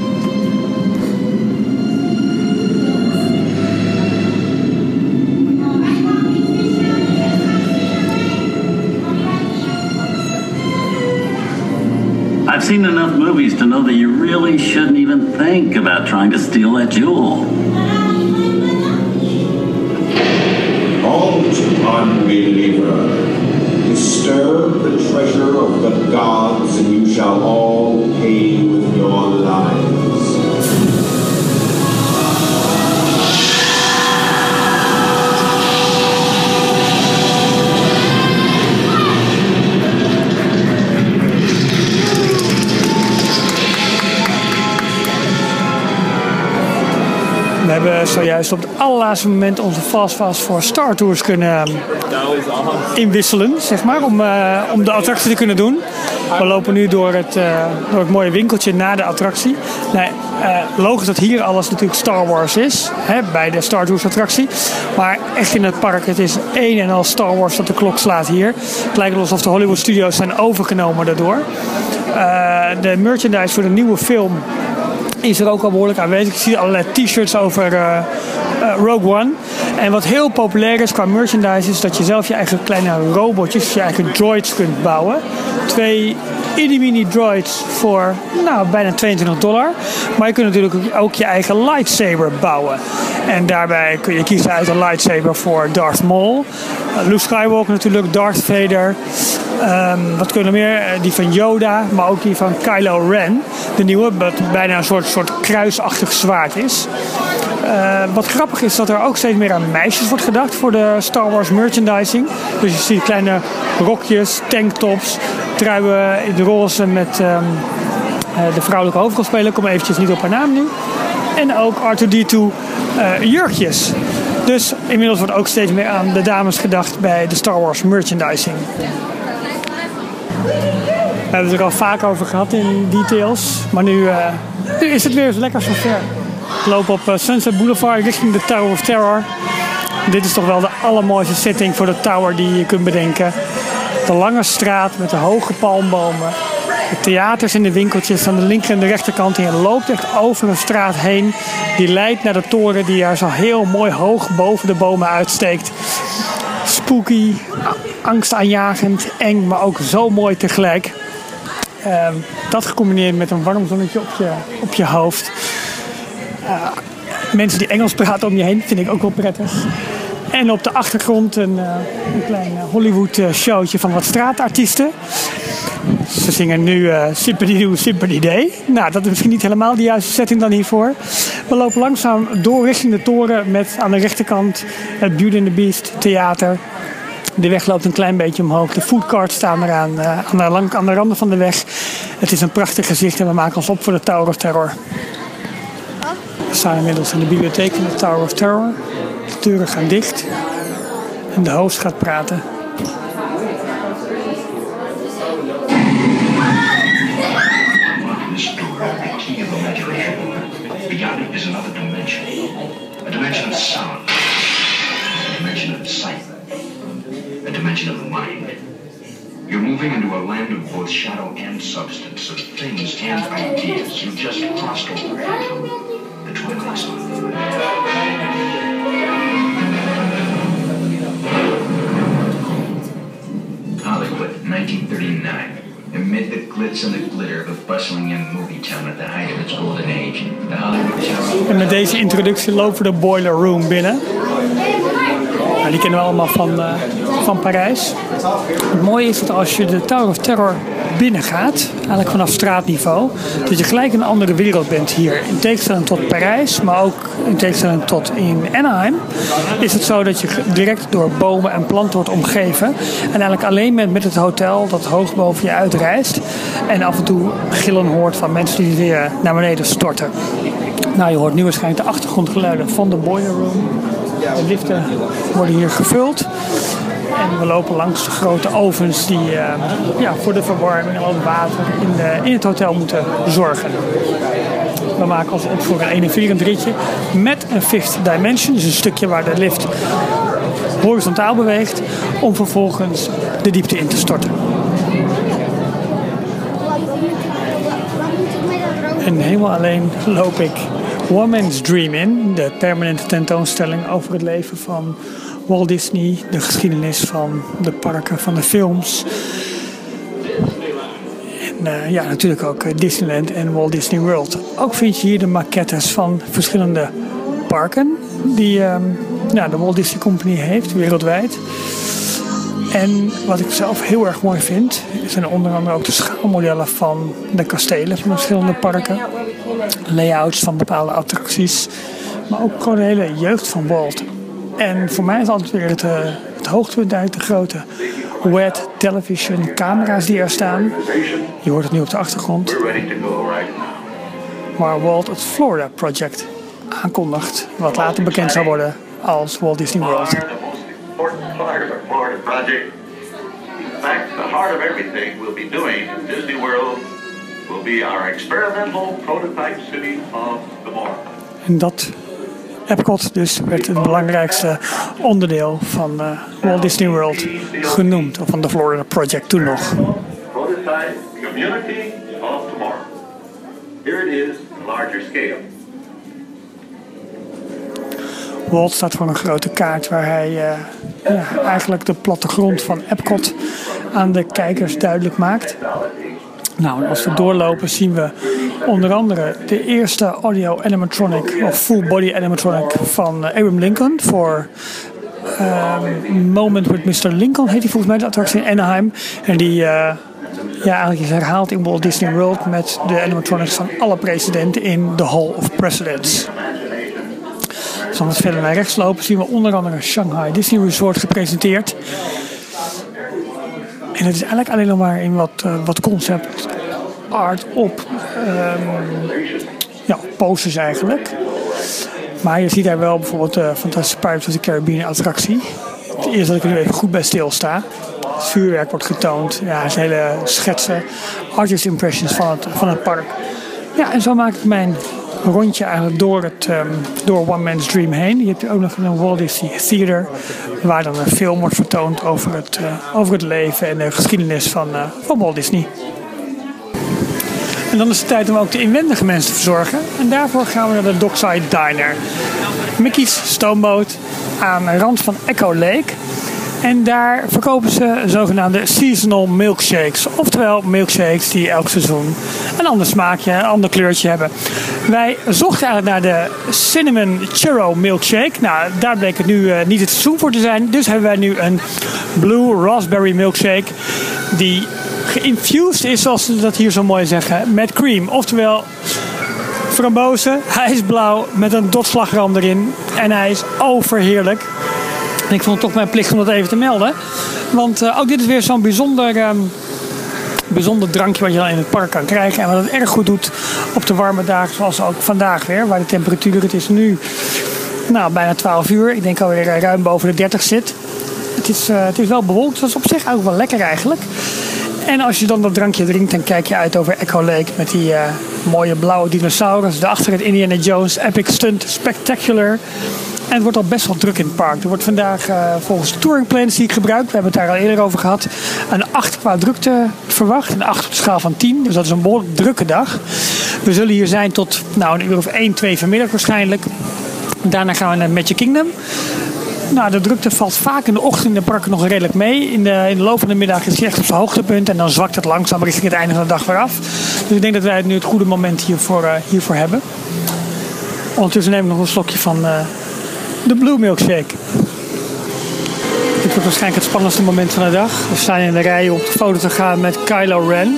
I've seen enough movies to know that you really shouldn't even think about trying to steal that jewel. Halt, unbeliever. Disturb the treasure of the gods and you shall all pay with your lives. We hebben zojuist op het allerlaatste moment onze fastpass voor Star Tours kunnen inwisselen, zeg maar, om de attractie te kunnen doen. We lopen nu door het mooie winkeltje naar de attractie. Logisch dat hier alles natuurlijk Star Wars is, bij de Star Tours attractie. Maar echt in het park, het is één en al Star Wars dat de klok slaat hier. Het lijkt alsof de Hollywood Studios zijn overgenomen daardoor. De merchandise voor de nieuwe film is er ook al behoorlijk aanwezig. Ik zie allerlei t-shirts over Rogue One. En wat heel populair is qua merchandise is dat je zelf je eigen kleine robotjes, je eigen droids kunt bouwen. 2 mini droids voor bijna $22. Maar je kunt natuurlijk ook je eigen lightsaber bouwen. En daarbij kun je kiezen uit een lightsaber voor Darth Maul, Luke Skywalker natuurlijk, Darth Vader, Wat kunnen we meer? Die van Yoda, maar ook die van Kylo Ren. De nieuwe, wat bijna een soort kruisachtig zwaard is. Wat grappig is dat er ook steeds meer aan meisjes wordt gedacht voor de Star Wars merchandising. Dus je ziet kleine rokjes, tanktops, truien in de roze met de vrouwelijke hoofdrolspeler. Ik kom eventjes niet op haar naam nu. En ook R2-D2 jurkjes. Dus inmiddels wordt ook steeds meer aan de dames gedacht bij de Star Wars merchandising. We hebben het er al vaak over gehad in details. Maar nu is het weer eens lekker zover. Ik loop op Sunset Boulevard richting de Tower of Terror. Dit is toch wel de allermooiste setting voor de tower die je kunt bedenken. De lange straat met de hoge palmbomen. De theaters en de winkeltjes aan de linker en de rechterkant. En je loopt echt over een straat heen. Die leidt naar de toren die daar zo heel mooi hoog boven de bomen uitsteekt. Spooky, angstaanjagend, eng, maar ook zo mooi tegelijk. Dat gecombineerd met een warm zonnetje op je hoofd. Mensen die Engels praten om je heen vind ik ook wel prettig. En op de achtergrond een klein Hollywood showtje van wat straatartiesten. Ze zingen nu Sympathy Do, Sympathy Day. Nou, dat is misschien niet helemaal de juiste setting dan hiervoor. We lopen langzaam door richting de toren met aan de rechterkant het Beauty and the Beast theater. De weg loopt een klein beetje omhoog. De foodcarts staan eraan aan de randen van de weg. Het is een prachtig gezicht en we maken ons op voor de Tower of Terror. We staan inmiddels in de bibliotheek van de Tower of Terror. De deuren gaan dicht en de host gaat praten. Beyond it is another dimension. A dimension of sound. A dimension of sight. A dimension of the mind. You're moving into a land of both shadow and substance, of things and ideas. You just crossed over into the Twilight Zone. Hollywood, 1939. Amid the glitz and the glitter of a bustling young movie town at the height of its golden age, the Hollywood Tower. En met deze introductie lopen we de Boiler Room binnen. Nou, die kennen we allemaal van Parijs. Het mooie is dat als je de Tower of Terror binnengaat, eigenlijk vanaf straatniveau, dat je gelijk in een andere wereld bent hier. In tegenstelling tot Parijs, maar ook in tegenstelling tot in Anaheim, is het zo dat je direct door bomen en planten wordt omgeven. En eigenlijk alleen met het hotel dat hoog boven je uitrijst. En af en toe gillen hoort van mensen die weer naar beneden storten. Nou, je hoort nu waarschijnlijk de achtergrondgeluiden van de Boiler Room. De liften worden hier gevuld. En we lopen langs de grote ovens die voor de verwarming en al het water in het hotel moeten zorgen. We maken ons op voor een enerverend ritje met een fifth dimension. Dus een stukje waar de lift horizontaal beweegt. Om vervolgens de diepte in te storten. En helemaal alleen loop ik One Man's Dream in. De permanente tentoonstelling over het leven van Walt Disney. De geschiedenis van de parken, van de films. En natuurlijk ook Disneyland en Walt Disney World. Ook vind je hier de maquettes van verschillende parken die de Walt Disney Company heeft wereldwijd. En wat ik zelf heel erg mooi vind, zijn onder andere ook de schaalmodellen van de kastelen van de verschillende parken. Layouts van bepaalde attracties. Maar ook gewoon de hele jeugd van Walt. En voor mij is altijd weer het hoogtepunt uit de grote wet television camera's die er staan. Je hoort het nu op de achtergrond. Waar Walt het Florida Project aankondigt. Wat later bekend zal worden als Walt Disney World. In fact, the heart of everything we'll be doing in Disney World will be our experimental prototype city of tomorrow. En dat Epcot dus werd het belangrijkste onderdeel van Walt Disney World genoemd, of van de Florida Project toen nog. Prototype community of tomorrow. Here it is, larger scale. Walt staat voor een grote kaart waar hij eigenlijk de plattegrond van Epcot aan de kijkers duidelijk maakt. Nou, als we doorlopen zien we onder andere de eerste audio animatronic of full body animatronic van Abraham Lincoln voor Moment with Mr. Lincoln heet die volgens mij, de attractie in Anaheim. En die eigenlijk is herhaald in Walt Disney World met de animatronics van alle presidenten in the Hall of Presidents. Als we wat verder naar rechts lopen zien we onder andere Shanghai Disney Resort gepresenteerd. En het is eigenlijk alleen nog maar in wat concept art op posters eigenlijk. Maar je ziet daar wel bijvoorbeeld de Fantastic Pirates of the Caribbean attractie. Het eerste dat ik er nu even goed bij stilsta. Het vuurwerk wordt getoond. Ja, het hele schetsen. Artist impressions van het park. Ja, en zo maak ik mijn rondje eigenlijk door One Man's Dream heen. Je hebt ook nog een Walt Disney Theater. Waar dan een film wordt vertoond over het leven en de geschiedenis van Walt Disney. En dan is het tijd om ook de inwendige mensen te verzorgen. En daarvoor gaan we naar de Dockside Diner. Mickey's stoomboot aan de rand van Echo Lake. En daar verkopen ze zogenaamde seasonal milkshakes. Oftewel milkshakes die elk seizoen een ander smaakje, een ander kleurtje hebben. Wij zochten eigenlijk naar de Cinnamon Churro Milkshake. Nou, daar bleek het nu niet het seizoen voor te zijn. Dus hebben wij nu een Blue Raspberry Milkshake die geïnfused is, zoals ze dat hier zo mooi zeggen, met cream. Oftewel frambozen. Hij is blauw met een dotslagroom erin. En hij is overheerlijk. En ik vond het toch mijn plicht om dat even te melden. Want ook dit is weer zo'n bijzonder drankje wat je dan in het park kan krijgen. En wat het erg goed doet op de warme dagen, zoals ook vandaag weer. Waar de temperatuur, het is nu bijna 12 uur. Ik denk alweer ruim boven de 30 zit. Het is wel bewolkt, dat is op zich ook wel lekker eigenlijk. En als je dan dat drankje drinkt, dan kijk je uit over Echo Lake met die mooie blauwe dinosaurus. Daarachter het Indiana Jones Epic Stunt Spectacular. En het wordt al best wel druk in het park. Er wordt vandaag volgens de touringplans die ik gebruik, we hebben het daar al eerder over gehad, een 8 qua drukte verwacht. Een 8 op de schaal van 10. Dus dat is een behoorlijk drukke dag. We zullen hier zijn tot een uur of 1, 2 vanmiddag waarschijnlijk. Daarna gaan we naar Magic Kingdom. Nou, de drukte valt vaak in de ochtend in de parken nog redelijk mee. In de loop van de middag is het echt op zijn hoogtepunt. En dan zwakt het langzaam richting het einde van de dag weer af. Dus ik denk dat wij nu het goede moment hiervoor hebben. Ondertussen neem ik nog een slokje van de Blue Milkshake. Dit wordt waarschijnlijk het spannendste moment van de dag. We staan in de rij om op de foto te gaan met Kylo Ren.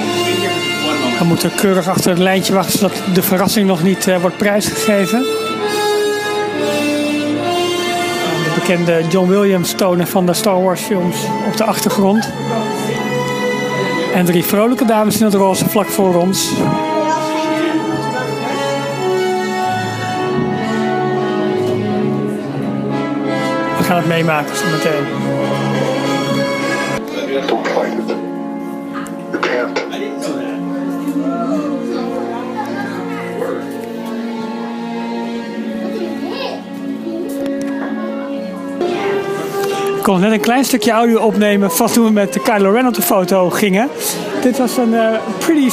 We moeten keurig achter het lijntje wachten zodat de verrassing nog niet wordt prijsgegeven. De John Williams tonen van de Star Wars films op de achtergrond. En 3 vrolijke dames in het roze vlak voor ons. We gaan het meemaken zo meteen. Don't fight it. You can't. Ik kon net een klein stukje audio opnemen van toen we met de Kylo Ren op de foto gingen. Dit was een pretty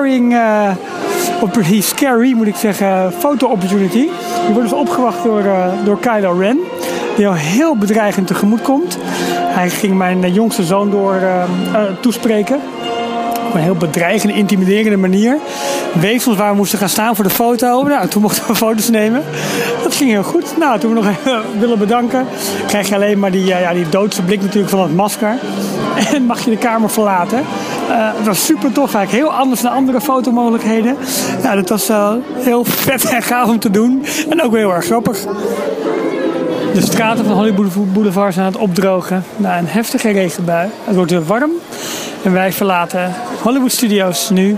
scary moet ik zeggen, foto opportunity. Die wordt dus opgewacht door Kylo Ren, die al heel bedreigend tegemoet komt. Hij ging mijn jongste zoon toespreken. Op een heel bedreigende, intimiderende manier. Wees ons waar we moesten gaan staan voor de foto. Nou, toen mochten we foto's nemen. Dat ging heel goed. Nou, toen we nog even willen bedanken, krijg je alleen maar die doodse blik natuurlijk van het masker. En mag je de kamer verlaten. Het was super tof eigenlijk. Heel anders dan andere fotomogelijkheden. Nou, dat was heel vet en gaaf om te doen. En ook heel erg grappig. De straten van Hollywood Boulevard zijn aan het opdrogen na een heftige regenbui. Het wordt weer warm. En wij verlaten Hollywood Studios nu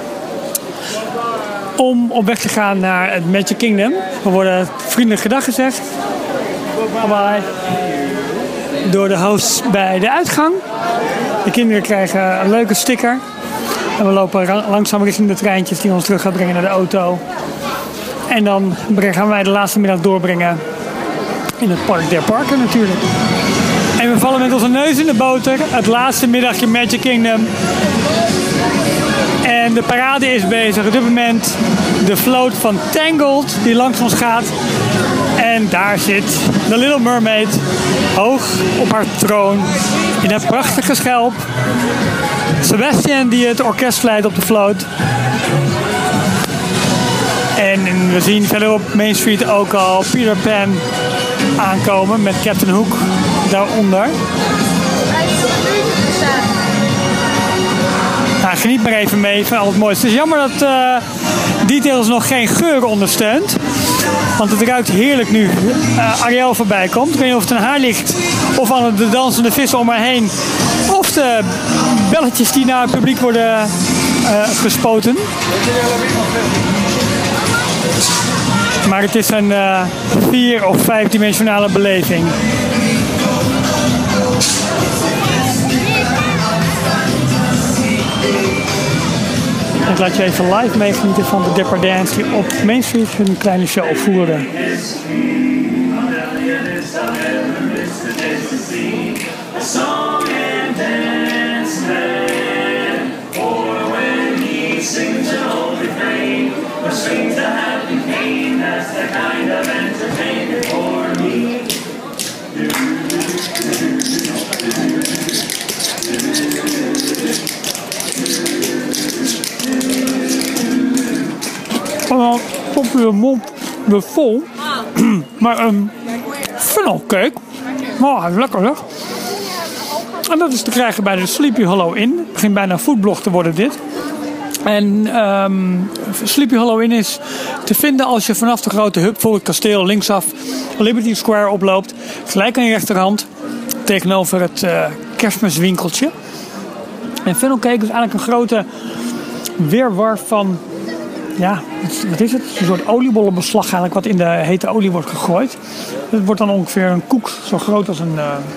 om op weg te gaan naar het Magic Kingdom. We worden vriendelijk gedag gezegd. Bye bye. Door de hosts bij de uitgang. De kinderen krijgen een leuke sticker. En we lopen langzaam richting de treintjes die ons terug gaan brengen naar de auto. En dan gaan wij de laatste middag doorbrengen in het Park der Parken natuurlijk. En we vallen met onze neus in de boter. Het laatste middagje Magic Kingdom. En de parade is bezig. Op dit moment de float van Tangled die langs ons gaat. En daar zit de Little Mermaid hoog op haar troon in een prachtige schelp. Sebastian die het orkest leidt op de float. En we zien verderop Main Street ook al Peter Pan aankomen met Captain Hook daaronder. Nou, geniet maar even mee van al het mooiste. Het is jammer dat Details nog geen geur ondersteunt. Want het ruikt heerlijk nu Ariel voorbij komt. Ik weet niet of het aan haar ligt of aan de dansende vissen om haar heen. Of de belletjes die naar het publiek worden gespoten. Maar het is een 4- of 5-dimensionale beleving. Ik laat je even live meegenieten van de Dapper Dans die op Main Street hun kleine show voeren. Popular mond weer vol. Maar een funnelcake. Oh, lekker zeg. En dat is te krijgen bij de Sleepy Hollow Inn. Het begint bijna een foodblog te worden dit. En Sleepy Hollow Inn is te vinden als je vanaf de grote hub voor het kasteel linksaf Liberty Square oploopt. Gelijk aan je rechterhand tegenover het kerstmiswinkeltje. En funnelcake is eigenlijk een grote wirwar van... Ja, wat is het? Een soort oliebollenbeslag eigenlijk wat in de hete olie wordt gegooid. Het wordt dan ongeveer een koek zo groot als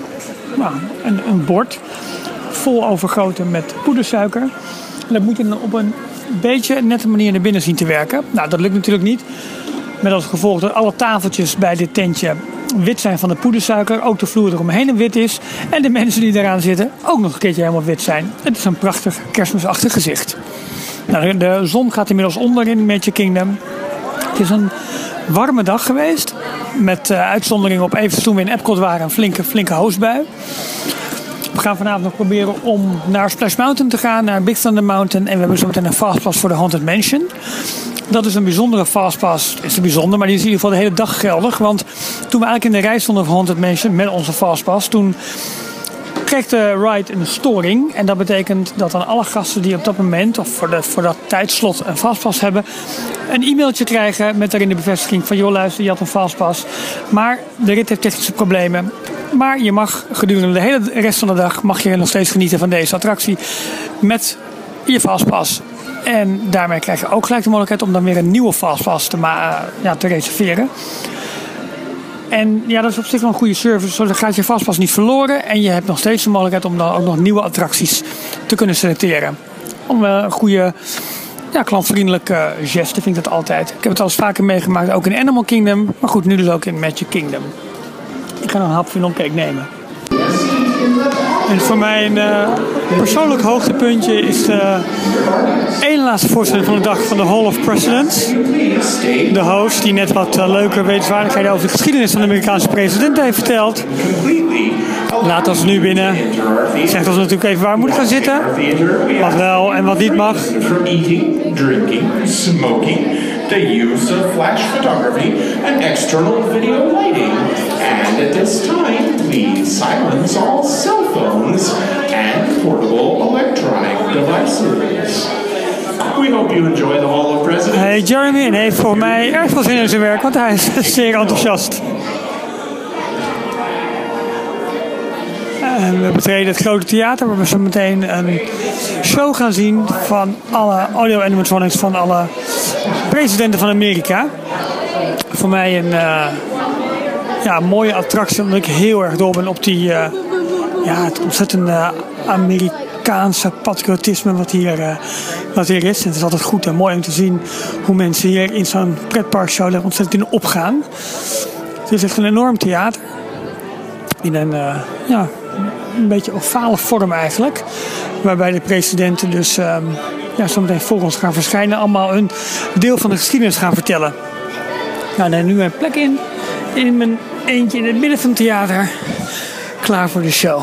een bord. Vol overgoten met poedersuiker. En dat moet je dan op een beetje nette manier naar binnen zien te werken. Nou, dat lukt natuurlijk niet. Met als gevolg dat alle tafeltjes bij dit tentje wit zijn van de poedersuiker. Ook de vloer eromheen wit is. En de mensen die eraan zitten ook nog een keertje helemaal wit zijn. Het is een prachtig kerstmisachtig gezicht. Nou, de zon gaat inmiddels onder in Magic Kingdom. Het is een warme dag geweest. Met uitzondering op even toen we in Epcot waren. Een flinke hoosbui. We gaan vanavond nog proberen om naar Splash Mountain te gaan. Naar Big Thunder Mountain. En we hebben zo meteen een fastpass voor de Haunted Mansion. Dat is een bijzondere fastpass. Is het bijzonder, maar die is in ieder geval de hele dag geldig. Want toen we eigenlijk in de rij stonden voor Haunted Mansion met onze fastpass. Toen kreeg de ride een storing. En dat betekent dat dan alle gasten die op dat moment of voor dat tijdslot een fastpass hebben, een e-mailtje krijgen met daarin de bevestiging van joh luister, je had een fastpass. Maar de rit heeft technische problemen. Maar je mag gedurende de hele rest van de dag mag je nog steeds genieten van deze attractie met je fastpass. En daarmee krijg je ook gelijk de mogelijkheid om dan weer een nieuwe fastpass te reserveren. En ja, dat is op zich wel een goede service. Zo gaat je fastpass niet verloren. En je hebt nog steeds de mogelijkheid om dan ook nog nieuwe attracties te kunnen selecteren. Om een goede, klantvriendelijke geste vind ik dat altijd. Ik heb het al eens vaker meegemaakt, ook in Animal Kingdom. Maar goed, nu dus ook in Magic Kingdom. Ik ga nog een hap funnelcake nemen. En voor mij een persoonlijk hoogtepuntje is de ene laatste voorstelling van de dag van de Hall of Presidents. De host die net wat leuke wetenswaardigheden over de geschiedenis van de Amerikaanse president heeft verteld. Laat ons nu binnen. Zegt ons natuurlijk even waar we moeten gaan zitten. Wat wel en wat niet mag. Eating, drinking, smoking, the use of flash photography and external video lighting. And at this time, we silence all cell phones and portable electronic devices. We hope you enjoy the Hall of Presidents. Hey, Jeremy heeft voor mij erg veel zin in zijn werk, want hij is zeer enthousiast. En we betreden het grote theater waar we zo meteen een show gaan zien van alle audio animatronics van alle presidenten van Amerika. Voor mij een mooie attractie, omdat ik heel erg dol ben op die het ontzettend Amerikaanse patriotisme wat hier is. En het is altijd goed en mooi om te zien hoe mensen hier in zo'n pretparkshow er ontzettend in opgaan. Het is echt een enorm theater. In een beetje ovale vorm eigenlijk. Waarbij de presidenten dus zo meteen voor ons gaan verschijnen. Allemaal een deel van de geschiedenis gaan vertellen. Nou, dan nu mijn plek in mijn eentje in het midden van het theater. Klaar voor de show.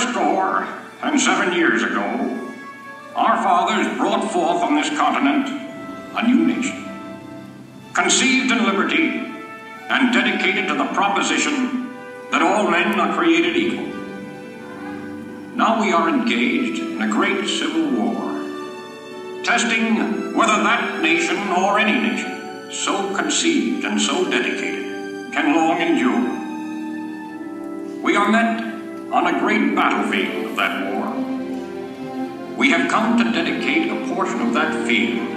Fourscore and 7 years ago, our fathers brought forth on this continent a new nation, conceived in liberty and dedicated to the proposition that all men are created equal. Now we are engaged in a great civil war, testing whether that nation or any nation, so conceived and so dedicated, can long endure. We are met on a great battlefield of that war. We have come to dedicate a portion of that field.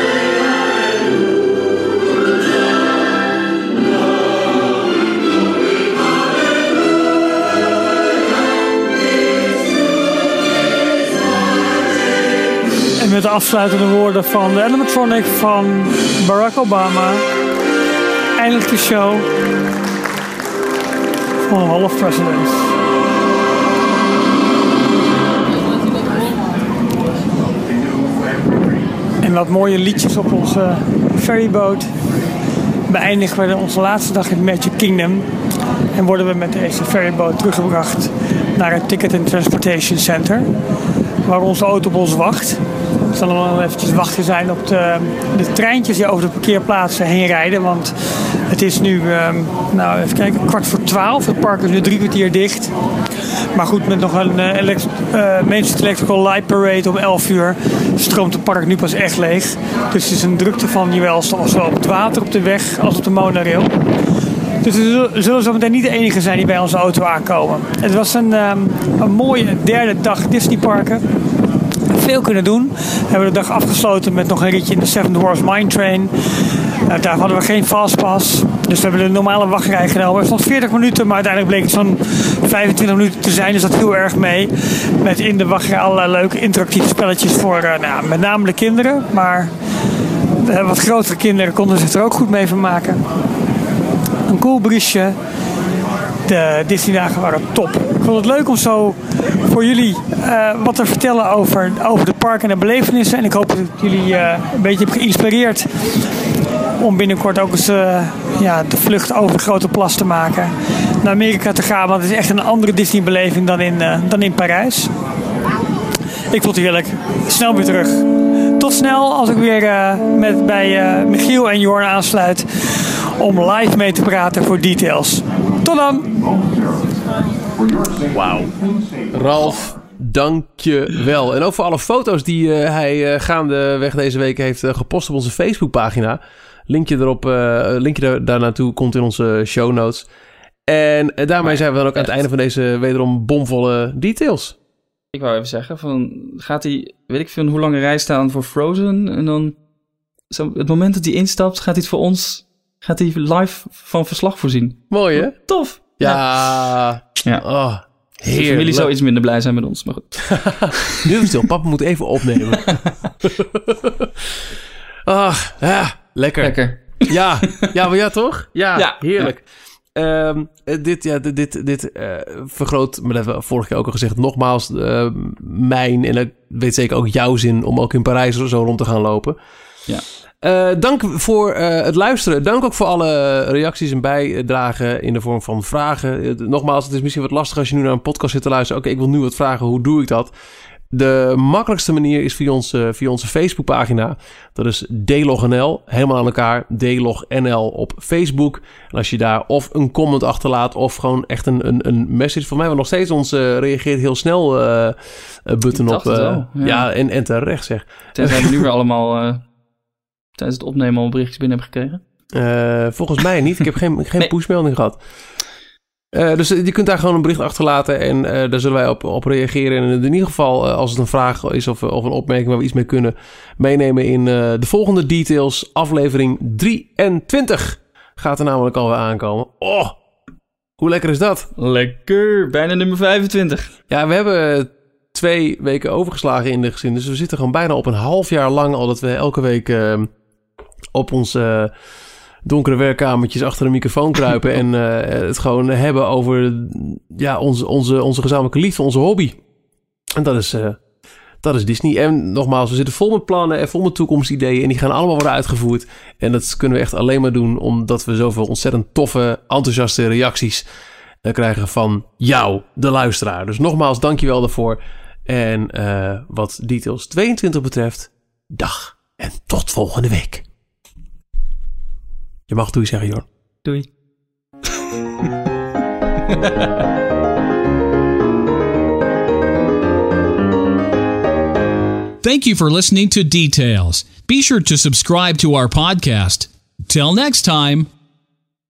En met de afsluitende woorden van de animatronic van Barack Obama eindigt de show van Hall of Presidents. En wat mooie liedjes op onze ferryboot beëindigen we onze laatste dag in Magic Kingdom. En worden we met deze ferryboot teruggebracht naar het Ticket and Transportation Center, waar onze auto op ons wacht. We zullen nog eventjes wachten zijn op de treintjes die over de parkeerplaatsen heen rijden. Want het is nu, even kijken, 11:15. Het park is nu 3 kwartier dicht. Maar goed, met nog een Main Street Electrical Light Parade om 11 uur stroomt het park nu pas echt leeg. Dus het is een drukte van zowel op het water, op de weg als op de monorail. Dus we zullen zo meteen niet de enige zijn die bij onze auto aankomen. Het was een mooie derde dag Disneyparken. Veel kunnen doen. We hebben de dag afgesloten met nog een ritje in de Seven Dwarfs Mine Train. Daar hadden we geen fastpass. Dus we hebben de normale wachtrij genomen. Het stond 40 minuten, maar uiteindelijk bleek het zo'n 25 minuten te zijn. Dus dat viel erg mee. Met in de wachtrij allerlei leuke interactieve spelletjes voor met name de kinderen. Maar wat grotere kinderen konden zich er ook goed mee vermaken. Een cool briesje. De Disney-dagen waren top. Ik vond het leuk om zo voor jullie wat te vertellen over de parken en de belevenissen. En ik hoop dat ik jullie een beetje heb geïnspireerd om binnenkort ook eens de vlucht over de Grote Plas te maken. Naar Amerika te gaan, want het is echt een andere Disney-beleving dan in Parijs. Ik vond het heerlijk. Snel weer terug. Tot snel als ik weer bij Michiel en Jorn aansluit om live mee te praten voor details. Tot dan! Wauw. Ralf, dank je wel. En ook voor alle foto's die hij gaandeweg deze week heeft gepost op onze Facebookpagina. Linkje daar naartoe komt in onze show notes. En daarmee zijn we dan ook aan het einde van deze wederom bomvolle details. Ik wou even zeggen, gaat hij, weet ik veel, hoe lange rij staan voor Frozen? En dan, het moment dat hij instapt, gaat hij het voor ons, live van verslag voorzien. Mooi, hè? Tof! Ja. Oh, de familie zou iets minder blij zijn met ons, maar goed. Nu even stil, papa moet even opnemen. Ach, ja, lekker. Ja, maar ja, toch? Ja, heerlijk. Ja. Dit vergroot, maar dat hebben we vorige keer ook al gezegd, nogmaals mijn, en ik weet zeker ook jouw zin om ook in Parijs zo rond te gaan lopen. Ja. Dank voor het luisteren. Dank ook voor alle reacties en bijdragen in de vorm van vragen. Nogmaals, het is misschien wat lastig als je nu naar een podcast zit te luisteren. Oké, ik wil nu wat vragen. Hoe doe ik dat? De makkelijkste manier is via onze Facebookpagina. Dat is DLogNL. Helemaal aan elkaar. DLogNL op Facebook. En als je daar of een comment achterlaat of gewoon echt een message. Voor mij was nog steeds onze reageert heel snel button op. En terecht zeg. Tenzij we nu weer allemaal tijdens het opnemen al berichtjes binnen hebben gekregen. Volgens mij niet. Ik heb geen pushmelding gehad. Dus je kunt daar gewoon een bericht achterlaten en daar zullen wij op reageren. En in ieder geval, als het een vraag is of een opmerking waar we iets mee kunnen meenemen in de volgende details. Aflevering 23 gaat er namelijk alweer aankomen. Oh, hoe lekker is dat? Lekker, bijna nummer 25. Ja, we hebben 2 weken overgeslagen in de gezin. Dus we zitten gewoon bijna op een half jaar lang al dat we elke week op ons donkere werkkamertjes achter een microfoon kruipen en het gewoon hebben over onze gezamenlijke liefde, onze hobby. En dat is Disney. En nogmaals, we zitten vol met plannen en vol met toekomstideeën en die gaan allemaal worden uitgevoerd. En dat kunnen we echt alleen maar doen omdat we zoveel ontzettend toffe, enthousiaste reacties krijgen van jou, de luisteraar. Dus nogmaals, dankjewel daarvoor. En wat details 22 betreft, dag. En tot volgende week. Je mag doei zeggen, Jorn. Doei. Thank you for listening to Details. Be sure to subscribe to our podcast. Till next time.